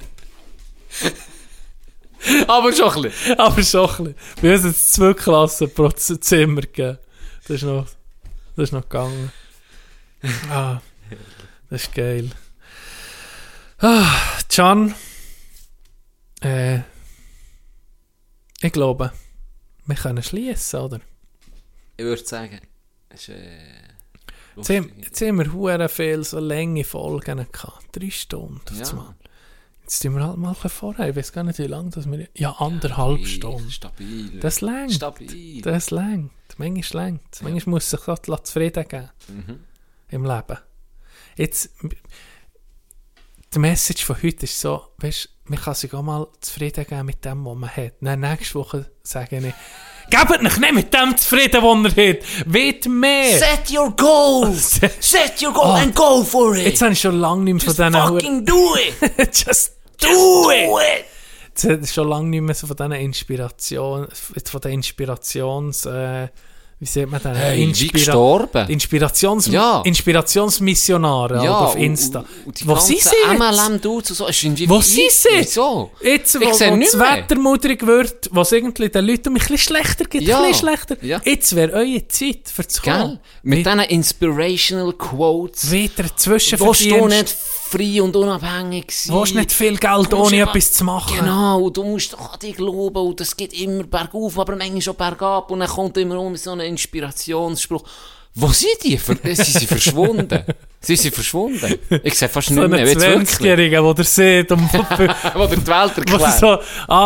Aber schon ein bisschen. Aber schon ein bisschen. Bei uns hat es 2 Klassen pro Zimmer gegeben. Das ist noch gegangen. Ah, das ist geil. Ah, Can, ich glaube, wir können schließen, oder? Ich würde sagen, es ist Jetzt haben wir hure viel so lange Folgen gehabt. 3 Stunden. Ja. Jetzt tun wir halt mal ein bisschen vorher. Ich weiß gar nicht, wie lange das wir... Ja, 1,5 Stunden. Stabil. Das längt. Stabil. Das längt. Manchmal längt. Manchmal muss sich Gott zufrieden geben. Im Leben. Jetzt... Die Message von heute ist so, weißt, man kann sich auch mal zufrieden geben mit dem, was man hat. Dann nächste Woche sage ich, gebt euch nicht mit dem zufrieden, was ihr habt. Wollt mehr. Set your goal! Set your goal and go for it! Jetzt habe ich schon lange nicht mehr von diesen... Fucking do it! Just Do it! Jetzt habe ich schon lange nicht mehr so von diesen von den wie sieht man denn? Hey, wie gestorben. Inspirationsmissionare halt auf Insta. Und Wo sind sie jetzt? MLM-Dudes und so. Ist irgendwie Wo sind sie? Wieso? Jetzt, wo Ich sehe nicht das mehr. Wetter mutig wird, was irgendwie den Leuten ein bisschen schlechter gibt, Ja. ein bisschen schlechter. Ja. Jetzt wäre eure Zeit für zu kommen. Gell? Mit diesen Inspirational Quotes. Wieder Willst du Zwischenverdienst. nicht frei und unabhängig sein? Willst nicht viel Geld, ohne etwas zu machen. Genau, du musst doch an dich glauben und es geht immer bergauf, aber manchmal auch bergab und dann kommt immer so ein Inspirationsspruch. Wo sind die? Sie sind verschwunden. Sie sind verschwunden. Ich sehe fast So nicht einen mehr. Jetzt wirklich. 20-Jährigen, der sieht und Wo dir die Welt erklärt. so,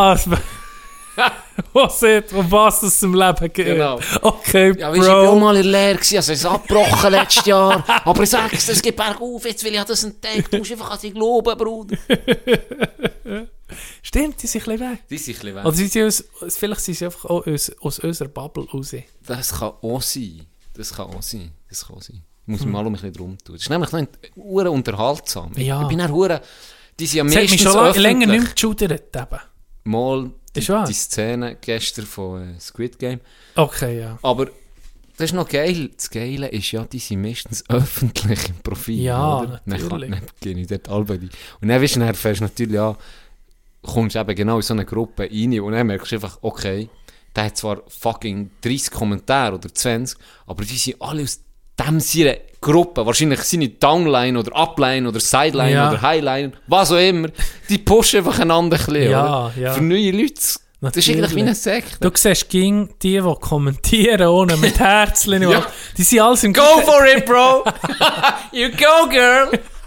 was sieht, um was es im Leben geht. Genau. Okay, Ja, weißt, ich war auch Bro. mal in der Lehre, also es ist abgebrochen letztes Jahr. Aber ich sag's, es geht bergauf, jetzt will ich das entdeckt. Du musst einfach an dich glauben, Bruder. Stimmt, die sind ein bisschen weg. Die sind ein bisschen weg. Oder vielleicht sind sie einfach auch aus unserer Bubble raus. Das kann auch sein. Das kann auch sein. Ich muss mich mal ein bisschen drum tun. Das ist nämlich noch hure unterhaltsam. Ja. Ich bin dann hure... Die sind ja Das hat mich meistens schon länger öffentlich. nicht mehr geschudert eben. Mal Ist wahr? die Szene gestern von Squid Game. Okay, ja. Aber das ist noch geil. Das Geile ist ja, die sind meistens öffentlich im Profil. Ja, oder? natürlich. Dann gehe ich dort alle rein. Und dann weißt du, dann fährst du natürlich an, kommst eben genau in so eine Gruppe rein und dann merkst du einfach, okay, der hat zwar fucking 30 Kommentare oder 20, aber die sind alle aus seiner Gruppe, wahrscheinlich seine Downline oder Upline oder Sideline Ja. oder Highline, was auch immer, die pushen einfach einander ein bisschen, Ja, oder? ja. Für neue Leute. Das ist eigentlich wie eine Sekte. Du siehst ging die kommentieren ohne mit Herzchen. Ja. Die sind alles im Go for it, bro! You go, girl!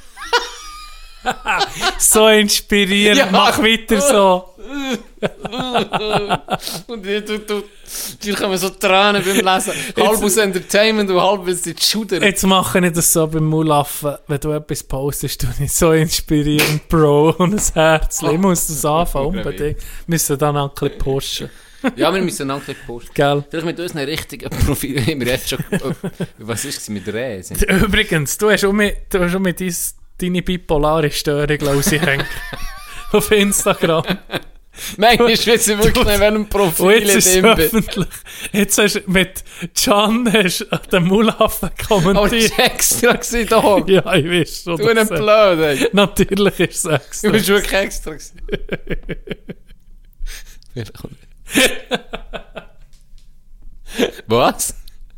So inspirierend. Ja. Mach weiter so. Und die kommen so Tränen beim Lesen. Halb aus Entertainment und halb weil sie schudern. Jetzt mache ich das so beim Mulaffen. Wenn du etwas postest, du nicht so inspirierend, Bro, und ein Herzchen. Ich muss das anfangen, unbedingt. Wir müssen dann ein bisschen pushen. Ja, wir müssen dann ein bisschen posten. Gell? Vielleicht mit unseren richtigen Profilen haben wir jetzt schon... Was ist es mit Reh? Übrigens, du hast auch mit deine bipolare Störung raushängen. Auf Instagram. Manchmal ist es wirklich nicht, wenn ein Und Profil jetzt ist es in dem öffentlich. Jetzt hast du mit Can den Mulaffen Aber das kommentiert. war extra gewesen, Dog. Ja, ich weiß schon. Du nicht blöd, ey. Natürlich ist es extra. Du bist wirklich extra gewesen. Vielleicht auch nicht. Was?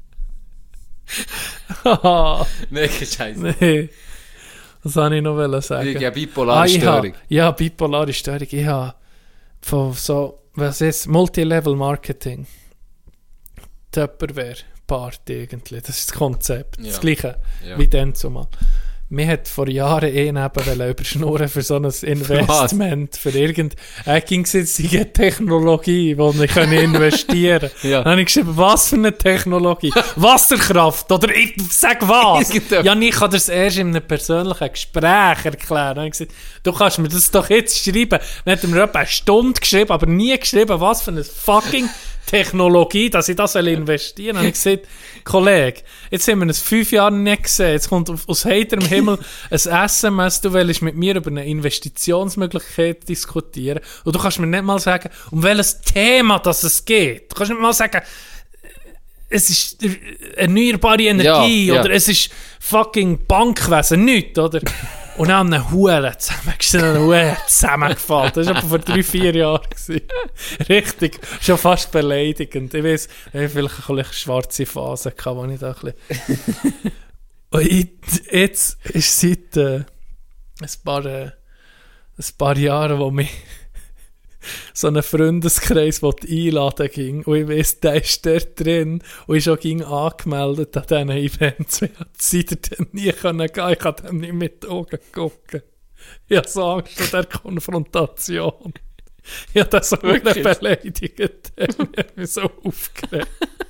Nein, Scheiße. Nee. Was soll ich noch sagen? Ich habe bipolare Störung. Ja, bipolare Störung. Ich habe von so, was ist Multilevel-Marketing. Tupperware-Party irgendwie. Das ist das Konzept. Ja. Das Gleiche Ja. wie dann zumal. Mir hat vor Jahren überschnurren für so ein Investment, für ging es jetzt in eine Technologie, wo ich investieren kann. Ja. Dann habe ich geschrieben, was für eine Technologie? Wasserkraft? Oder ich sag was? Irgendetwas. Ja, ich kann das erst in einem persönlichen Gespräch erklären. Dann habe ich gesagt, du kannst mir das doch jetzt schreiben. Dann hat er mir etwa eine Stunde geschrieben, aber nie geschrieben, was für eine fucking Technologie, dass ich das investieren soll. Dann habe ich gesagt, Kollege, jetzt haben wir es 5 Jahre nicht gesehen. Jetzt kommt aus heiterem Himmel ein SMS, du willst mit mir über eine Investitionsmöglichkeit diskutieren. Und du kannst mir nicht mal sagen, um welches Thema das es geht. Du kannst nicht mal sagen, es ist erneuerbare Energie Ja. oder es ist fucking Bankwesen, nichts, oder? Und dann einen Huren zusammengefallen. Das war aber vor 3-4 Jahren. Richtig, schon fast beleidigend. Ich weiss, ich hatte vielleicht ein bisschen schwarze Phase, wo ich da ein bisschen... Und jetzt ist seit ein paar Jahren, wo mich so einen Freundeskreis einladen ging. Und ich weiss, der ist dort drin und ist auch angemeldet an diesen Events. Ich konnte seitdem nie gehen. Ich kann dem nicht mit den Augen gucken. Ich habe so Angst vor der Konfrontation. Ich habe das so beleidigt. Ich habe mich so aufgeregt.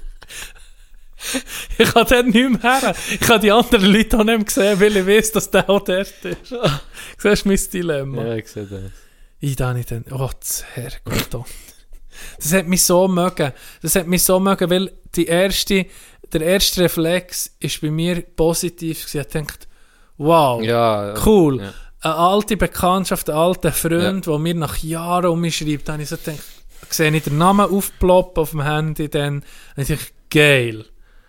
Ich kann dort nicht mehr her. Ich habe die anderen Leute auch nicht mehr gesehen, weil ich weiss, dass der auch dort ist. Siehst du mein Dilemma? Ja, ich sehe das. Ich da nicht, oh, Herrgott. Das hat mich so mögen. Weil der erste Reflex ist bei mir positiv gewesen. Ich dachte, wow, Ja, cool. Ja. Eine alte Bekanntschaft, ein alter Freund, der mir nach Jahren umschreibt, habe ich so gedacht, sehe ich den Namen aufploppen auf dem Handy, dann habe ich gedacht, geil.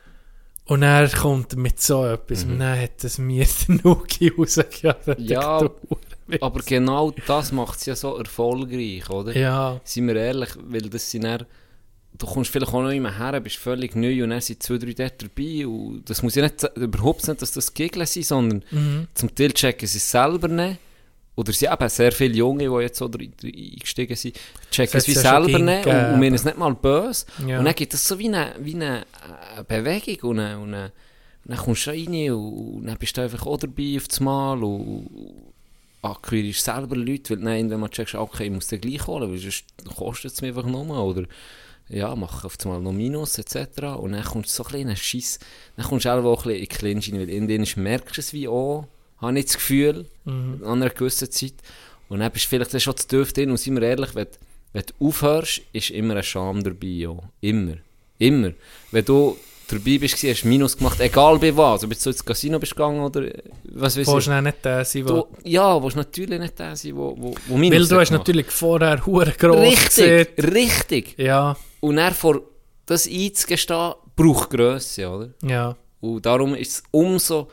Und er kommt mit so etwas. Und dann hat es mir den Nuki rausgegeben. Ja, aber genau das macht es ja so erfolgreich, oder? Ja. Seien wir ehrlich, weil das sind dann, du kommst vielleicht auch noch immer her, bist völlig neu und dann sind 2, 3 dort dabei und das muss ja nicht, überhaupt nicht, dass das Gegner sind, sondern zum Teil checken sie es selber nicht. Oder sie haben sehr viele Junge, die jetzt so eingestiegen sind, checken es wie selber nicht und meinen es nicht mal böse. Ja. Und dann gibt es so wie eine Bewegung und dann kommst du rein und dann bist du einfach auch dabei auf das Mal und akquirierst selber Leute, weil nein, wenn man checkst, okay, ich muss den gleich holen, weil sonst kostet es mir einfach nur oder ja, mach auf das Mal noch Minus etc. Und dann kommst du so ein bisschen in einen Schiss, dann kommst du auch ein bisschen in die Clinch rein, weil in denen merkst du es wie auch, habe ich das Gefühl, an einer gewissen Zeit. Und dann bist du vielleicht schon zu tief drin. Und seien wir ehrlich, wenn du aufhörst, ist immer eine Scham dabei. Ja. Immer. Immer. Wenn du dabei bist, hast du Minus gemacht, egal bei was. Ob du ins Casino bist gegangen oder was weiß ich. Willst du nicht der sein, wo... Ja, willst natürlich nicht der sein, wo Minus Weil du hast gemacht. natürlich vorher hure gross gesehen. Richtig. Ja. Und dann vor das einzugestehen, braucht Grösse, oder? Ja. Und darum ist es umso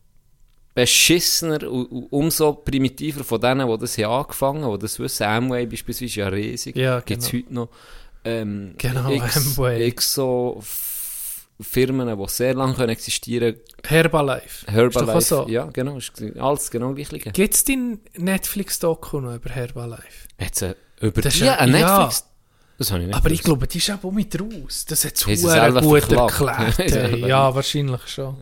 beschissener und umso primitiver von denen, die das hier angefangen haben, die das wissen. Amway beispielsweise ist ja riesig. Ja, gibt es heute noch. Genau, Amway. So Firmen, die sehr lange existieren können. Herbalife. Herbalife, Ist doch auch so. ja, genau. Ist alles genau gleich. Gibt es dein Netflix-Doku noch über Herbalife? Jetzt über Das ist die, ja- ein ja. Netflix? Das habe ich nicht Aber ich gewusst. glaube, die ist auch mit raus. Das hat Haben sie es selber gut verklagt? erklärt. Selber. Hey. Ja, wahrscheinlich schon.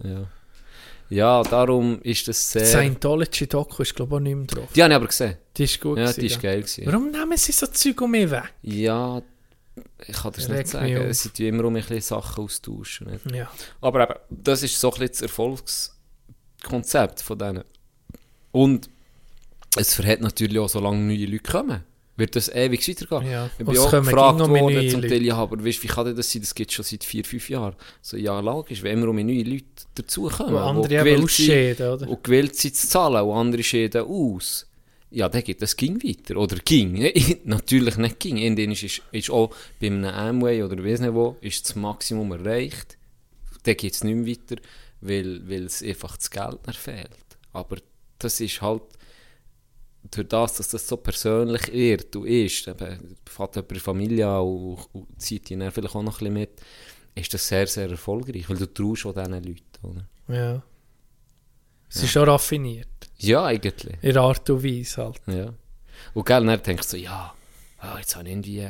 Ja, darum ist das sehr... Scientology-Doku ist, glaube ich, auch nicht mehr drauf. Die habe ich aber gesehen. Die ist gut Ja, gewesen, die ist geil gewesen. Warum nehmen sie so Zeug um mich weg? Ja, ich kann das nicht Regt mich sagen. auf. Es sind ja immer um ein bisschen Sachen austauschen. Nicht? Ja. Aber eben, das ist so ein bisschen das Erfolgskonzept von denen. Und es verhält natürlich auch, solange neue Leute kommen, wird das ewig weitergehen. Ja. Ich Und bin es auch kommen gefragt immer neue worden, zum Leute. Teil, ja, aber weißt, wie kann denn das sein, das gibt es schon seit 4-5 Jahren. So, ja, logisch, wenn immer um neue Leute dazukommen, Und andere die eben gewillt ausscheiden, sind, oder? und gewillt sind zu zahlen, und andere scheiden aus. Ja, dann geht das ging weiter. Oder ging. Natürlich nicht ging. In denen ist auch bei einem Amway oder weiss nicht wo, ist das Maximum erreicht. Dann geht es nicht mehr weiter, weil es einfach das Geld nicht fehlt. Aber das ist halt durch das, dass das so persönlich wird und ist, eben, fährt jemand in der Familie an und zieht ihn dann vielleicht auch noch ein bisschen mit, ist das sehr, sehr erfolgreich, weil du traust auch diesen Leuten, oder? Ja. Es ist schon raffiniert. Ja, eigentlich. In der Art und Weise halt. Ja. Und gell, dann denkst du so, ja, jetzt habe ich irgendwie,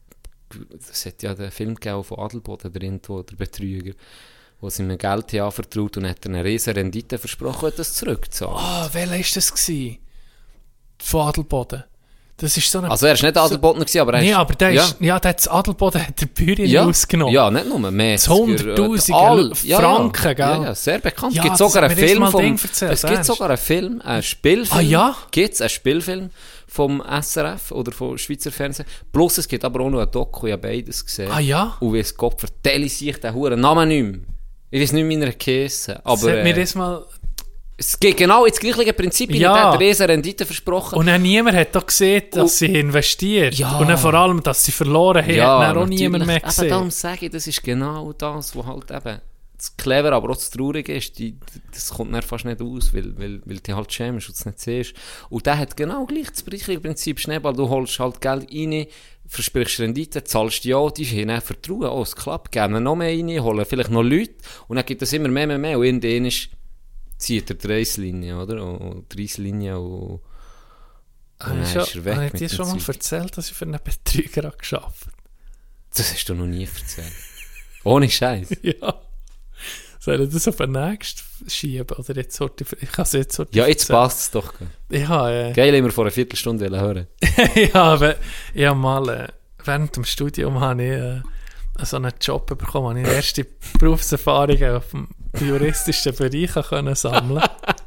es hat ja den Film gegeben von Adelboden drin, wo der Betrüger, wo sie mir Geld hier anvertraut und hat eine riesen Rendite versprochen, hat das zurückzahlen. Ah, welcher war das gewesen? Von Adelboden. Das ist so eine... Also er war nicht Adelboden, aber er Nee, ist... aber der ist... Ja, der hat das Adelboden hat der Bäuerin ja, ausgenommen. ja, nicht nur mehr. Das 100'000 Franken, gell? Ja, sehr bekannt. Ja, Es gibt sogar das einen hat mir Film jetzt mal vom... Ding erzählt, Es gibt ernst. sogar einen Film, einen Spielfilm. Ah, ja? Gibt's einen Spielfilm vom SRF oder vom Schweizer Fernsehen. Plus es gibt aber auch noch ein Doku, ich habe beides gesehen. Ah, ja? Und weiss Gott, vertelle ich den Huren Namen nicht mehr. Ich weiß nicht mehr meiner Käse. Das Aber hat mir das mal... es geht genau ins gleiche Prinzip. Ja. Der hat riesen Rendite versprochen. Und dann niemand hat doch gesehen, dass sie investiert. Ja. Und dann vor allem, dass sie verloren haben, hat dann auch niemand mehr Aber gesehen. darum sage ich, das ist genau das, was halt eben das Clever, aber auch das Traurige ist. Das kommt dann fast nicht aus, weil du halt schämst und es nicht siehst. Und der hat genau gleich das gleiche Prinzip Schneeball. Du holst halt Geld rein, versprichst Rendite, zahlst ja, die haben dann Vertrauen. Oh, es klappt, geben noch mehr rein, holen vielleicht noch Leute. Und dann gibt es immer mehr. Und in denen zieht er die Reisslinie, oder? Und die Reisslinie und dann ist er weg. Habe ich mit dir dem schon mal Zeug. erzählt, dass ich für einen Betrüger habe gearbeitet? Das hast du noch nie erzählt. Ohne Scheiß. Ja. Soll ich das auf den nächsten schieben? Oder jetzt sollte ich kann es jetzt sollte Ja, jetzt passt es doch. Ja, Geil, immer vor einer Viertelstunde hören. ja, aber ich habe mal, während dem Studium habe ich so einen Job bekommen, habe ich erste Berufserfahrungen auf dem juristischen Bereich können sammeln.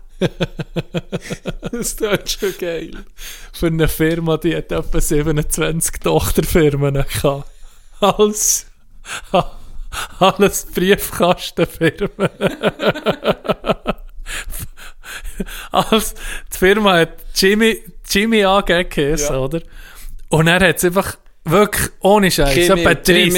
Das ist schon geil. Für eine Firma, die hat etwa 27 Tochterfirmen gehabt. Alles Briefkastenfirmen. Die Firma hat Jimmy AG geheißen, oder? Und er hat es einfach Wirklich, ohne Scheiß. Etwa 30.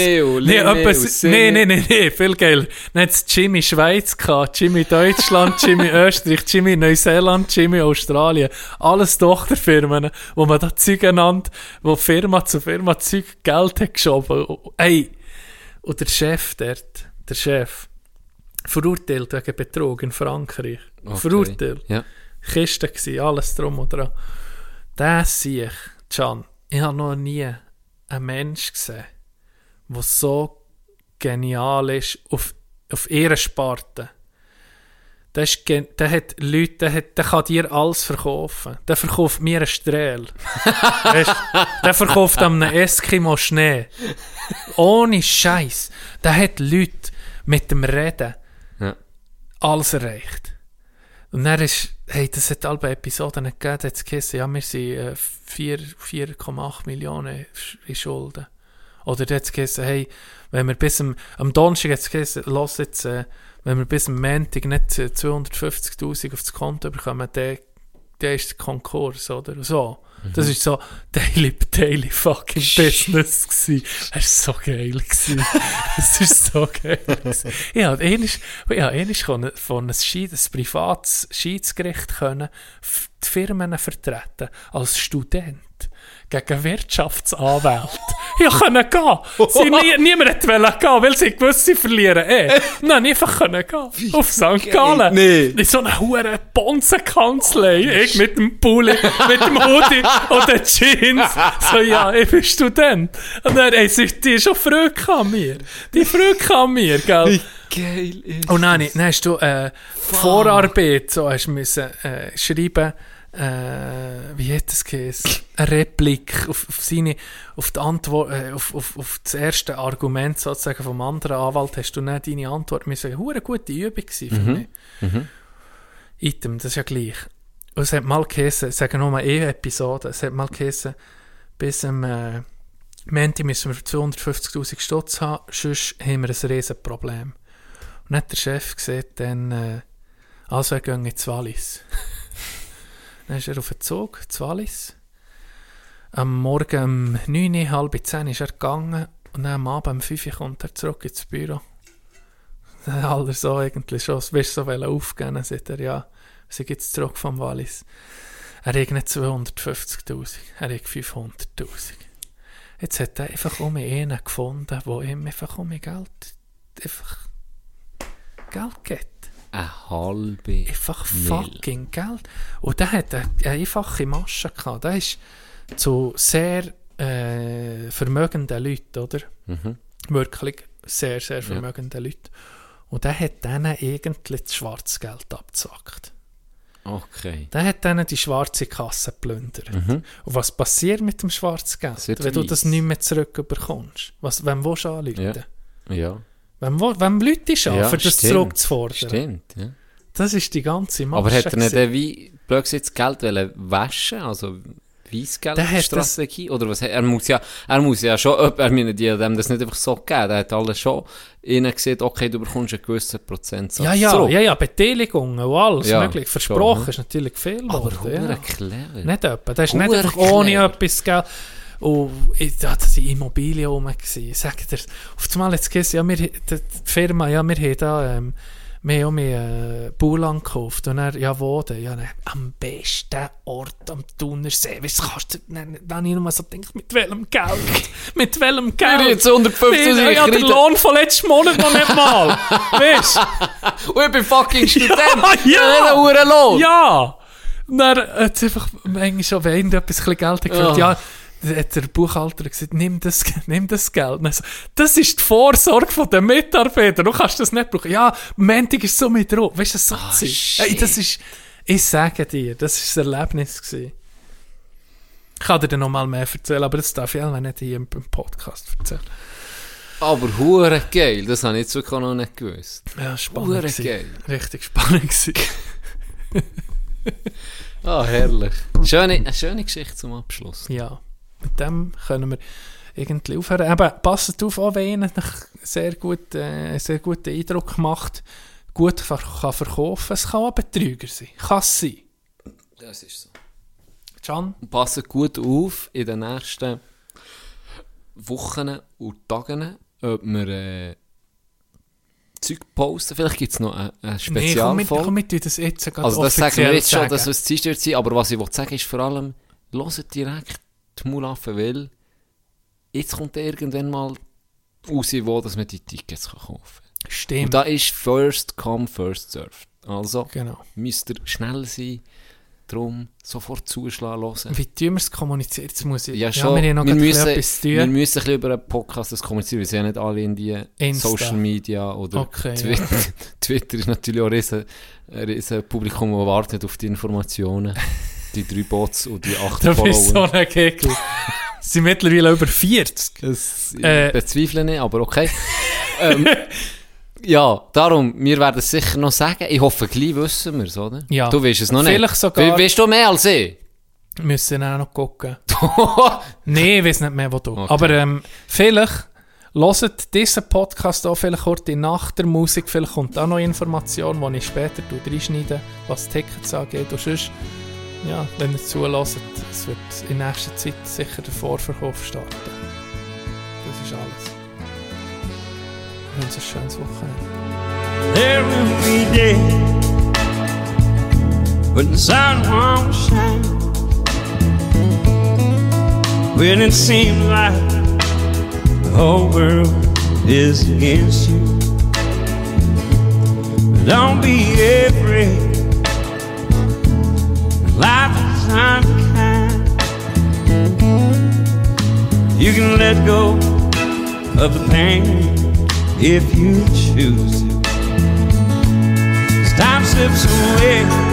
Nee, viel geiler. Dann hat es Jimmy Schweiz gehabt, Jimmy Deutschland, Jimmy Österreich, Jimmy Neuseeland, Jimmy Australien. Alles Tochterfirmen, wo man da Zeug genannt, wo Firma zu Firma Zeug Geld hat geschoben. Ey, und der Chef dort, verurteilt wegen Betrug in Frankreich. Okay. Verurteilt. Ja. Kiste gsi, alles drum und dran. Das sehe ich, Can. Ich habe noch nie einen Mensch gesehen, der so genial ist auf ihrer Sparte. Der hat Leute, der kann dir alles verkaufen. Der verkauft mir einen Strahl. Weißt, der verkauft einem Eskimo Schnee. Ohne Scheiß. Der hat Leute mit dem Reden alles erreicht. Und dann das hat alle Episoden nicht gegeben, da hat es geheißen, ja, wir sind 4,8 Millionen in Schulden. Oder da hat es geheißen, hey, wenn wir bis am Donnerstag hat es geheißen, los jetzt, wenn wir bis am Montag nicht 250'000 aufs Konto bekommen, der ist der Konkurs, oder? So. Das war so daily fucking Business gewesen. Es war so geil gewesen. Es war so geil gewesen. Ich habe einmal von einem privates Schiedsgericht können die Firmen vertreten als Student gegen Wirtschaftsanwälte. Ich konnte gehen. Niemand wollte gehen, weil sie gewusst, sie verlieren. Nein, einfach gehen. Auf St. Gallen. Nee. In so einer hohen Bonzenkanzlei. Ich mit dem Pulli, mit dem Hoodie und den Jeans. So, ja, ich bin Student. Und dann, die ist schon Freude an mir. Die Freude an mir, gell? Wie geil ist und dann hast du Vorarbeit, so hast du müssen schreiben, wie hat das geheißen? Eine Replik auf die Antwort, auf das erste Argument sozusagen vom anderen Anwalt hast du dann deine Antwort müssen. Eine gute Übung für mich. Item, das ist ja gleich. Und es hat mal geheißen, ich sage nochmal Episode, es hat mal geheißen, bis am Montag müssen wir 250'000 Stutz haben, sonst haben wir ein Riesenproblem. Und dann hat der Chef gesagt, dann, also wir gehen ins Wallis. Dann ist er auf den Zug, zu Wallis. Am Morgen um 9, halb 10 ist er gegangen und dann am Abend um 5 kommt er zurück ins Büro. Dann hat er so eigentlich schon, willst du so aufgeben? Dann sagt er, ja, sie geht zurück vom Wallis. Er hat nicht 250'000, er hat 500'000. Jetzt hat er einfach einen gefunden, der ihm einfach Geld gibt. Eine halbe einfach fucking Geld. Und der hat eine einfache Masche gehabt. Der ist zu sehr vermögenden Leuten, oder? Wirklich sehr, sehr vermögenden Leuten. Und der hat denen eigentlich das Schwarzgeld abgezwackt. Okay. Der hat denen die schwarze Kasse geplündert. Und was passiert mit dem Schwarzgeld, wenn du das nicht mehr zurückbekommst? Wem willst du anrufen? Ja. Wem Leute schaffen, für das zurückzufordern? Stimmt, ja. Das ist die ganze Masche. Aber hat er nicht wie blöd jetzt Geld waschen, also Weissgeldstrategie? Oder was? Er muss ja schon, die haben das nicht einfach so gegeben. Er hat alles schon ihnen gesagt, okay, du bekommst einen gewissen Prozentsatz zurück. Ja, Beteiligungen und alles möglich. Versprochen ist natürlich viel. Aber clever. Nicht etwa. Das ist nicht einfach ohne etwas Geld. Und da war die Immobilien rum. Ich sage dir, auf einmal jetzt gesagt, ja, die Firma, ja, wir haben da, wir haben auch Bauland gekauft. Und er, ja, wo denn? Ja, am besten Ort am Thunersee. Was kannst du, wenn ich nur so denke, mit welchem Geld? Mit welchem Geld? Wir jetzt 150'000 ja, der Lohn von letzten Monat noch nicht mal. Weißt du? Und ich bin fucking Student. Ja! Einen Lohn. Ja! Und dann hat es einfach manchmal schon, wenn irgendetwas ein bisschen Geld hat gefällt, ja, hat der Buchhalter gesagt, nimm das Geld. Also, das ist die Vorsorge der Mitarbeiter. Du kannst das nicht brauchen. Ja, Montag ist so mit drauf. Weißt du, das so hey, das ist, ich sage dir, das war ein Erlebnis gewesen. Ich kann dir dann noch mal mehr erzählen, aber das darf ich auch nicht hier im Podcast erzählen. Aber hure geil, das habe ich jetzt wirklich noch nicht gewusst. Ja, spannend geil. Richtig spannend gewesen. Herrlich. Eine schöne Geschichte zum Abschluss. Ja. Mit dem können wir irgendwie aufhören. Eben, passt auf, auch wenn Ihnen sehr guten Eindruck macht, gut kann verkaufen. Es kann auch Betrüger sein. Kann es sein. Das ist so. Can? Passt gut auf in den nächsten Wochen und Tagen, ob wir Zeug posten. Vielleicht gibt es noch eine Spezialfolge. Komm mit, das jetzt gerade also das sagen wir jetzt schon, sagen. dass es Dienstag wird sein, aber was ich sagen ist vor allem, hört direkt die Mulaffen, weil jetzt kommt irgendwann mal raus, wo dass man die Tickets kaufen kann. Stimmt. Und da ist First Come, First Served. Also müsst ihr schnell sein, darum sofort zuschlagen hören. Wie tun wir es kommunizieren? Jetzt muss ich, ja, schon. Wir haben noch wir müssen ein bisschen über einen Podcast das kommunizieren. Wir sind ja nicht alle in die Insta. Social Media oder Twitter. Ja. Twitter ist natürlich auch ein riesen Publikum, das wartet auf die Informationen. Die 3 Bots und die 8 Follower. Du bist so ein Kegel. Sie sind mittlerweile über 40. Das bezweifle nicht, aber okay. Ja, darum, wir werden es sicher noch sagen. Ich hoffe, gleich wissen wir es, oder? Ja. Du weißt es noch nicht. Vielleicht sogar. Weißt du mehr als ich? Wir müssen auch noch gucken. Nein, ich weiß nicht mehr, wo du. Okay. Aber vielleicht hört diesen Podcast auch vielleicht heute nach der Musik. Vielleicht kommt auch noch Information, die ich später reinschneide, was Tickets angeht. Und sonst, ja, wenn ihr zuhört, es wird in nächster Zeit sicher der Vorverkauf starten. Das ist alles. Ich wünsche ein schönes Wochenende. There will be days when the sun won't shine, when it seems like the whole world is against you. But don't be afraid, life is unkind. You can let go of the pain if you choose to. As time slips away,